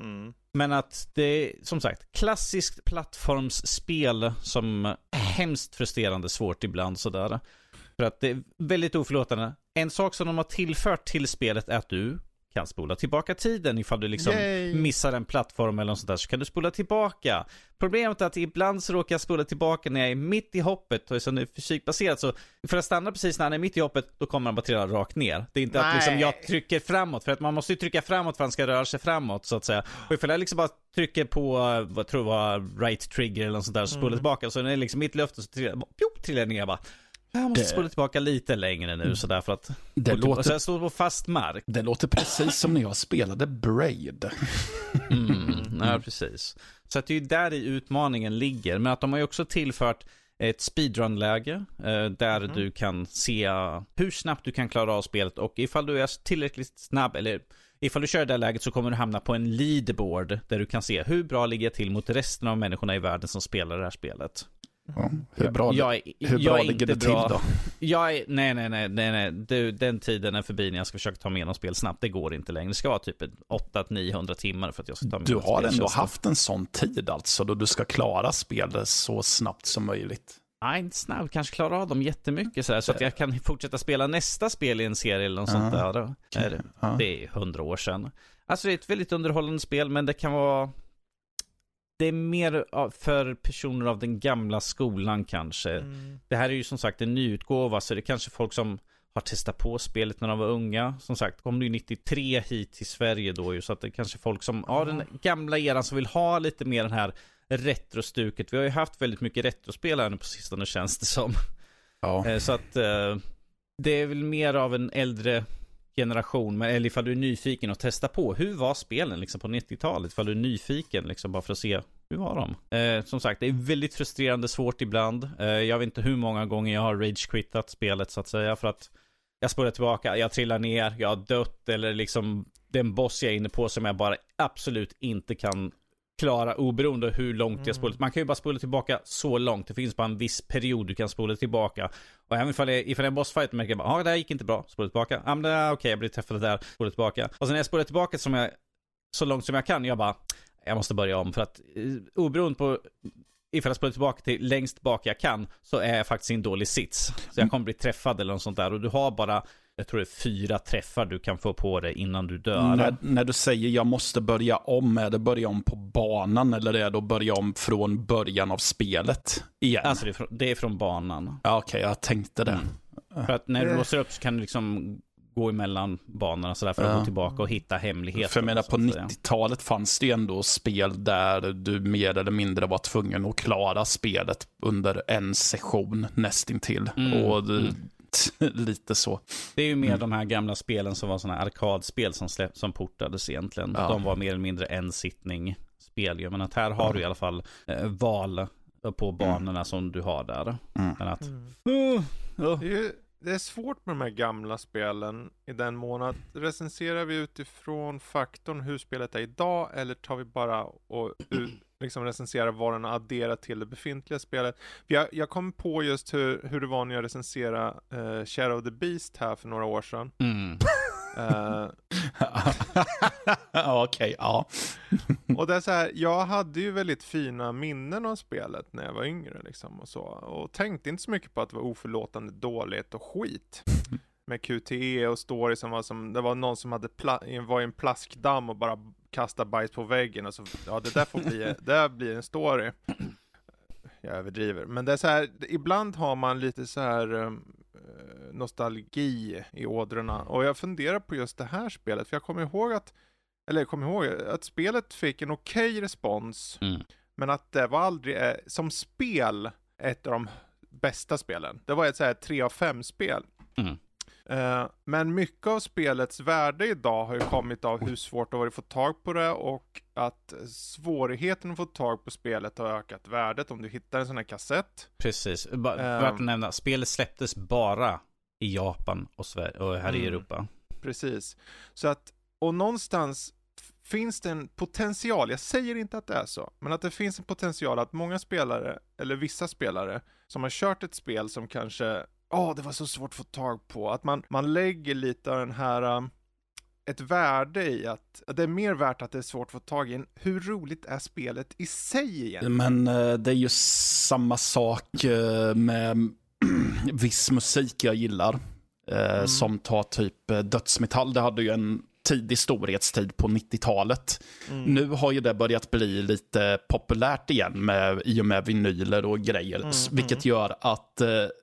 Men att det är som sagt klassiskt plattformsspel som är hemskt frustrerande svårt ibland sådär. För att det är väldigt oförlåtande. En sak som de har tillfört till spelet är att du kan spola tillbaka tiden ifall du liksom missar en plattform eller något sånt där, så kan du spola tillbaka. Problemet är att ibland så råkar jag spola tillbaka när jag är mitt i hoppet, och så det är fysikbaserat, så för att stanna precis när han är mitt i hoppet, då kommer han bara trilla rakt ner. Det är inte att liksom jag trycker framåt, för att man måste ju trycka framåt för att han ska röra sig framåt så att säga. Och ifall jag liksom bara trycker på vad tror jag var right trigger eller något sånt där, så spolar tillbaka, så när det är liksom mitt i luften så trillar jag ner bara. Jag måste spola tillbaka lite längre nu så därför att så jag står på fast mark. Det låter precis som när jag spelade Braid. Ja, precis. Så att det är ju där i utmaningen ligger. Men att de har ju också tillfört ett speedrun-läge där du kan se hur snabbt du kan klara av spelet. Och ifall du är tillräckligt snabb, eller ifall du kör det här läget så kommer du hamna på en leaderboard där du kan se hur bra ligger jag till mot resten av människorna i världen som spelar det här spelet. Ja, hur bra ligger det till då? Nej. Den tiden är förbi när jag ska försöka ta med någon spel snabbt. Det går inte längre. Det ska vara typ 800-900 timmar för att jag ska ta med. Du har ändå haft en sån tid alltså då du ska klara spelet så snabbt som möjligt. Nej, inte snabbt. Kanske klara av dem jättemycket så att jag kan fortsätta spela nästa spel i en serie eller något sånt där. Det är 100 år sedan. Alltså det är ett väldigt underhållande spel, men det kan vara... Det är mer för personer av den gamla skolan kanske. Det här är ju som sagt en nyutgåva, så det är kanske folk som har testat på spelet när de var unga. Som sagt, kom det ju 93 hit till Sverige då ju, så att det är kanske folk som har den gamla eran som vill ha lite mer den här retrostuket. Vi har ju haft väldigt mycket retrospel här nu på sistone, känns det som. Ja. Så att det är väl mer av en äldre generation, men eller ifall du är nyfiken och testa på hur var spelen liksom på 90-talet, ifall du är nyfiken liksom bara för att se hur var de. Som sagt, det är väldigt frustrerande svårt ibland. Jag vet inte hur många gånger jag har rage-quittat spelet så att säga, för att jag spolar tillbaka, jag trillar ner, jag har dött, eller liksom den boss jag är inne på som jag bara absolut inte kan klara oberoende hur långt jag spolat. Man kan ju bara spola tillbaka så långt. Det finns bara en viss period du kan spola tillbaka. Och även ifall en bossfight märker jag bara, det här gick inte bra, spola tillbaka. Okej, jag blir träffad där, spola tillbaka. Och sen när jag spolar tillbaka så långt som jag kan, jag bara, jag måste börja om, för att oberoende på ifall jag spolar tillbaka till längst bak jag kan, så är jag faktiskt i en dålig sits. Så jag kommer bli träffad eller något sånt där. Och du har bara, jag tror det är 4 träffar du kan få på dig innan du dör. När du säger jag måste börja om, är det börja om på banan eller är det att börja om från början av spelet igen? Alltså det är från banan. Ja, okej, jag tänkte det. För att när du låser upp så kan du liksom gå emellan banorna så där för att gå tillbaka och hitta hemligheter. För jag menar, på 90-talet fanns det ju ändå spel där du mer eller mindre var tvungen att klara spelet under en session nästintill. Och lite så. Det är ju mer de här gamla spelen som var såna arkadspel som portades egentligen. Ja. De var mer eller mindre en sittning spel. Men att här har du i alla fall val på banorna som du har där. Men att det är svårt med de här gamla spelen i den mån att recenserar vi utifrån faktorn hur spelet är idag, eller tar vi bara och liksom recensera vad den adderar till det befintliga spelet. Jag kom på just hur det var när jag recenserade Shadow of the Beast här för några år sedan. Okej, ja. Och det är så här, jag hade ju väldigt fina minnen av spelet när jag var yngre liksom och så. Och tänkte inte så mycket på att det var oförlåtande dåligt och skit. Med QTE och story det var någon som var i en plaskdamm och bara kastade bajs på väggen och så, det där blir en story. Jag överdriver. Men det är så här, ibland har man lite så här nostalgi i ådrorna. Och jag funderar på just det här spelet. För jag kommer ihåg att spelet fick en okej respons. Men att det var aldrig som spel ett av de bästa spelen. Det var ett så här 3 av 5 spel. Men mycket av spelets värde idag har ju kommit av hur svårt det var att få tag på det, och att svårigheten att få tag på spelet har ökat värdet om du hittar en sån här kassett. Precis, värt att nämna, spelet släpptes bara i Japan och Sverige och här i Europa. Precis, så att, och någonstans finns det en potential, jag säger inte att det är så, men att det finns en potential att många spelare, eller vissa spelare som har kört ett spel som kanske det var så svårt att få tag på, att man lägger lite av den här ett värde i att det är mer värt att det är svårt att få tag i än hur roligt är spelet i sig igen. Men det är ju samma sak med viss musik jag gillar som tar typ dödsmetall. Det hade ju en tidig storhetstid på 90-talet. Nu har ju det börjat bli lite populärt igen i och med vinyler och grejer, vilket gör att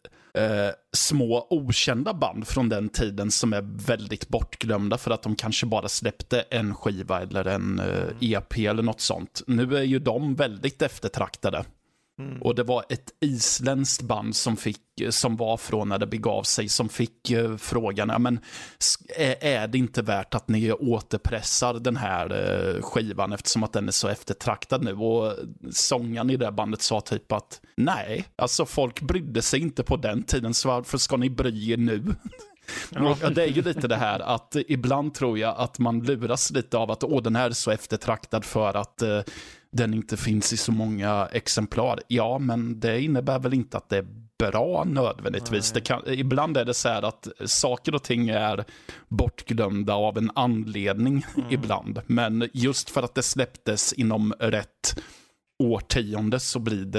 små okända band från den tiden som är väldigt bortglömda för att de kanske bara släppte en skiva eller en EP eller något sånt. Nu är ju de väldigt eftertraktade. Och det var ett isländskt band som var från när det begav sig, som fick frågan, men är det inte värt att ni återpressar den här skivan eftersom att den är så eftertraktad nu? Och sångaren i det bandet sa typ att nej, alltså folk brydde sig inte på den tiden, så varför ska ni bry er nu? Och det är ju lite det här att ibland tror jag att man luras lite av att den här är så eftertraktad för att den inte finns i så många exemplar. Ja, men det innebär väl inte att det är bra nödvändigtvis. Ibland är det så här att saker och ting är bortglömda av en anledning ibland. Men just för att det släpptes inom rätt årtionde så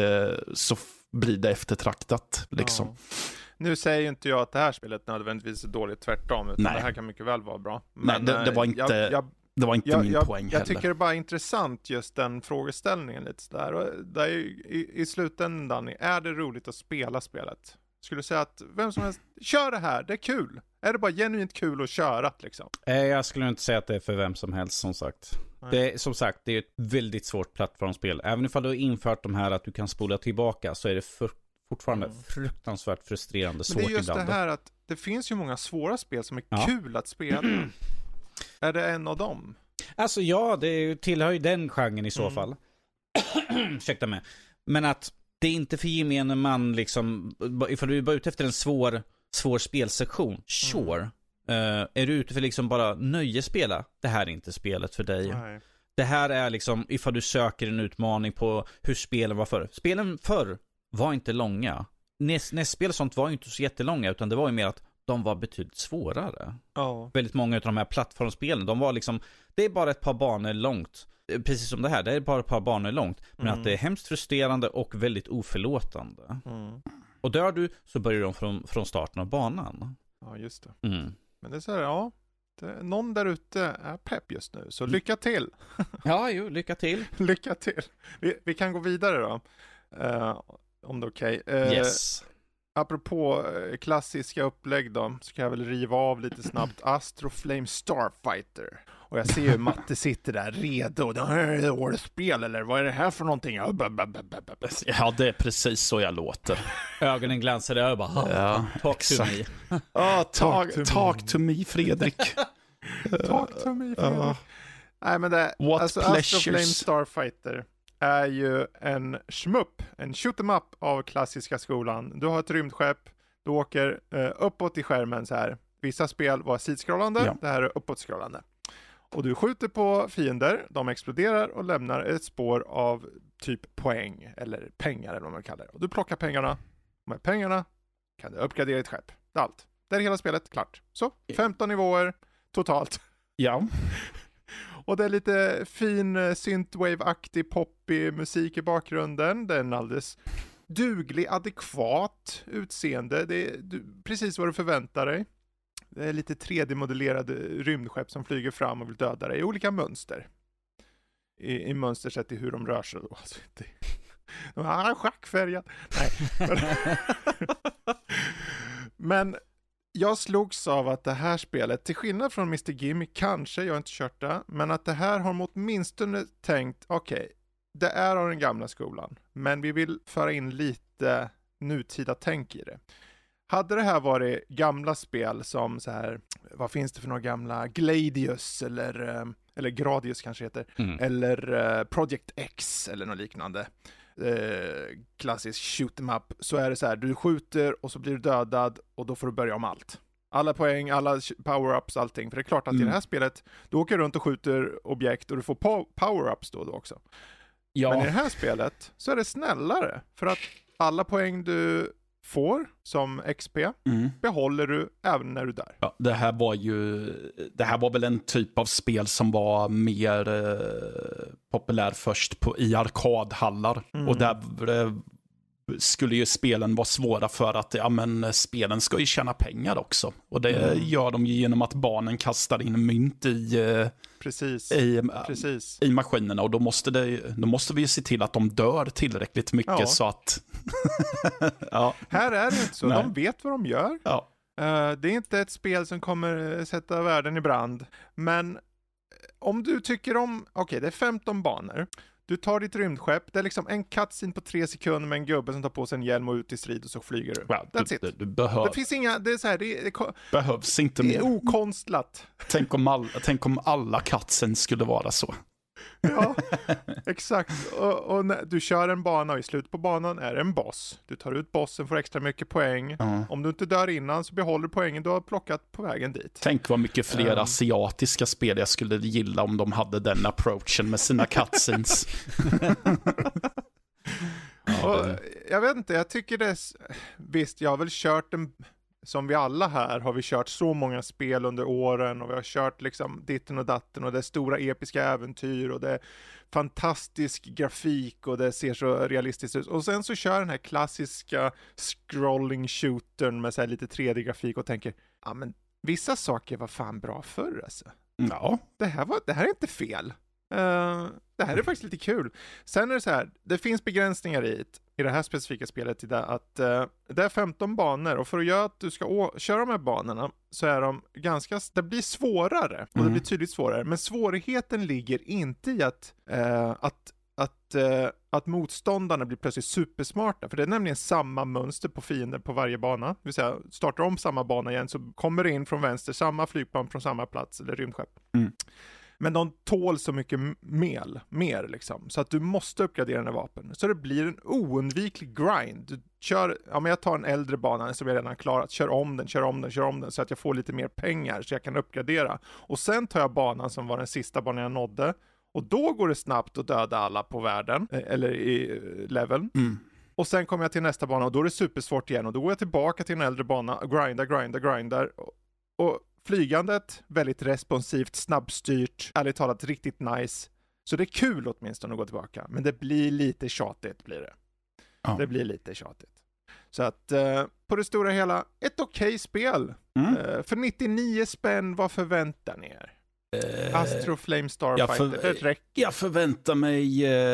blir det eftertraktat liksom. Ja. Nu säger ju inte jag att det här spelet nödvändigtvis är dåligt, tvärtom, utan det här kan mycket väl vara bra. Men nej, det var inte... Det var inte min poäng heller. Jag tycker det är bara intressant just den frågeställningen lite sådär. Och där i slutändan, är det roligt att spela spelet? Skulle säga att vem som helst, kör det här, det är kul. Är det bara genuint kul att köra liksom? Jag skulle inte säga att det är för vem som helst, som sagt. Det är ett väldigt svårt plattformsspel. Även ifall du har infört de här att du kan spola tillbaka, så är det fortfarande fruktansvärt frustrerande svårt ibland. Det är just ibland. Det här att det finns ju många svåra spel som är kul att spela. Är det en av dem? Alltså ja, det tillhör ju den genren i så fall. Ursäkta mig. Men att det är inte för gemene man liksom, ifall du är bara ute efter en svår spelsektion, sure. Är du ute för liksom bara nöjespela? Det här är inte spelet för dig. Nej. Det här är liksom, ifall du söker en utmaning på hur spelen var förr. Spelen förr var inte långa. NES-spel och sånt var ju inte så jättelånga, utan det var ju mer att de var betydligt svårare. Väldigt många av de här plattformsspelen, de var liksom, det är bara ett par banor långt. Precis som det här, det är bara ett par banor långt. Men att det är hemskt frustrerande och väldigt oförlåtande. Och dör du så börjar de från starten av banan. Ja, just det. Men det är så här, någon där ute är pepp just nu. Så lycka till! Lycka till. Lycka till! Vi kan gå vidare då. Om det är okej. Yes. Apropå klassiska upplägg då, så kan jag väl riva av lite snabbt. Astro Flame Starfighter. Och jag ser ju Matte sitter där redo. Det här är årets spel, eller vad är det här för någonting? Ja, det är precis så jag låter. Ögonen glansade över. Talk to me. Talk to me, Fredrik. Talk to me, Fredrik. Nej, men det, alltså Astro Flame Starfighter är ju en shmup, en shoot'em up av klassiska skolan. Du har ett rymdskepp, du åker uppåt i skärmen så här. Vissa spel var sidskrollande, det här är uppåtskrollande. Och du skjuter på fiender, de exploderar och lämnar ett spår av typ poäng eller pengar eller vad man kallar det. Och du plockar pengarna, med pengarna kan du uppgradera ett skepp. Det är allt. Det är hela spelet klart. Så, 15 nivåer totalt. Ja. Och det är lite fin synthwave-aktig poppig musik i bakgrunden. Det är en alldeles duglig, adekvat utseende. Det är precis vad du förväntar dig. Det är lite 3D-modellerade rymdskepp som flyger fram och vill döda dig i olika mönster. I mönster sett i hur de rör sig. Alltså, de har schackfärgat. Nej. Men jag slogs av att det här spelet, till skillnad från Mr. Gimme, kanske, jag har inte kört det, men att det här har åtminstone tänkt, okej, det är av den gamla skolan, men vi vill föra in lite nutida tänk i det. Hade det här varit gamla spel som så här, vad finns det för några gamla Gladius eller Gradius kanske heter, eller Project X eller något liknande, klassisk shoot 'em up, så är det så här, du skjuter och så blir du dödad och då får du börja om allt. Alla poäng, alla power-ups, allting. För det är klart att i det här spelet, du åker runt och skjuter objekt och du får power-ups då också. Ja. Men i det här spelet så är det snällare, för att alla poäng du får som XP behåller du även när du dör. Ja, det här var väl en typ av spel som var mer populär först i arkadhallar. Och där skulle ju spelen vara svåra för att spelen ska ju tjäna pengar också. Och det gör de ju genom att barnen kastar in mynt i maskinerna. Och då måste vi ju se till att de dör tillräckligt mycket så att... Här är det inte så. Nej. De vet vad de gör. Ja. Det är inte ett spel som kommer sätta världen i brand. Men om du tycker om... Okej, det är 15 banor. Du tar ditt rymdskepp, det är liksom en cutscene på 3 sekunder med en gubbe som tar på sig en hjälm och ut i strid och så flyger du. Well, that's it. Det finns inga, det är så här, det behövs inte mer. Det är mer. okonstlat. Tänk om alla cutscenes skulle vara så. Ja, exakt. Och när du kör en bana och i slutet på banan är det en boss. Du tar ut bossen, får extra mycket poäng. Om du inte dör innan så behåller du poängen du har plockat på vägen dit. Tänk vad mycket fler asiatiska spel jag skulle gilla om de hade den approachen med sina cutscenes. Och jag vet inte, jag tycker det visst, jag har väl kört som vi alla här har vi kört så många spel under åren och vi har kört liksom ditten och datten och det är stora episka äventyr och det är fantastisk grafik och det ser så realistiskt ut. Och sen så kör den här klassiska scrolling shootern med så här lite 3D-grafik och tänker, ja men vissa saker var fan bra förr alltså. Ja. Det här är inte fel. Det här är faktiskt lite kul. Sen är det så här, det finns begränsningar i det här specifika spelet i det att det är 15 banor och för att göra att du ska köra de här banorna så är de det blir svårare och det blir tydligt svårare, men svårigheten ligger inte i att motståndarna blir plötsligt supersmarta, för det är nämligen samma mönster på fiender på varje bana. Det vill säga, startar om samma bana igen så kommer det in från vänster samma flygplan från samma plats eller rymdskepp. Men de tål så mycket mer liksom. Så att du måste uppgradera dina vapen. Så det blir en oundviklig grind. Du kör, men jag tar en äldre bana som jag redan har klarat. Kör om den så att jag får lite mer pengar så jag kan uppgradera. Och sen tar jag banan som var den sista banan jag nådde. Och då går det snabbt att döda alla på världen. Eller i leveln. Och sen kommer jag till nästa bana och då är det supersvårt igen. Och då går jag tillbaka till en äldre bana. Grindar. Och flygandet, väldigt responsivt, snabbstyrt, ärligt talat riktigt nice. Så det är kul åtminstone att gå tillbaka. Men det blir lite tjatigt blir det. Ja. Det blir lite tjatigt. Så att på det stora hela, ett okej spel. För 99 spänn, vad förväntar ni er? Astro Flame Starfighter. Jag förväntar mig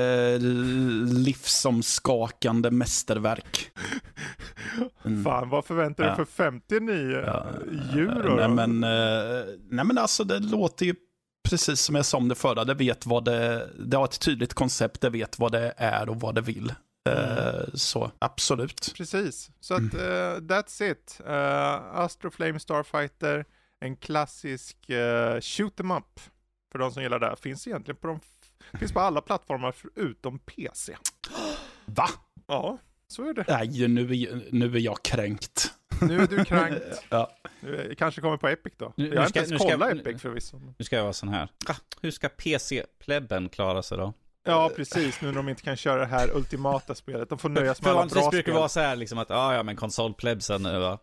livsomskakande mästerverk. Fan, vad förväntar du för 59 euro? Nej men alltså det låter ju precis som jag sa om det förra. Det har ett tydligt koncept, det vet vad det är och vad det vill. Så absolut. Precis, så att that's it. Astro Flame Starfighter, en klassisk shoot 'em up för de som gillar det. Finns egentligen finns på alla plattformar förutom PC. Va? Ja, så är det. Nej, nu är jag kränkt. Nu är du kränkt. Ja. Nu kanske kommer på Epic då. Jag har inte ens kollat Epic förvisso. Nu ska jag vara sån här. Hur ska PC-plebben klara sig då? Ja, precis. Nu när de inte kan köra det här ultimata spelet. De får nöjas med alla bra spel. Det brukar vara så här liksom att men konsolplebsen nu va?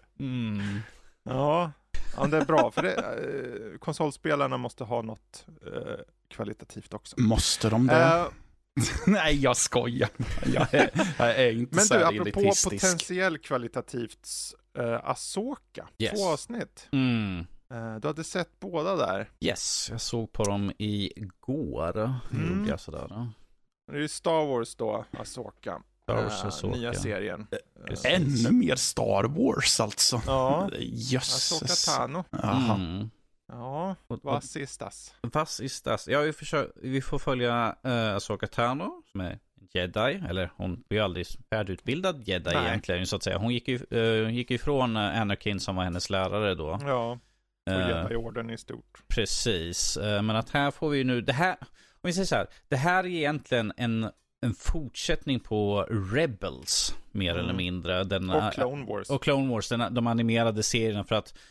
Ja, det är bra. För konsolspelarna måste ha något kvalitativt också. Måste de det? Nej, jag skojar. Jag är inte så elitistisk. Men du, apropå potentiell kvalitativt Ahsoka. Yes. 2 avsnitt. Du hade sett båda där. Yes, jag såg på dem igår. Gjorde jag sådär. Det är ju Star Wars då, Ahsoka. Nya serien. Ännu mer Star Wars alltså. Ja, Jösses. Ahsoka Tano. Ja, vad sistas? Ja, vi får följa Ahsoka Tano som är jedi, eller hon blir aldrig färdigutbildad jedi egentligen så att säga. Hon gick ifrån Anakin som var hennes lärare då. Ja, och Jedi-orden i stort. Precis, men att här får vi nu det här, om vi säger så här, det här är egentligen en fortsättning på Rebels mer eller mindre. Och Clone Wars, de animerade serierna, för att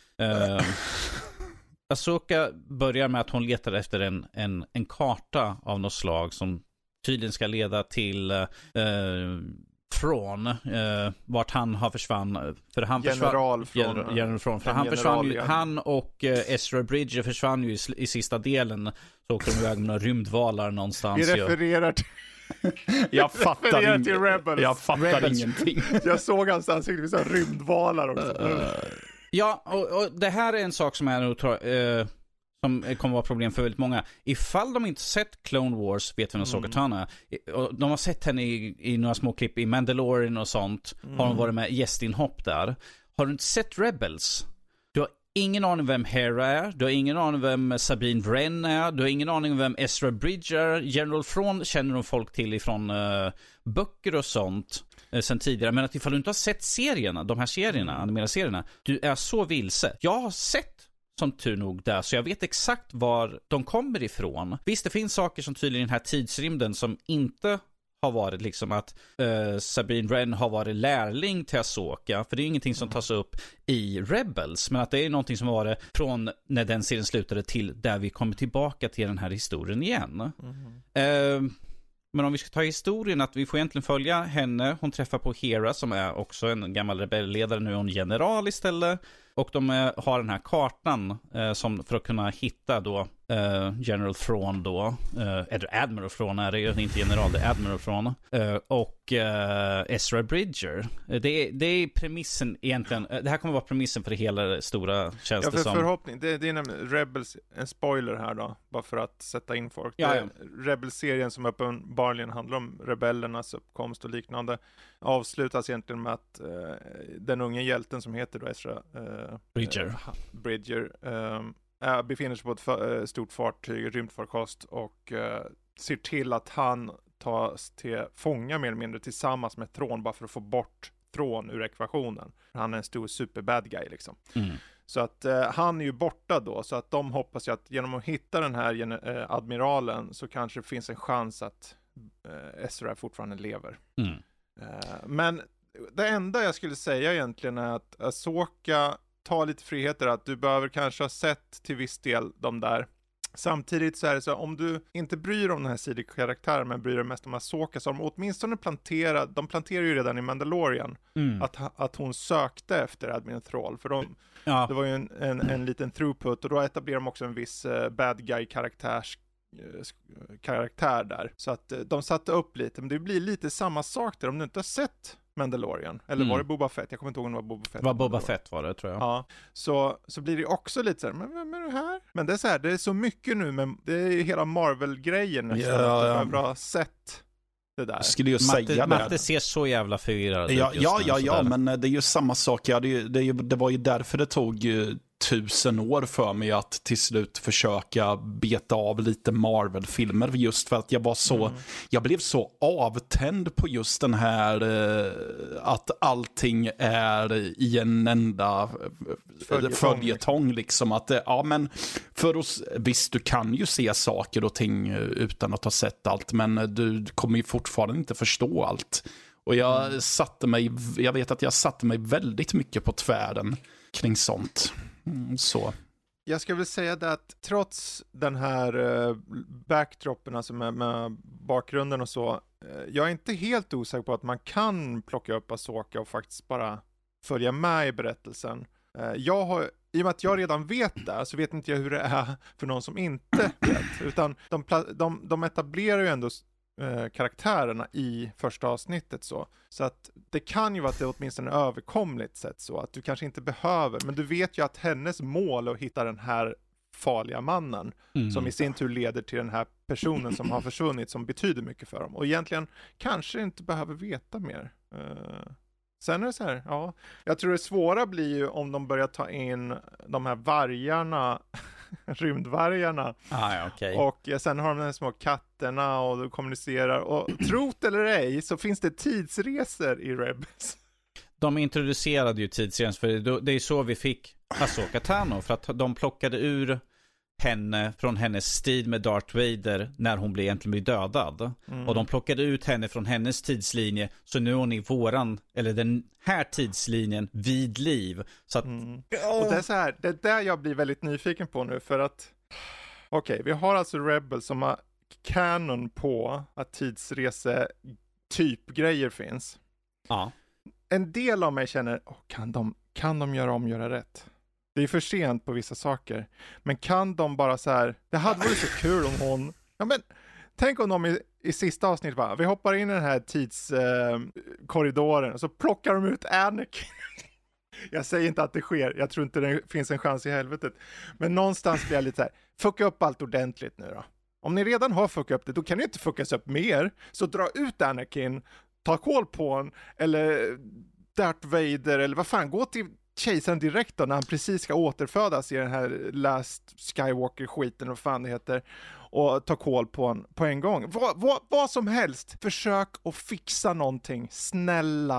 Ahsoka börjar med att hon letar efter en karta av något slag som tydligen ska leda till från vart han har försvann, för han han och Ezra Bridger försvann ju i sista delen, så åkte de iväg med några rymdvalar någonstans. Vi refererar till jag fattar ingenting. Jag såg hans ansikte, vissa rymdvalar också. Ja, och det här är en sak som är som kommer vara problem för väldigt många. Ifall de inte sett Clone Wars, vet vi när Ahsoka Tano är. De har sett henne i några små klipp i Mandalorian och sånt. Har de varit med gästinhopp där. Har du inte sett Rebels? Du har ingen aning vem Hera är. Du har ingen aning vem Sabine Wren är. Du har ingen aning vem Ezra Bridger. General Thrawn känner de folk till ifrån böcker och sånt sen tidigare. Men att ifall du inte har sett serierna, de här serierna, animerade serierna, du är så vilse. Jag har sett som tur nog där, så jag vet exakt var de kommer ifrån. Visst, det finns saker som tydligen i den här tidsrymden som inte har varit liksom att Sabine Wren har varit lärling till Ahsoka, för det är ingenting som tas upp i Rebels, men att det är någonting som var från när den serien slutade till där vi kommer tillbaka till den här historien igen. Men om vi ska ta historien, att vi får egentligen följa henne. Hon träffar på Hera som är också en gammal rebellledare. Nu är hon general istället. Och de har den här kartan som för att kunna hitta då General Thrawn då. Eller Admiral Thrawn är det ju, inte general, det är Admiral Thrawn. Och Ezra Bridger. Det är premissen egentligen. Det här kommer vara premissen för det hela stora, känns det som. Förhoppning. Det är nämligen Rebels, en spoiler här då. Bara för att sätta in folk. Ja. Rebels-serien som uppenbarligen handlar om rebellernas uppkomst och liknande avslutas egentligen med att den unga hjälten som heter då Ezra Bridger befinner sig på ett stort fartyg, rymdfarkost, och ser till att han tas till fånga mer eller mindre tillsammans med Thrawn bara för att få bort Thrawn ur ekvationen. Han är en stor super bad guy liksom. Så att han är ju borta då, så att de hoppas ju att genom att hitta den här admiralen så kanske det finns en chans att Ezra fortfarande lever. Men det enda jag skulle säga egentligen är att Ahsoka tar lite friheter, att du behöver kanske ha sett till viss del de där. Samtidigt så är det så, om du inte bryr dig om den här sidekaraktären men bryr dig mest om Ahsoka, så har de åtminstone de planterar ju redan i Mandalorian att hon sökte efter Admiral Thrawn, för det var ju en liten throughput, och då etablerar de också en viss bad guy karaktär där. Så att de satte upp lite, men det blir lite samma sak där om du inte har sett Mandalorian. Eller var det Boba Fett? Jag kommer inte ihåg om det var Boba Fett. Vad Boba Fett var det, tror jag. Ja, så blir det också lite så här, men vem är det här? Men det är så här, det är så mycket nu, men det är hela Marvel-grejen nästan. Ja. Bra sett det där. Skulle ju säga Matte ser så jävla förvirrad ut. Ja, men det är ju samma sak. Det var ju därför det tog 1000 år för mig att till slut försöka beta av lite Marvel-filmer, just för att jag blev så avtänd på just den här att allting är i en enda följetong liksom, att men för oss, visst, du kan ju se saker och ting utan att ha sett allt, men du kommer ju fortfarande inte förstå allt. Och jag vet att jag satte mig väldigt mycket på tvären kring sånt. Så. Jag ska väl säga det att trots den här backdropen, alltså med bakgrunden och så, jag är inte helt osäker på att man kan plocka upp Ahsoka och faktiskt bara följa med i berättelsen. I och med att jag redan vet det, så vet inte jag hur det är för någon som inte vet. Utan de etablerar ju ändå karaktärerna i första avsnittet så att det kan ju vara att det åtminstone är överkomligt sett, så att du kanske inte behöver, men du vet ju att hennes mål är att hitta den här farliga mannen som i sin tur leder till den här personen som har försvunnit, som betyder mycket för dem, och egentligen kanske inte behöver veta mer. Sen är det så här, jag tror det svåra blir ju om de börjar ta in de här vargarna, rymdvargarna. Okay. Och sen har de de små katterna och de kommunicerar. Och trot eller ej, så finns det tidsresor i Rebels. De introducerade ju tidsresor, för det är så vi fick Ahsoka Tano, för att de plockade ur henne från hennes strid med Darth Vader när hon egentligen blir dödad. Och de plockade ut henne från hennes tidslinje, så nu är hon i den här tidslinjen vid liv. Så att, och det är så här, det är där jag blir väldigt nyfiken på nu, för att okej, vi har alltså Rebels som har canon på att tidsrese typgrejer finns. Ja. En del av mig känner, kan de göra rätt? Det är för sent på vissa saker. Men kan de bara så här, det hade varit så kul om hon, tänk om de i sista avsnittet bara, vi hoppar in i den här tidskorridoren och så plockar de ut Anakin. Jag säger inte att det sker, jag tror inte det finns en chans i helvetet. Men någonstans blir jag lite så här, fucka upp allt ordentligt nu då. Om ni redan har fuckat upp det, då kan ni inte fuckas upp mer. Så dra ut Anakin, ta koll på honom, eller Darth Vader, eller vad fan, gå till kejsaren direkt då, när han precis ska återfödas i den här Last Skywalker-skiten, vad fan det heter, och ta koll på honom på en gång. Vad som helst, försök att fixa någonting, snälla.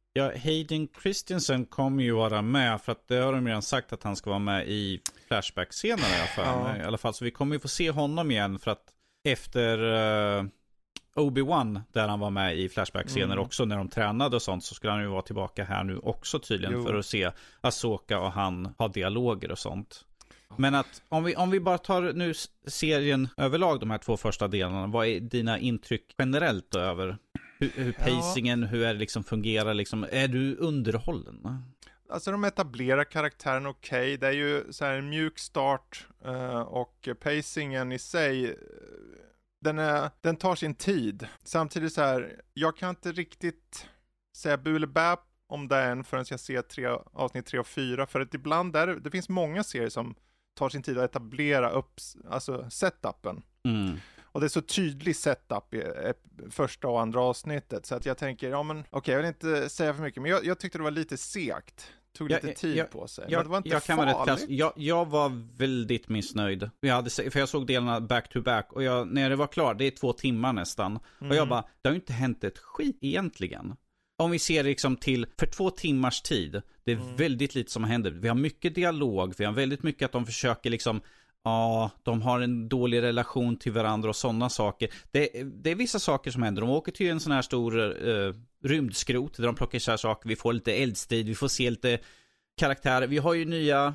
Ja, Hayden Christensen kommer ju vara med, för att det har de redan sagt att han ska vara med i Flashback-scener i alla fall. Så vi kommer ju få se honom igen, för att efter Obi-Wan, där han var med i Flashback-scener också när de tränade och sånt, så skulle han ju vara tillbaka här nu också tydligen för att se Ahsoka och han ha dialoger och sånt. Men att om vi bara tar nu serien överlag, de här 2 första delarna, vad är dina intryck generellt över hur pacingen, hur är det liksom fungerar liksom, är du underhållen? Alltså de etablerar karaktären okej. Det är ju så här en mjuk start och pacingen i sig, den tar sin tid. Samtidigt så här, jag kan inte riktigt säga bu eller bä om det än förrän jag ser avsnitt 3 och 4, för att ibland det finns många serier som tar sin tid att etablera upp, alltså setupen. Och det är så tydlig setup i första och andra avsnittet, så att jag tänker, jag vill inte säga för mycket, men jag tyckte det var lite segt. Tog lite tid på sig. Men det var inte farligt. Jag var väldigt missnöjd. För jag såg delarna back to back, och när det var klart, det är 2 timmar nästan. Och jag bara, det har ju inte hänt ett skit egentligen. Om vi ser liksom för 2 timmars tid, det är väldigt lite som händer. Vi har mycket dialog, vi har väldigt mycket att de försöker liksom, de har en dålig relation till varandra och sådana saker. Det är vissa saker som händer. De åker till en sån här stor rymdskrot där de plockar så här saker. Vi får lite eldstrid, vi får se lite karaktärer. Vi har ju nya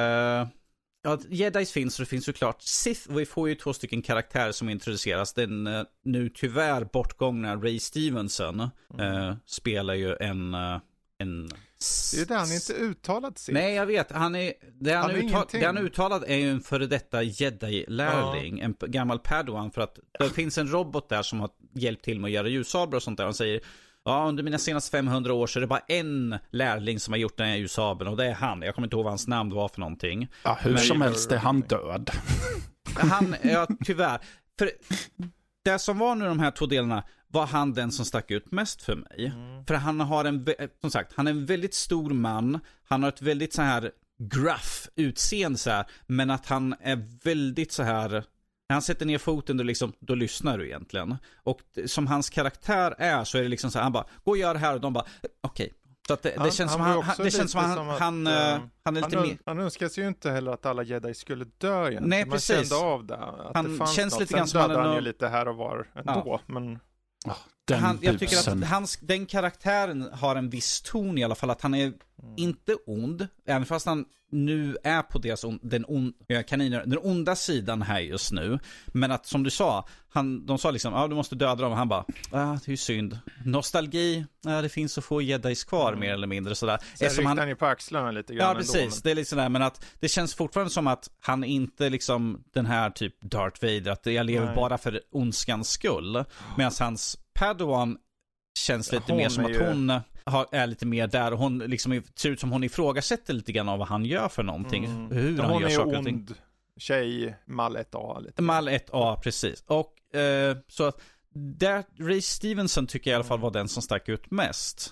Jedis finns, så det finns såklart Sith, och vi får ju 2 stycken karaktärer som introduceras. Den nu tyvärr bortgångna Ray Stevenson spelar ju en det är det, han är inte uttalad Sith. Nej, jag vet. Det han uttalad är ju en före detta Jedi-lärling, en gammal Padawan, för att det finns en robot där som har hjälpt till med att göra ljussablar och sånt där. Han säger, under mina senaste 500 år så är det bara en lärling som har gjort den här ljussabeln, och det är han. Jag kommer inte ihåg vad hans namn var för någonting. Ja, hur som helst är han död. Tyvärr. För det som var nu de här 2 delarna var han den som stack ut mest för mig. För han har han är en väldigt stor man. Han har ett väldigt så här gruff utseende så här, men att han är väldigt så här, när han sätter ner foten då lyssnar du egentligen. Och som hans karaktär är, så är det liksom så här, han bara, gå och gör det här, och de bara, okej. Så att det känns som han är lite mer. Han önskar sig ju inte heller att alla Jedi skulle dö egentligen. Nej, precis. Man kände av det. Att han det fanns känns något. lite grann som han ju lite här och var ändå, men jag tycker att den karaktären har en viss ton i alla fall, att han är inte ond, även fast han nu är på den onda sidan här just nu. Men att, som du sa, de sa liksom, du måste döda dem, och han bara, det är ju synd. Nostalgi, det finns så få Jedis kvar mer eller mindre sådär. Sen ryckte han ju på axlarna lite grann. Ja, precis, det är lite sådär, men att det känns fortfarande som att han inte liksom den här typ Darth Vader, att jag lever bara för ondskans skull. Medan hans Padawan känns lite mer som att hon är lite mer där, och hon liksom ser ut som hon ifrågasätter lite grann av vad han gör för någonting. Hur han gör saker och ting. Hon är ond tjej, Mal 1A lite. Mal 1A, precis. Och så att Ray Stevenson tycker jag i alla fall var den som stack ut mest.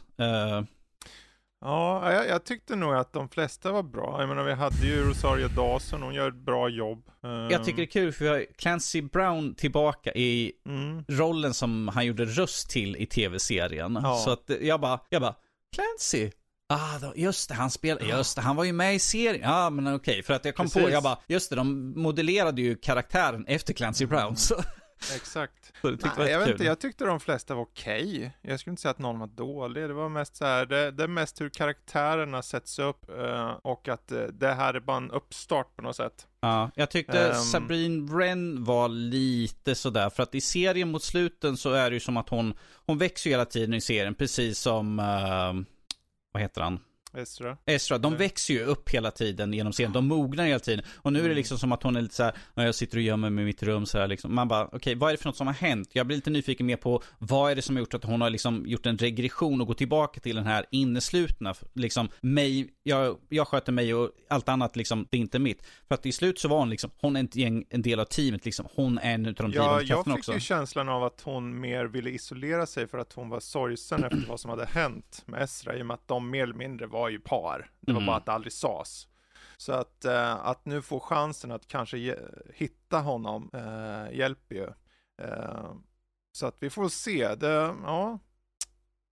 Ja, jag tyckte nog att de flesta var bra. Jag menar, vi hade ju Rosario Dawson, hon gör ett bra jobb. Jag tycker det är kul, för vi har Clancy Brown tillbaka i rollen som han gjorde röst till i tv-serien. Ja. Så att jag bara Clancy? Just det, han var ju med i serien. Ja, men okej, för att jag kom på, jag bara, just det, de modellerade ju karaktären efter Clancy Brown, så. Exakt. Jag tyckte de flesta var okej. Jag skulle inte säga att någon var dålig. Det var mest så här, det är mest hur karaktärerna sätts upp, och att det här är bara en uppstart på något sätt. Ja, jag tyckte Sabrine Wren var lite sådär, för att i serien mot sluten så är det ju som att hon växer hela tiden i serien, precis som vad heter han? Ezra, de växer ju upp hela tiden genom serien. De mognar hela tiden. Och nu är det liksom som att hon är lite så här, jag sitter och gömmer mig i mitt rum så här liksom. Man bara, okej, vad är det för något som har hänt? Jag blir lite nyfiken mer på vad är det som har gjort att hon har liksom gjort en regression och gått tillbaka till den här inneslutna liksom mig, jag sköter mig och allt annat liksom, det är inte mitt. För att i slut så var hon liksom, hon är en del av teamet liksom. Hon är en av de drivande krafterna också. Jag fick ju känslan av att hon mer ville isolera sig för att hon var sorgsen efter vad som hade hänt med Ezra, i och med att de mer eller mindre var ju par. Det var bara att det aldrig sades. Så att nu få chansen att kanske hitta honom hjälper ju. Så att vi får se.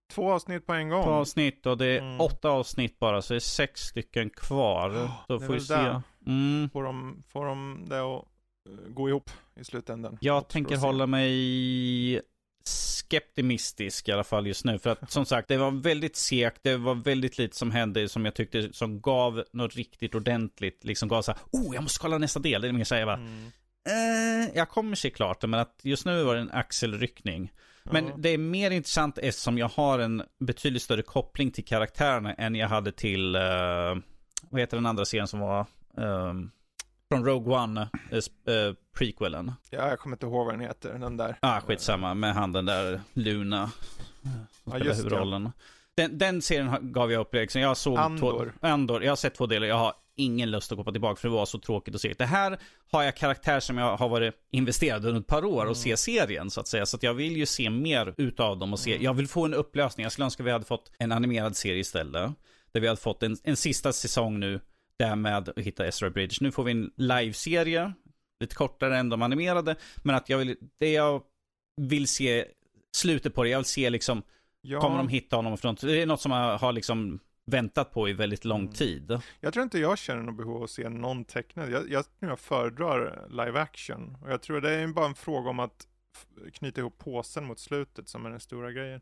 2 avsnitt på en gång. 2 avsnitt och det är 8 avsnitt bara, så det är 6 stycken kvar. Så får vi se. Får de det att gå ihop i slutändan? Jag tänker hålla mig skeptimistisk i alla fall just nu. För att som sagt, det var väldigt segt. Det var väldigt lite som hände som jag tyckte som gav något riktigt ordentligt. Liksom gav så här, jag måste kolla nästa del. Det är mer så här, jag kommer se klart det, men att just nu var det en axelryckning. Men det är mer intressant eftersom jag har en betydligt större koppling till karaktärerna än jag hade till vad heter den andra serien som var från Rogue One, prequelen. Ja, jag kommer inte ihåg vad den heter, den där. Skitsamma, med han den där Luna som spelar huvudrollen. Den serien gav jag upp liksom. Jag såg Andor. Jag har sett 2 delar. Jag har ingen lust att gå tillbaka för det var så tråkigt att se. Det här har jag karaktär som jag har varit investerad under ett par år och se serien så att säga. Så att jag vill ju se mer utav dem och se. Jag vill få en upplösning. Jag skulle önska att vi hade fått en animerad serie istället. Där vi hade fått en sista säsong nu. Där med att hitta Ezra Bridge. Nu får vi en live-serie. Lite kortare än de animerade. Men att jag vill se slutet på det. Jag vill se liksom kommer de hitta honom från. Det är något som jag har liksom väntat på i väldigt lång tid. Jag tror inte jag känner något behov av att se någon tecknad. Jag föredrar live action. Och jag tror det är bara en fråga om att knyta ihop påsen mot slutet som är den stora grejen.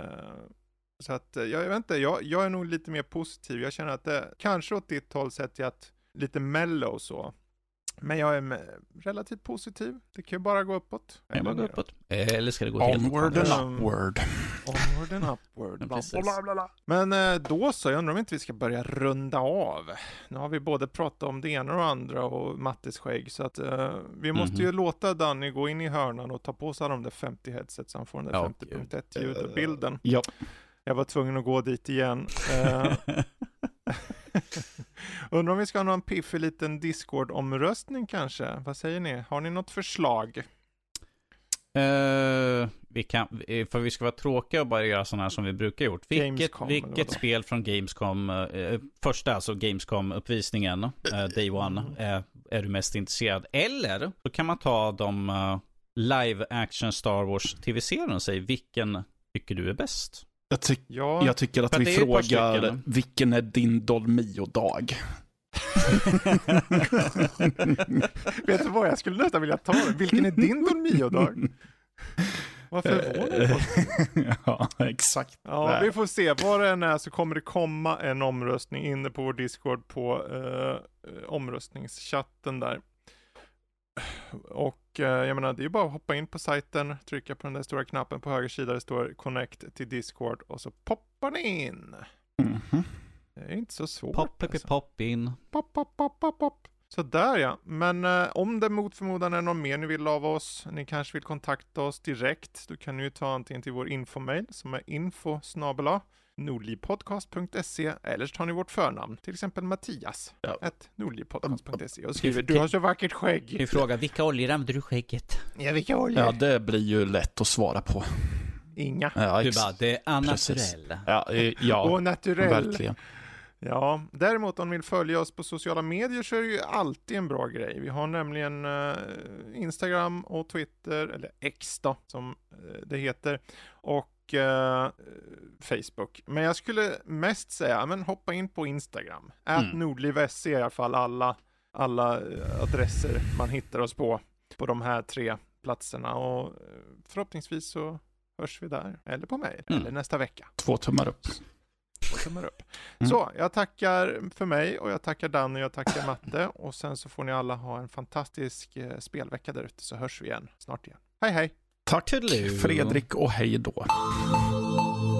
Så att jag vet inte, jag är nog lite mer positiv. Jag känner att det kanske åt ditt håll sett att lite mellow så. Men jag är relativt positiv. Det kan ju bara gå uppåt. Eller ska det gå helt onward and upward. Onward and upward. Blablabla. Men då så, jag undrar om inte vi ska börja runda av. Nu har vi både pratat om det ena och andra och Mattes skägg. Så att vi måste ju låta Danny gå in i hörnan och ta på sig de där 50 headset så han får den där 50.1 ljud och bilden. Ja. Jag var tvungen att gå dit igen. Undrar om vi ska ha någon piffig liten Discord-omröstning kanske? Vad säger ni? Har ni något förslag? Vi kan, för vi ska vara tråkiga och bara göra sådana här som vi brukar gjort. Vilket spel från Gamescom, första alltså Gamescom-uppvisningen, Day One, är du mest intresserad? Eller så kan man ta de live action Star Wars tv-serien och säga vilken tycker du är bäst? Jag tycker att vi frågar vilken är din Dolmio-dag? Vet du vad, jag skulle nästan vilja ta det. Vilken är din Dolmio-dag? Varför förvånad? Ja, exakt. Ja, vi får se. Var det än är så kommer det komma en omröstning inne på vår Discord på omröstningschatten där. Och jag menar, det är ju bara att hoppa in på sajten, trycka på den där stora knappen på höger sida, det står Connect till Discord och så poppar ni in. Det är inte så svårt. Pop in. Pop. Så där ja. Men om det mot förmodan är någon mer ni vill av oss, ni kanske vill kontakta oss direkt, då kan ni ju ta antingen till vår infomail som är info@nordlivpodcast.se eller så tar ni vårt förnamn, till exempel Mattias @nordlivpodcast.se och skriver du har så vackert skägg. Vi frågar vilka oljor använder du skägget? Ja, vilka oljor? Ja, det blir ju lätt att svara på. Inga. Ja, du bara, det är naturell. Ja, och naturell. Verkligen. Ja, däremot om ni vill följa oss på sociala medier så är det ju alltid en bra grej. Vi har nämligen Instagram och Twitter, eller X då, som det heter, och Facebook. Men jag skulle mest säga, men hoppa in på Instagram. @nordliv.se i alla fall alla adresser man hittar oss på de här 3 platserna. Och förhoppningsvis så hörs vi där, eller på mig, eller nästa vecka. 2 tummar upp. Så, jag tackar för mig och jag tackar Danny och jag tackar Matte och sen så får ni alla ha en fantastisk spelvecka där ute så hörs vi igen snart igen. Hej hej! Tack Fredrik och hej då!